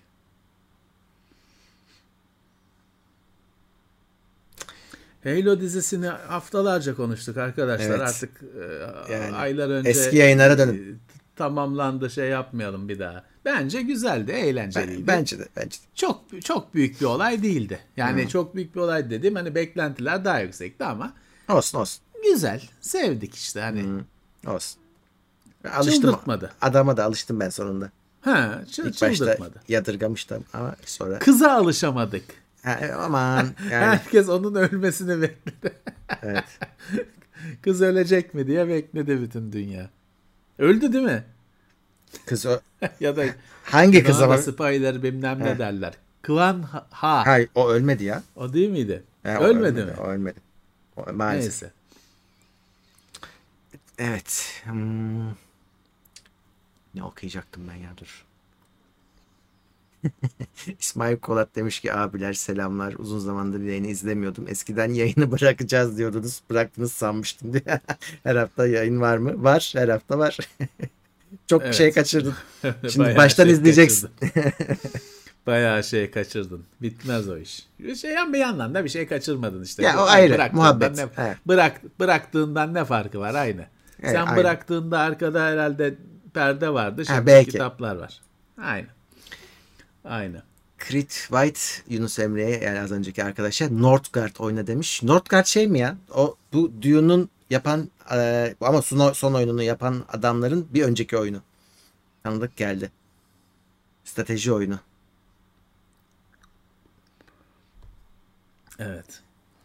Halo dizisini haftalarca konuştuk arkadaşlar. Evet. Artık Yani aylar önce eski yayınlara dönün. Tamamlandı, yapmayalım bir daha. Bence güzeldi, eğlenceliydi. Bence de. Çok büyük bir olay değildi. Yani çok büyük bir olay dediğim, hani beklentiler daha yüksekti ama Olsun. güzel. Sevdik işte hani. Olsun. Alıştım. Çıldırtmadı. Adama da alıştım ben sonunda. İlk başta Çıldırtmadı. yadırgamıştım ama sonra. Kıza alışamadık. Aman yani. Herkes onun ölmesini bekledi. Evet. Kız ölecek mi diye bekledi bütün dünya. Öldü değil mi? Kız o. Ya da Hangi kız ama? spoiler bilmem ne derler. Kwan Ha. Hayır, o ölmedi ya. O değil miydi? He, o Ölmedi ölmedi. mi? O ölmedi. O, maalesef. Neyse. Evet. Ne okuyacaktım ben ya, dur. İsmail Kolat demiş ki abiler selamlar. Uzun zamandır yayını izlemiyordum. Eskiden yayını bırakacağız diyordunuz. Bıraktınız sanmıştım diye. Her hafta yayın var mı? Var. Her hafta var. Çok şey Evet. kaçırdın. Şimdi Bayağı baştan şey izleyeceksin. kaçırdın. Bayağı şey kaçırdın. Bitmez o iş. Bir yandan da bir şey kaçırmadın işte. Ya o Aynı ayrı. bıraktığından Muhabbet. Evet. Bıraktığından ne farkı var? Aynı. Evet, Sen aynı. bıraktığında arkada herhalde perde vardı. Şimdi belki. kitaplar var. Aynı. Aynı. Crit White Yunus Emre'ye, yani az önceki arkadaşa Northgard oyna demiş. Northgard şey mi ya? O bu Dune'un yapan ama son oyununu yapan adamların bir önceki oyunu. Tanıdık geldi. Strateji oyunu. Evet.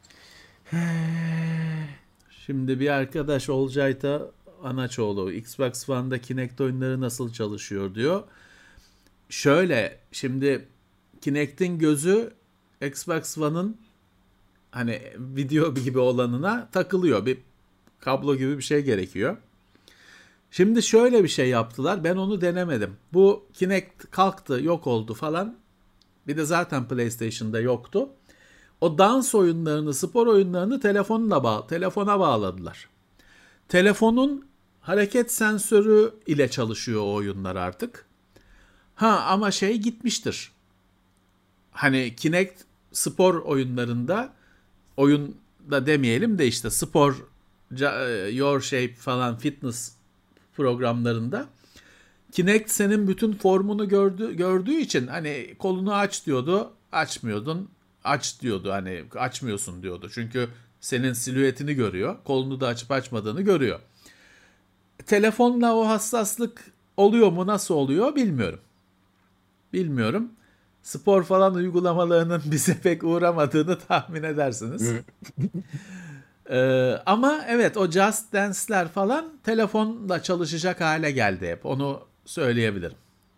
Şimdi bir arkadaş Olcay'da Anaçoğlu Xbox One'da Kinect oyunları nasıl çalışıyor diyor. Şöyle şimdi Kinect'in gözü Xbox One'ın hani video gibi olanına takılıyor. Bir kablo gibi bir şey gerekiyor. Şimdi şöyle bir şey yaptılar. Ben onu denemedim. Bu Kinect kalktı, yok oldu falan. Bir de zaten PlayStation'da yoktu. O dans oyunlarını, spor oyunlarını telefona bağladılar. Telefonun hareket sensörü ile çalışıyor o oyunlar artık. Ama şey gitmiştir. Hani Kinect spor oyunlarında, oyunda demeyelim de işte spor, Your Shape falan fitness programlarında Kinect senin bütün formunu gördüğü için hani kolunu aç diyordu, açmıyordun. Aç diyordu, hani açmıyorsun diyordu. Çünkü senin silüetini görüyor. Kolunu da açıp açmadığını görüyor. Telefonla o hassaslık oluyor mu, nasıl oluyor bilmiyorum. Bilmiyorum. Spor falan uygulamalarının bize pek uğramadığını tahmin edersiniz. Ama evet, o Just Dance'ler falan telefonla çalışacak hale geldi hep. Onu söyleyebilirim.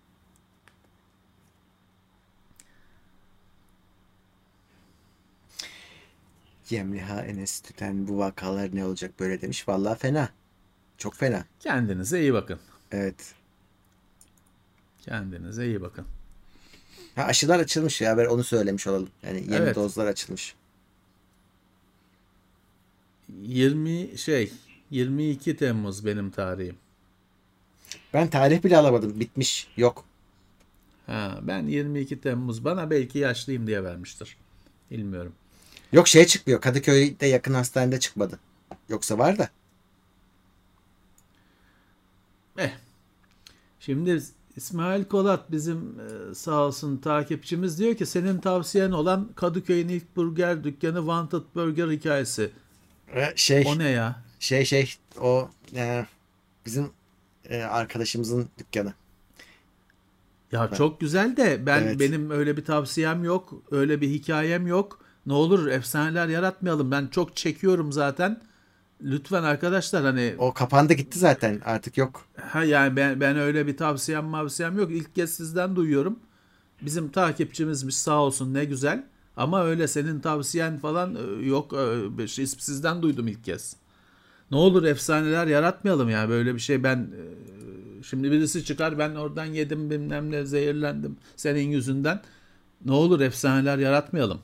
Yemliha Enes Tüten bu vakalar ne olacak böyle demiş. Vallahi fena. Çok fena. Kendinize iyi bakın. Evet. Kendinize iyi bakın. Ha, aşılar açılmış ya, ben onu söylemiş olalım. Yani yeni Evet. dozlar açılmış. 22 Temmuz benim tarihim. Ben tarih bile alamadım. Bitmiş. Yok. Ben 22 Temmuz, bana belki yaşlıyım diye vermiştir. Bilmiyorum. Yok, şey çıkmıyor. Kadıköy'de yakın hastanede çıkmadı. Yoksa var da. Şimdi İsmail Kolat bizim sağ olsun takipçimiz diyor ki senin tavsiyen olan Kadıköy'ün ilk burger dükkanı Wanted Burger hikayesi. O ne ya? O bizim arkadaşımızın dükkanı. Ya çok güzel de Evet. benim öyle bir tavsiyem yok. Öyle bir hikayem yok. Ne olur efsaneler yaratmayalım. Ben çok çekiyorum zaten. Lütfen arkadaşlar, hani O kapandı gitti zaten. Artık yok. yani ben öyle bir tavsiyem yok. İlk kez sizden duyuyorum. Bizim takipçimizmiş, sağ olsun, ne güzel. Ama öyle senin tavsiyen falan yok. Sizden duydum ilk kez. Ne olur efsaneler yaratmayalım ya, böyle bir şey. Şimdi birisi çıkar, ben oradan yedim bilmem ne, zehirlendim senin yüzünden. Ne olur efsaneler yaratmayalım.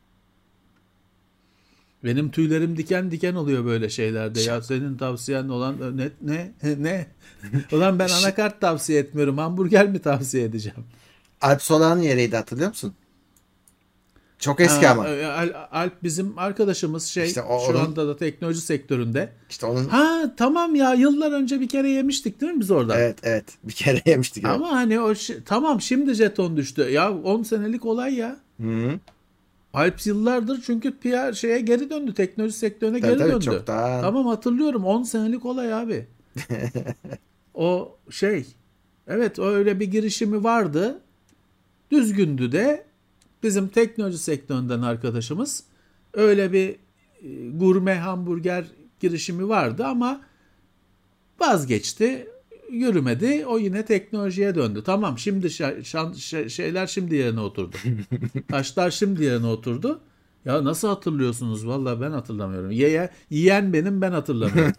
Benim tüylerim diken diken oluyor böyle şeylerde. Ya senin tavsiyen olan ne? Ulan ben anakart tavsiye etmiyorum. Hamburger mi tavsiye edeceğim? Alp Solağ'ın yeriydi, hatırlıyor musun? Çok eski ama. Alp bizim arkadaşımız, İşte şu anda da teknoloji sektöründe. İşte onun. Tamam ya, yıllar önce bir kere yemiştik değil mi biz oradan? Evet. Bir kere yemiştik. Evet. Ama hani tamam, şimdi jeton düştü. Ya 10 senelik olay ya. Hı-hı. Alp yıllardır çünkü PR şeye geri döndü. Teknoloji sektörüne Tabii, geri tabii, döndü. çoktan. Tamam, hatırlıyorum, 10 senelik olay abi. O evet, öyle bir girişimi vardı. Düzgündü de, bizim teknoloji sektöründen arkadaşımız öyle bir gurme hamburger girişimi vardı ama vazgeçti. yürümedi. O yine teknolojiye döndü. Tamam, şimdi şeyler şimdi yerine oturdu. Taşlar şimdi yerine oturdu. Ya nasıl hatırlıyorsunuz? Vallahi ben hatırlamıyorum. Yiyen benim, ben hatırlamıyorum.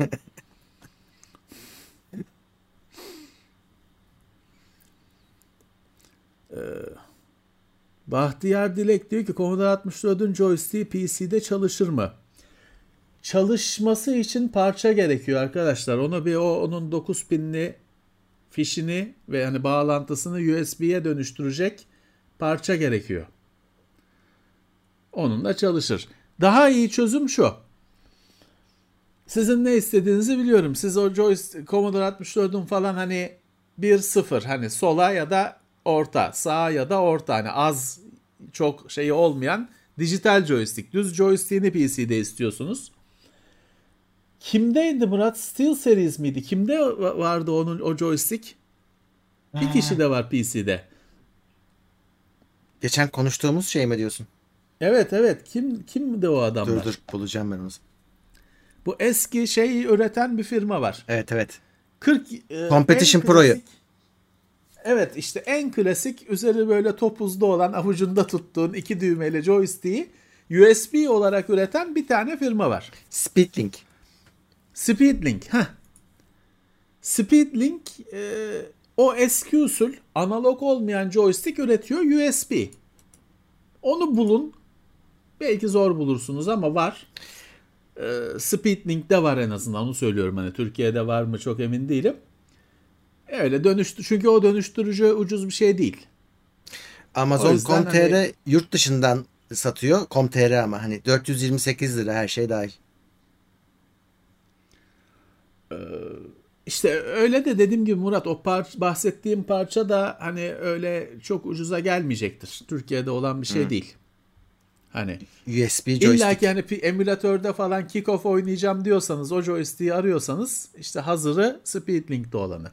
Bahtiyar Dilek diyor ki Commodore 64'ün joystick'i PC'de çalışır mı? Çalışması için parça gerekiyor arkadaşlar. Onu onun 9 pinli fişini ve yani bağlantısını USB'ye dönüştürecek parça gerekiyor. Onunla çalışır. Daha iyi çözüm şu. Sizin ne istediğinizi biliyorum. Siz o Commodore 64'ün falan hani 1-0 hani sola ya da orta, sağa ya da orta, hani az çok şeyi olmayan dijital joystick. Düz joystick'ini PC'de istiyorsunuz. Kimdeydi Murat? Steel Series miydi? Kimde vardı o joystick? Bir kişi de var PC'de. Geçen konuştuğumuz şey mi diyorsun? Evet. Kimdi o adamlar? Dur bulacağım ben onu. Bu eski şeyi üreten bir firma var. Evet. 40 Competition Pro'yu. Evet, işte en klasik üzeri böyle topuzlu olan, avucunda tuttuğun 2 düğmeli joystick'i USB olarak üreten bir tane firma var. Speedlink. Speedlink o eski usul analog olmayan joystick üretiyor, USB. Onu bulun. Belki zor bulursunuz ama var. Speedlink'te var en azından, onu söylüyorum. Hani Türkiye'de var mı çok emin değilim. Öyle çünkü o dönüştürücü ucuz bir şey değil. Amazon.com.tr hani, yurt dışından satıyor. .com.tr ama hani 428 lira her şey dahil. İşte öyle de dediğim gibi Murat, o bahsettiğim parça da hani öyle çok ucuza gelmeyecektir. Türkiye'de olan bir şey değil. Hani USB joystick. İlla ki hani emülatörde falan kick-off oynayacağım diyorsanız, o joystick'i arıyorsanız işte hazırı Speedlink'te olanı.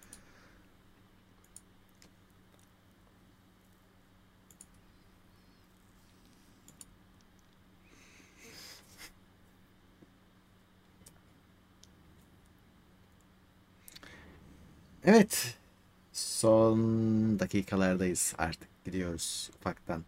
Evet. Son dakikalardayız artık. Gidiyoruz ufaktan.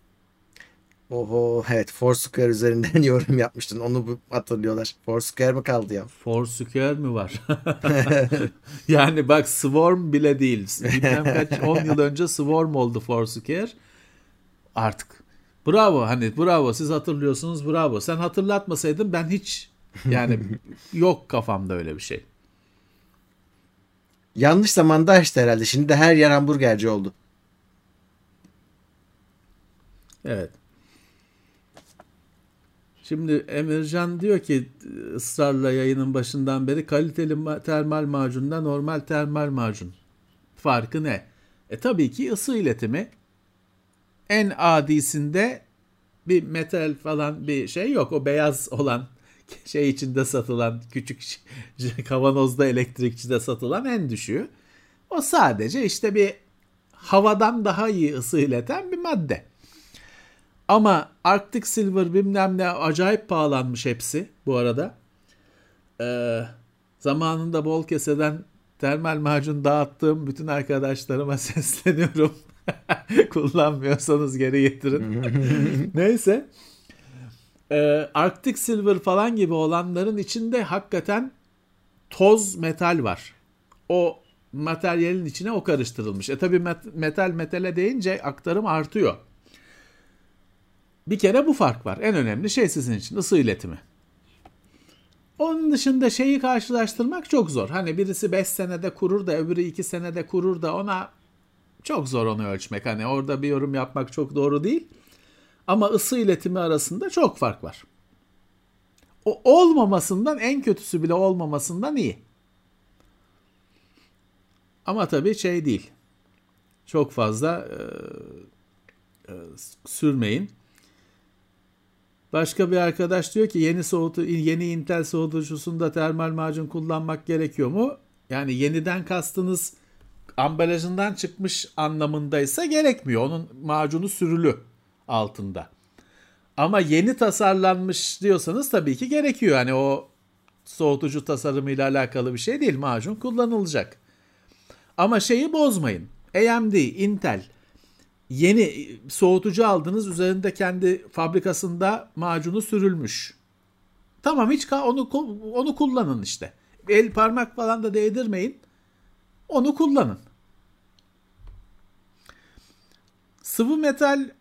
Oho evet, Foursquare üzerinden yorum yapmıştın. Onu hatırlıyorlar. Foursquare mı kaldı ya? Foursquare mi var? Yani bak, Swarm bile değil. Bilmem kaç 10 yıl önce Swarm oldu Foursquare. Artık bravo, hani bravo, siz hatırlıyorsunuz, bravo. Sen hatırlatmasaydın ben hiç, yani yok kafamda öyle bir şey. Yanlış zamanda açtı herhalde. Şimdi de her yer hamburgerci oldu. Evet. Şimdi Emircan diyor ki ısrarla yayının başından beri kaliteli termal macunla normal termal macun farkı ne? Tabii ki ısı iletimi. En adisinde bir metal falan bir şey yok. O beyaz olan şey içinde satılan, küçük kavanozda elektrikçide satılan en düşüğü. O sadece işte bir havadan daha iyi ısı ileten bir madde. Ama Arctic Silver bilmem ne acayip pahalanmış hepsi bu arada. Zamanında bol keseden termal macun dağıttığım bütün arkadaşlarıma sesleniyorum. Kullanmıyorsanız geri getirin. Neyse. Arctic Silver falan gibi olanların içinde hakikaten toz metal var. O materyalin içine o karıştırılmış. Tabii metal metale deyince aktarım artıyor. Bir kere bu fark var. En önemli şey sizin için ısı iletimi. Onun dışında şeyi karşılaştırmak çok zor. Hani birisi 5 senede kurur da öbürü 2 senede kurur da, ona çok zor onu ölçmek. Hani orada bir yorum yapmak çok doğru değil. Ama ısı iletimi arasında çok fark var. O olmamasından, en kötüsü bile olmamasından iyi. Ama tabii şey değil. Çok fazla sürmeyin. Başka bir arkadaş diyor ki yeni Intel soğutucusunda termal macun kullanmak gerekiyor mu? Yani yeniden kastınız ambalajından çıkmış anlamındaysa gerekmiyor. Onun macunu sürülü altında. Ama yeni tasarlanmış diyorsanız tabii ki gerekiyor. Hani o soğutucu tasarımıyla alakalı bir şey değil. Macun kullanılacak. Ama şeyi bozmayın. AMD, Intel yeni soğutucu aldınız, üzerinde kendi fabrikasında macunu sürülmüş. Tamam, hiç onu kullanın işte. El parmak falan da değdirmeyin. Onu kullanın. Sıvı metal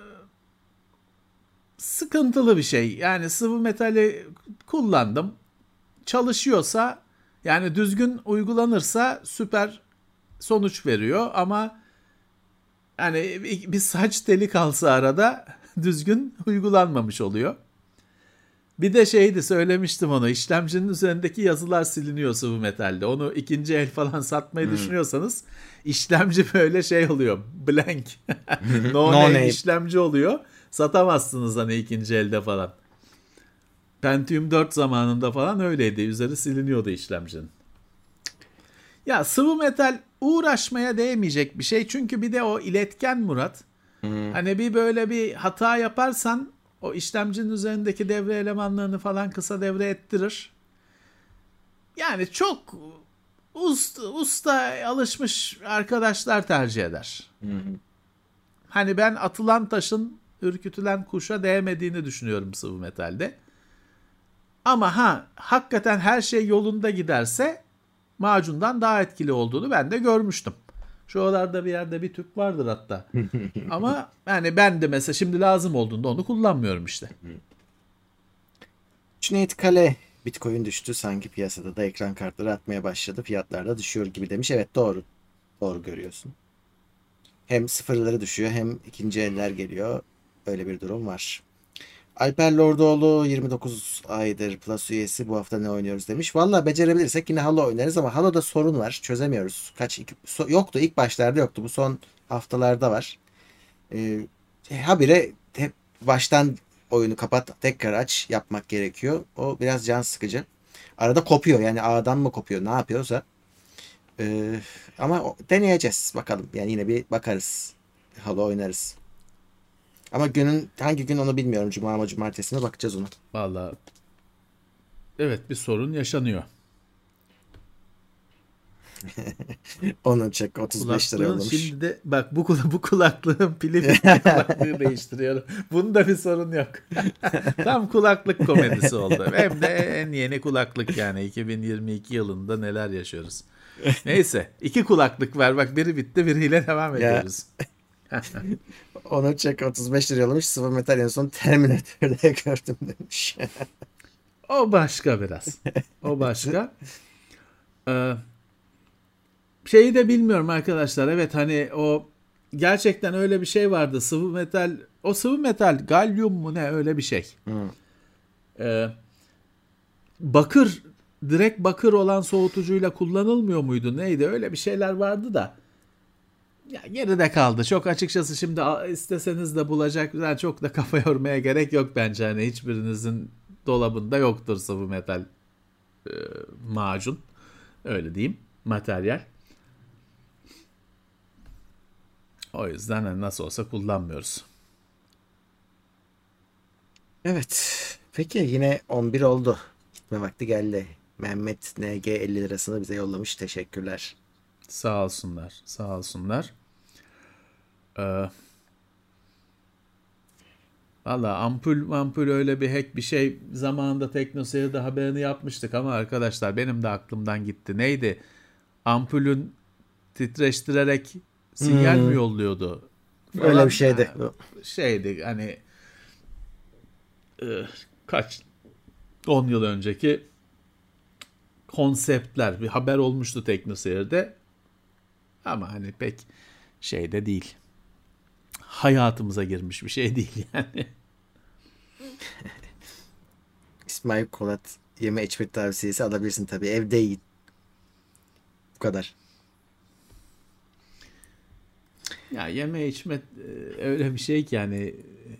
sıkıntılı bir şey. Yani sıvı metali kullandım. Çalışıyorsa, yani düzgün uygulanırsa süper sonuç veriyor ama yani bir saç teli kalsa arada düzgün uygulanmamış oluyor. Bir de şeydi, söylemiştim onu, işlemcinin üzerindeki yazılar siliniyor sıvı metalde. Onu ikinci el falan satmayı düşünüyorsanız işlemci böyle şey oluyor, blank. No No name name. işlemci oluyor. Satamazsınız hani ikinci elde falan. Pentium 4 zamanında falan öyleydi. Üzeri siliniyordu işlemcinin. Ya sıvı metal uğraşmaya değmeyecek bir şey. Çünkü bir de o iletken Murat. Hani bir böyle bir hata yaparsan o işlemcinin üzerindeki devre elemanlarını falan kısa devre ettirir. Yani çok usta alışmış arkadaşlar tercih eder. Hani ben atılan taşın ürkütülen kuşa değmediğini düşünüyorum sıvı metalde. Ama hakikaten her şey yolunda giderse macundan daha etkili olduğunu ben de görmüştüm. Şuralarda bir yerde bir tüp vardır hatta. Ama yani ben de mesela şimdi lazım olduğunda onu kullanmıyorum işte. Cüneyt Kale, Bitcoin düştü sanki, piyasada da ekran kartları atmaya başladı. Fiyatlar da düşüyor gibi demiş. Evet, doğru. Doğru görüyorsun. Hem sıfırları düşüyor hem ikinci eller geliyor. Öyle bir durum var. Alper Lordoğlu 29 aydır Plus üyesi, bu hafta ne oynuyoruz demiş. Valla becerebilirsek yine Halo oynarız ama Halo'da sorun var. Çözemiyoruz. Yoktu, ilk başlarda yoktu. Bu son haftalarda var. Habire hep baştan oyunu kapat, tekrar aç yapmak gerekiyor. O biraz can sıkıcı. Arada kopuyor, yani ağdan mı kopuyor, ne yapıyorsa. Ama deneyeceğiz bakalım. Yani yine bir bakarız. Halo oynarız. Ama günün hangi gün onu bilmiyorum. Cuma mı cumartesi mi, bakacağız ona. Vallahi evet, bir sorun yaşanıyor. Onu çek, 35 lira Kulaklığın yollamış. şimdi de bak, bu kulaklığın pili bitti, kulaklığı değiştiriyorum. Bunda bir sorun yok. Tam kulaklık komedisi oldu. Hem de en yeni kulaklık, yani 2022 yılında neler yaşıyoruz. Neyse, iki kulaklık var bak, biri bitti, biriyle devam Ya, ediyoruz. onu çek, 35 lira yollamış. Sıvı metal en son Terminator'da gördüm demiş. O başka biraz. O başka. Ee, Şeyi de bilmiyorum arkadaşlar. Evet, hani o gerçekten öyle bir şey vardı. Sıvı metal, o sıvı metal galyum mu ne, öyle bir şey. Ee, Bakır, direkt bakır olan soğutucuyla kullanılmıyor muydu? Neydi? Öyle bir şeyler vardı da. Ya geride kaldı. Çok açıkçası şimdi isteseniz de bulacak. Yani çok da kafa yormaya gerek yok bence. Hani hiçbirinizin dolabında yoktur sıvı metal macun. Öyle diyeyim. Materyal. O yüzden hani nasıl olsa kullanmıyoruz. Evet. Peki, yine 11 oldu. Gitme vakti geldi. Mehmet NG 50 lirasını bize yollamış. Teşekkürler. Sağ olsunlar. Sağ olsunlar. Ee, Valla ampul öyle bir hack bir şey zamanında TeknoSeyir'de haberini yapmıştık ama arkadaşlar benim de aklımdan gitti. Neydi? Ampulün titreştirerek sinyal mi yolluyordu Öyle bir falan. şeydi. Şeydi hani kaç 10 yıl önceki konseptler, bir haber olmuştu TeknoSeyir'de ama hani pek şeyde değil. Hayatımıza girmiş bir şey değil yani. İsmail Kolat yeme içme tavsiyesi alabilirsin tabii. Evde yiyin. Bu kadar. Ya yeme içme öyle bir şey ki yani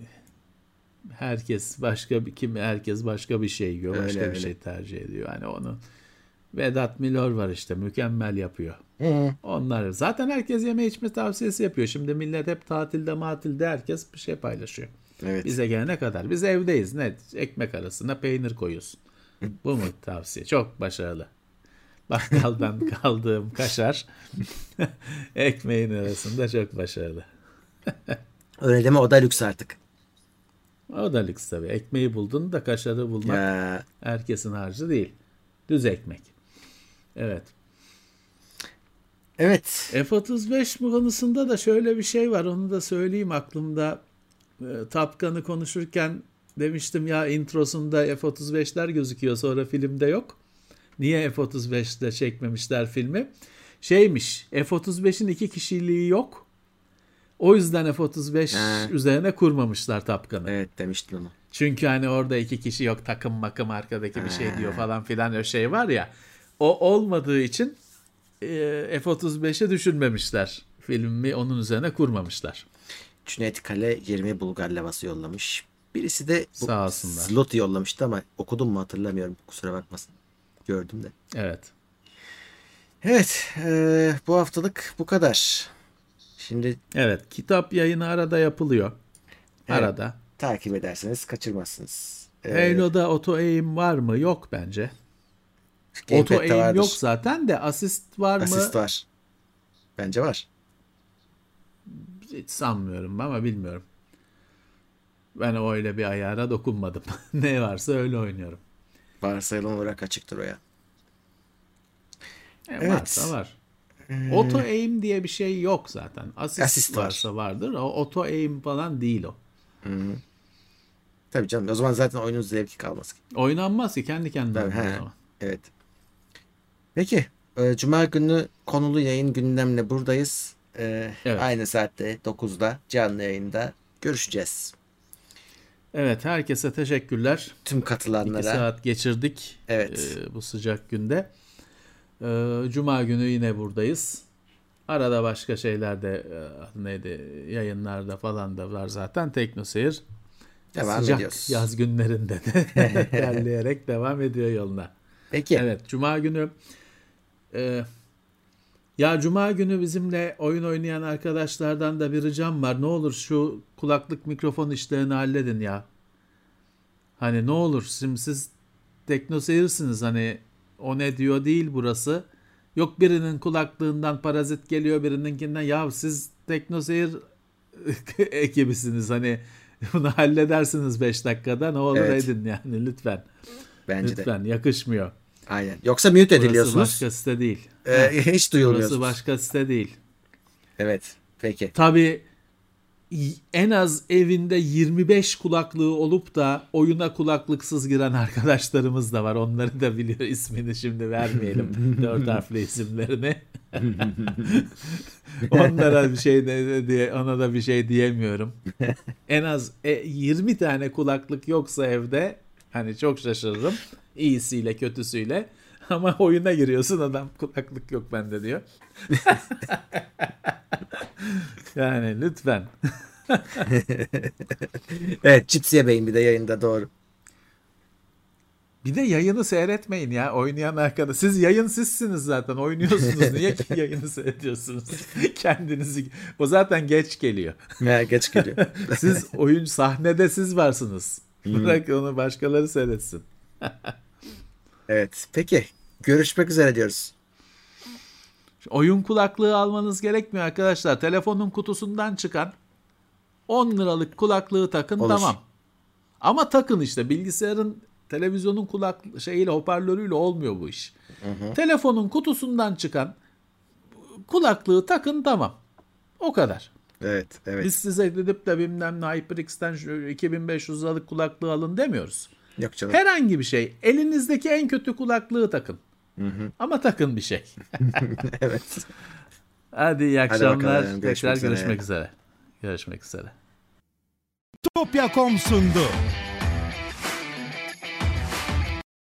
herkes başka bir şey yiyor, Öyle başka bir öyle. şey tercih ediyor. Hani onu Vedat Milor var işte, mükemmel yapıyor. Hı. Onlar zaten herkes yeme içme tavsiyesi yapıyor. Şimdi millet hep tatilde matilde herkes bir şey paylaşıyor. Evet. Bize gelene kadar biz evdeyiz. Ne ekmek arasına peynir koyuyorsun. Bu mu tavsiye? Çok başarılı. Bakkaldan kaldığım kaşar ekmeğin arasında çok başarılı. Öyle deme, o da lüks artık. O da lüks tabii. Ekmeği buldun da kaşarı bulmak Ya, herkesin harcı değil. Düz ekmek. Evet. evet. F-35 konusunda da şöyle bir şey var. Onu da söyleyeyim aklımda. Top Gun'ı konuşurken demiştim ya, introsunda F-35'ler gözüküyor, sonra filmde yok. Niye F-35'de çekmemişler filmi? Şeymiş, F-35'in 2 kişiliği yok. O yüzden F-35 üzerine kurmamışlar Top Gun'ı. Evet, demiştin onu. Çünkü hani orada 2 kişi yok, takım makım arkadaki bir şey diyor falan filan, öyle şey var ya. O olmadığı için F-35'e düşünmemişler. Filmi onun üzerine kurmamışlar. Cüneyt Kale 20 Bulgar levası yollamış. Birisi de bu Sağ olsunlar. Zloty yollamıştı ama okudum mu hatırlamıyorum. Kusura bakmasın. Gördüm de. Evet. Evet. Bu haftalık bu kadar. Şimdi Evet. Kitap yayını arada yapılıyor. Arada. takip ederseniz kaçırmazsınız. Halo'da auto aim var mı? Yok bence. Auto Gamepad'de aim vardır. yok zaten de asist var mı? Asist var. Bence var. Hiç sanmıyorum ama bilmiyorum. Ben öyle bir ayara dokunmadım. Ne varsa öyle oynuyorum. Varsayılan olarak açıktır o ya. Evet. Varsa var. Auto aim diye bir şey yok zaten. Asist var. varsa vardır. O auto aim falan değil o. Tabii canım. O zaman zaten oyunun zevki kalmaz ki. Oynanmaz ki, kendi kendine Tabii, oynar ama. evet. Peki. Cuma günü konulu yayın gündemle buradayız. Evet. Aynı saatte 9'da canlı yayında görüşeceğiz. Evet, herkese teşekkürler. Tüm 2 katılanlara. saat geçirdik Evet. bu sıcak günde. Cuma günü yine buradayız. Arada başka şeyler de yayınlarda falan da var zaten. Teknoseyir Devam sıcak ediyoruz. yaz günlerinde de terleyerek devam ediyor yoluna. Peki. Evet, Cuma günü ya Cuma günü bizimle oyun oynayan arkadaşlardan da bir ricam var. Ne olur şu kulaklık mikrofon işlerini halledin ya. Hani ne olur, şimdi siz teknoseyirsiniz, hani o ne diyor değil burası. Yok birinin kulaklığından parazit geliyor, birininkinden. Ya siz teknoseyir ekibisiniz, hani bunu halledersiniz 5 dakikada, ne olur Evet. edin yani, lütfen. Bence de. Lütfen, yakışmıyor. Aynen. Yoksa mute Burası ediliyorsunuz. başka site değil. Hiç duyulmuyorsunuz. Burası başka site değil. Evet. Peki. Tabii en az evinde 25 kulaklığı olup da oyuna kulaklıksız giren arkadaşlarımız da var. Onları da biliyor. İsmini şimdi vermeyelim. 4 harfli isimlerini. Onlara bir şey diye, ona da bir şey diyemiyorum. En az 20 tane kulaklık yoksa evde, hani çok şaşırırım. İyisiyle kötüsüyle. Ama oyuna giriyorsun, adam kulaklık yok bende diyor. Yani lütfen. Evet. Cips yemeyin bir de yayında, doğru. Bir de yayını seyretmeyin ya, oynayan arkadaş. Siz yayın sizsiniz zaten, oynuyorsunuz. Niye ki yayını seyrediyorsunuz? Kendinizi. O zaten geç geliyor. Geç geliyor. Siz oyun sahnede siz varsınız. Bırak onu başkaları seyretsin. Evet. Peki. Görüşmek üzere diyoruz. Oyun kulaklığı almanız gerekmiyor arkadaşlar. Telefonun kutusundan çıkan 10 liralık kulaklığı takın, Olur. tamam. Ama takın işte, bilgisayarın, televizyonun hoparlörüyle olmuyor bu iş. Telefonun kutusundan çıkan kulaklığı takın, tamam. O kadar. Evet. Evet. Biz size gidip de bilmem ne HyperX'ten şu 2500 liralık kulaklığı alın demiyoruz. Yok canım. Herhangi bir şey. Elinizdeki en kötü kulaklığı takın. Ama takın bir şey. Evet. Hadi iyi Hadi akşamlar. bakalım, görüşmek Tekrar üzere. görüşmek üzere. Görüşmek üzere. Topya.com sundu.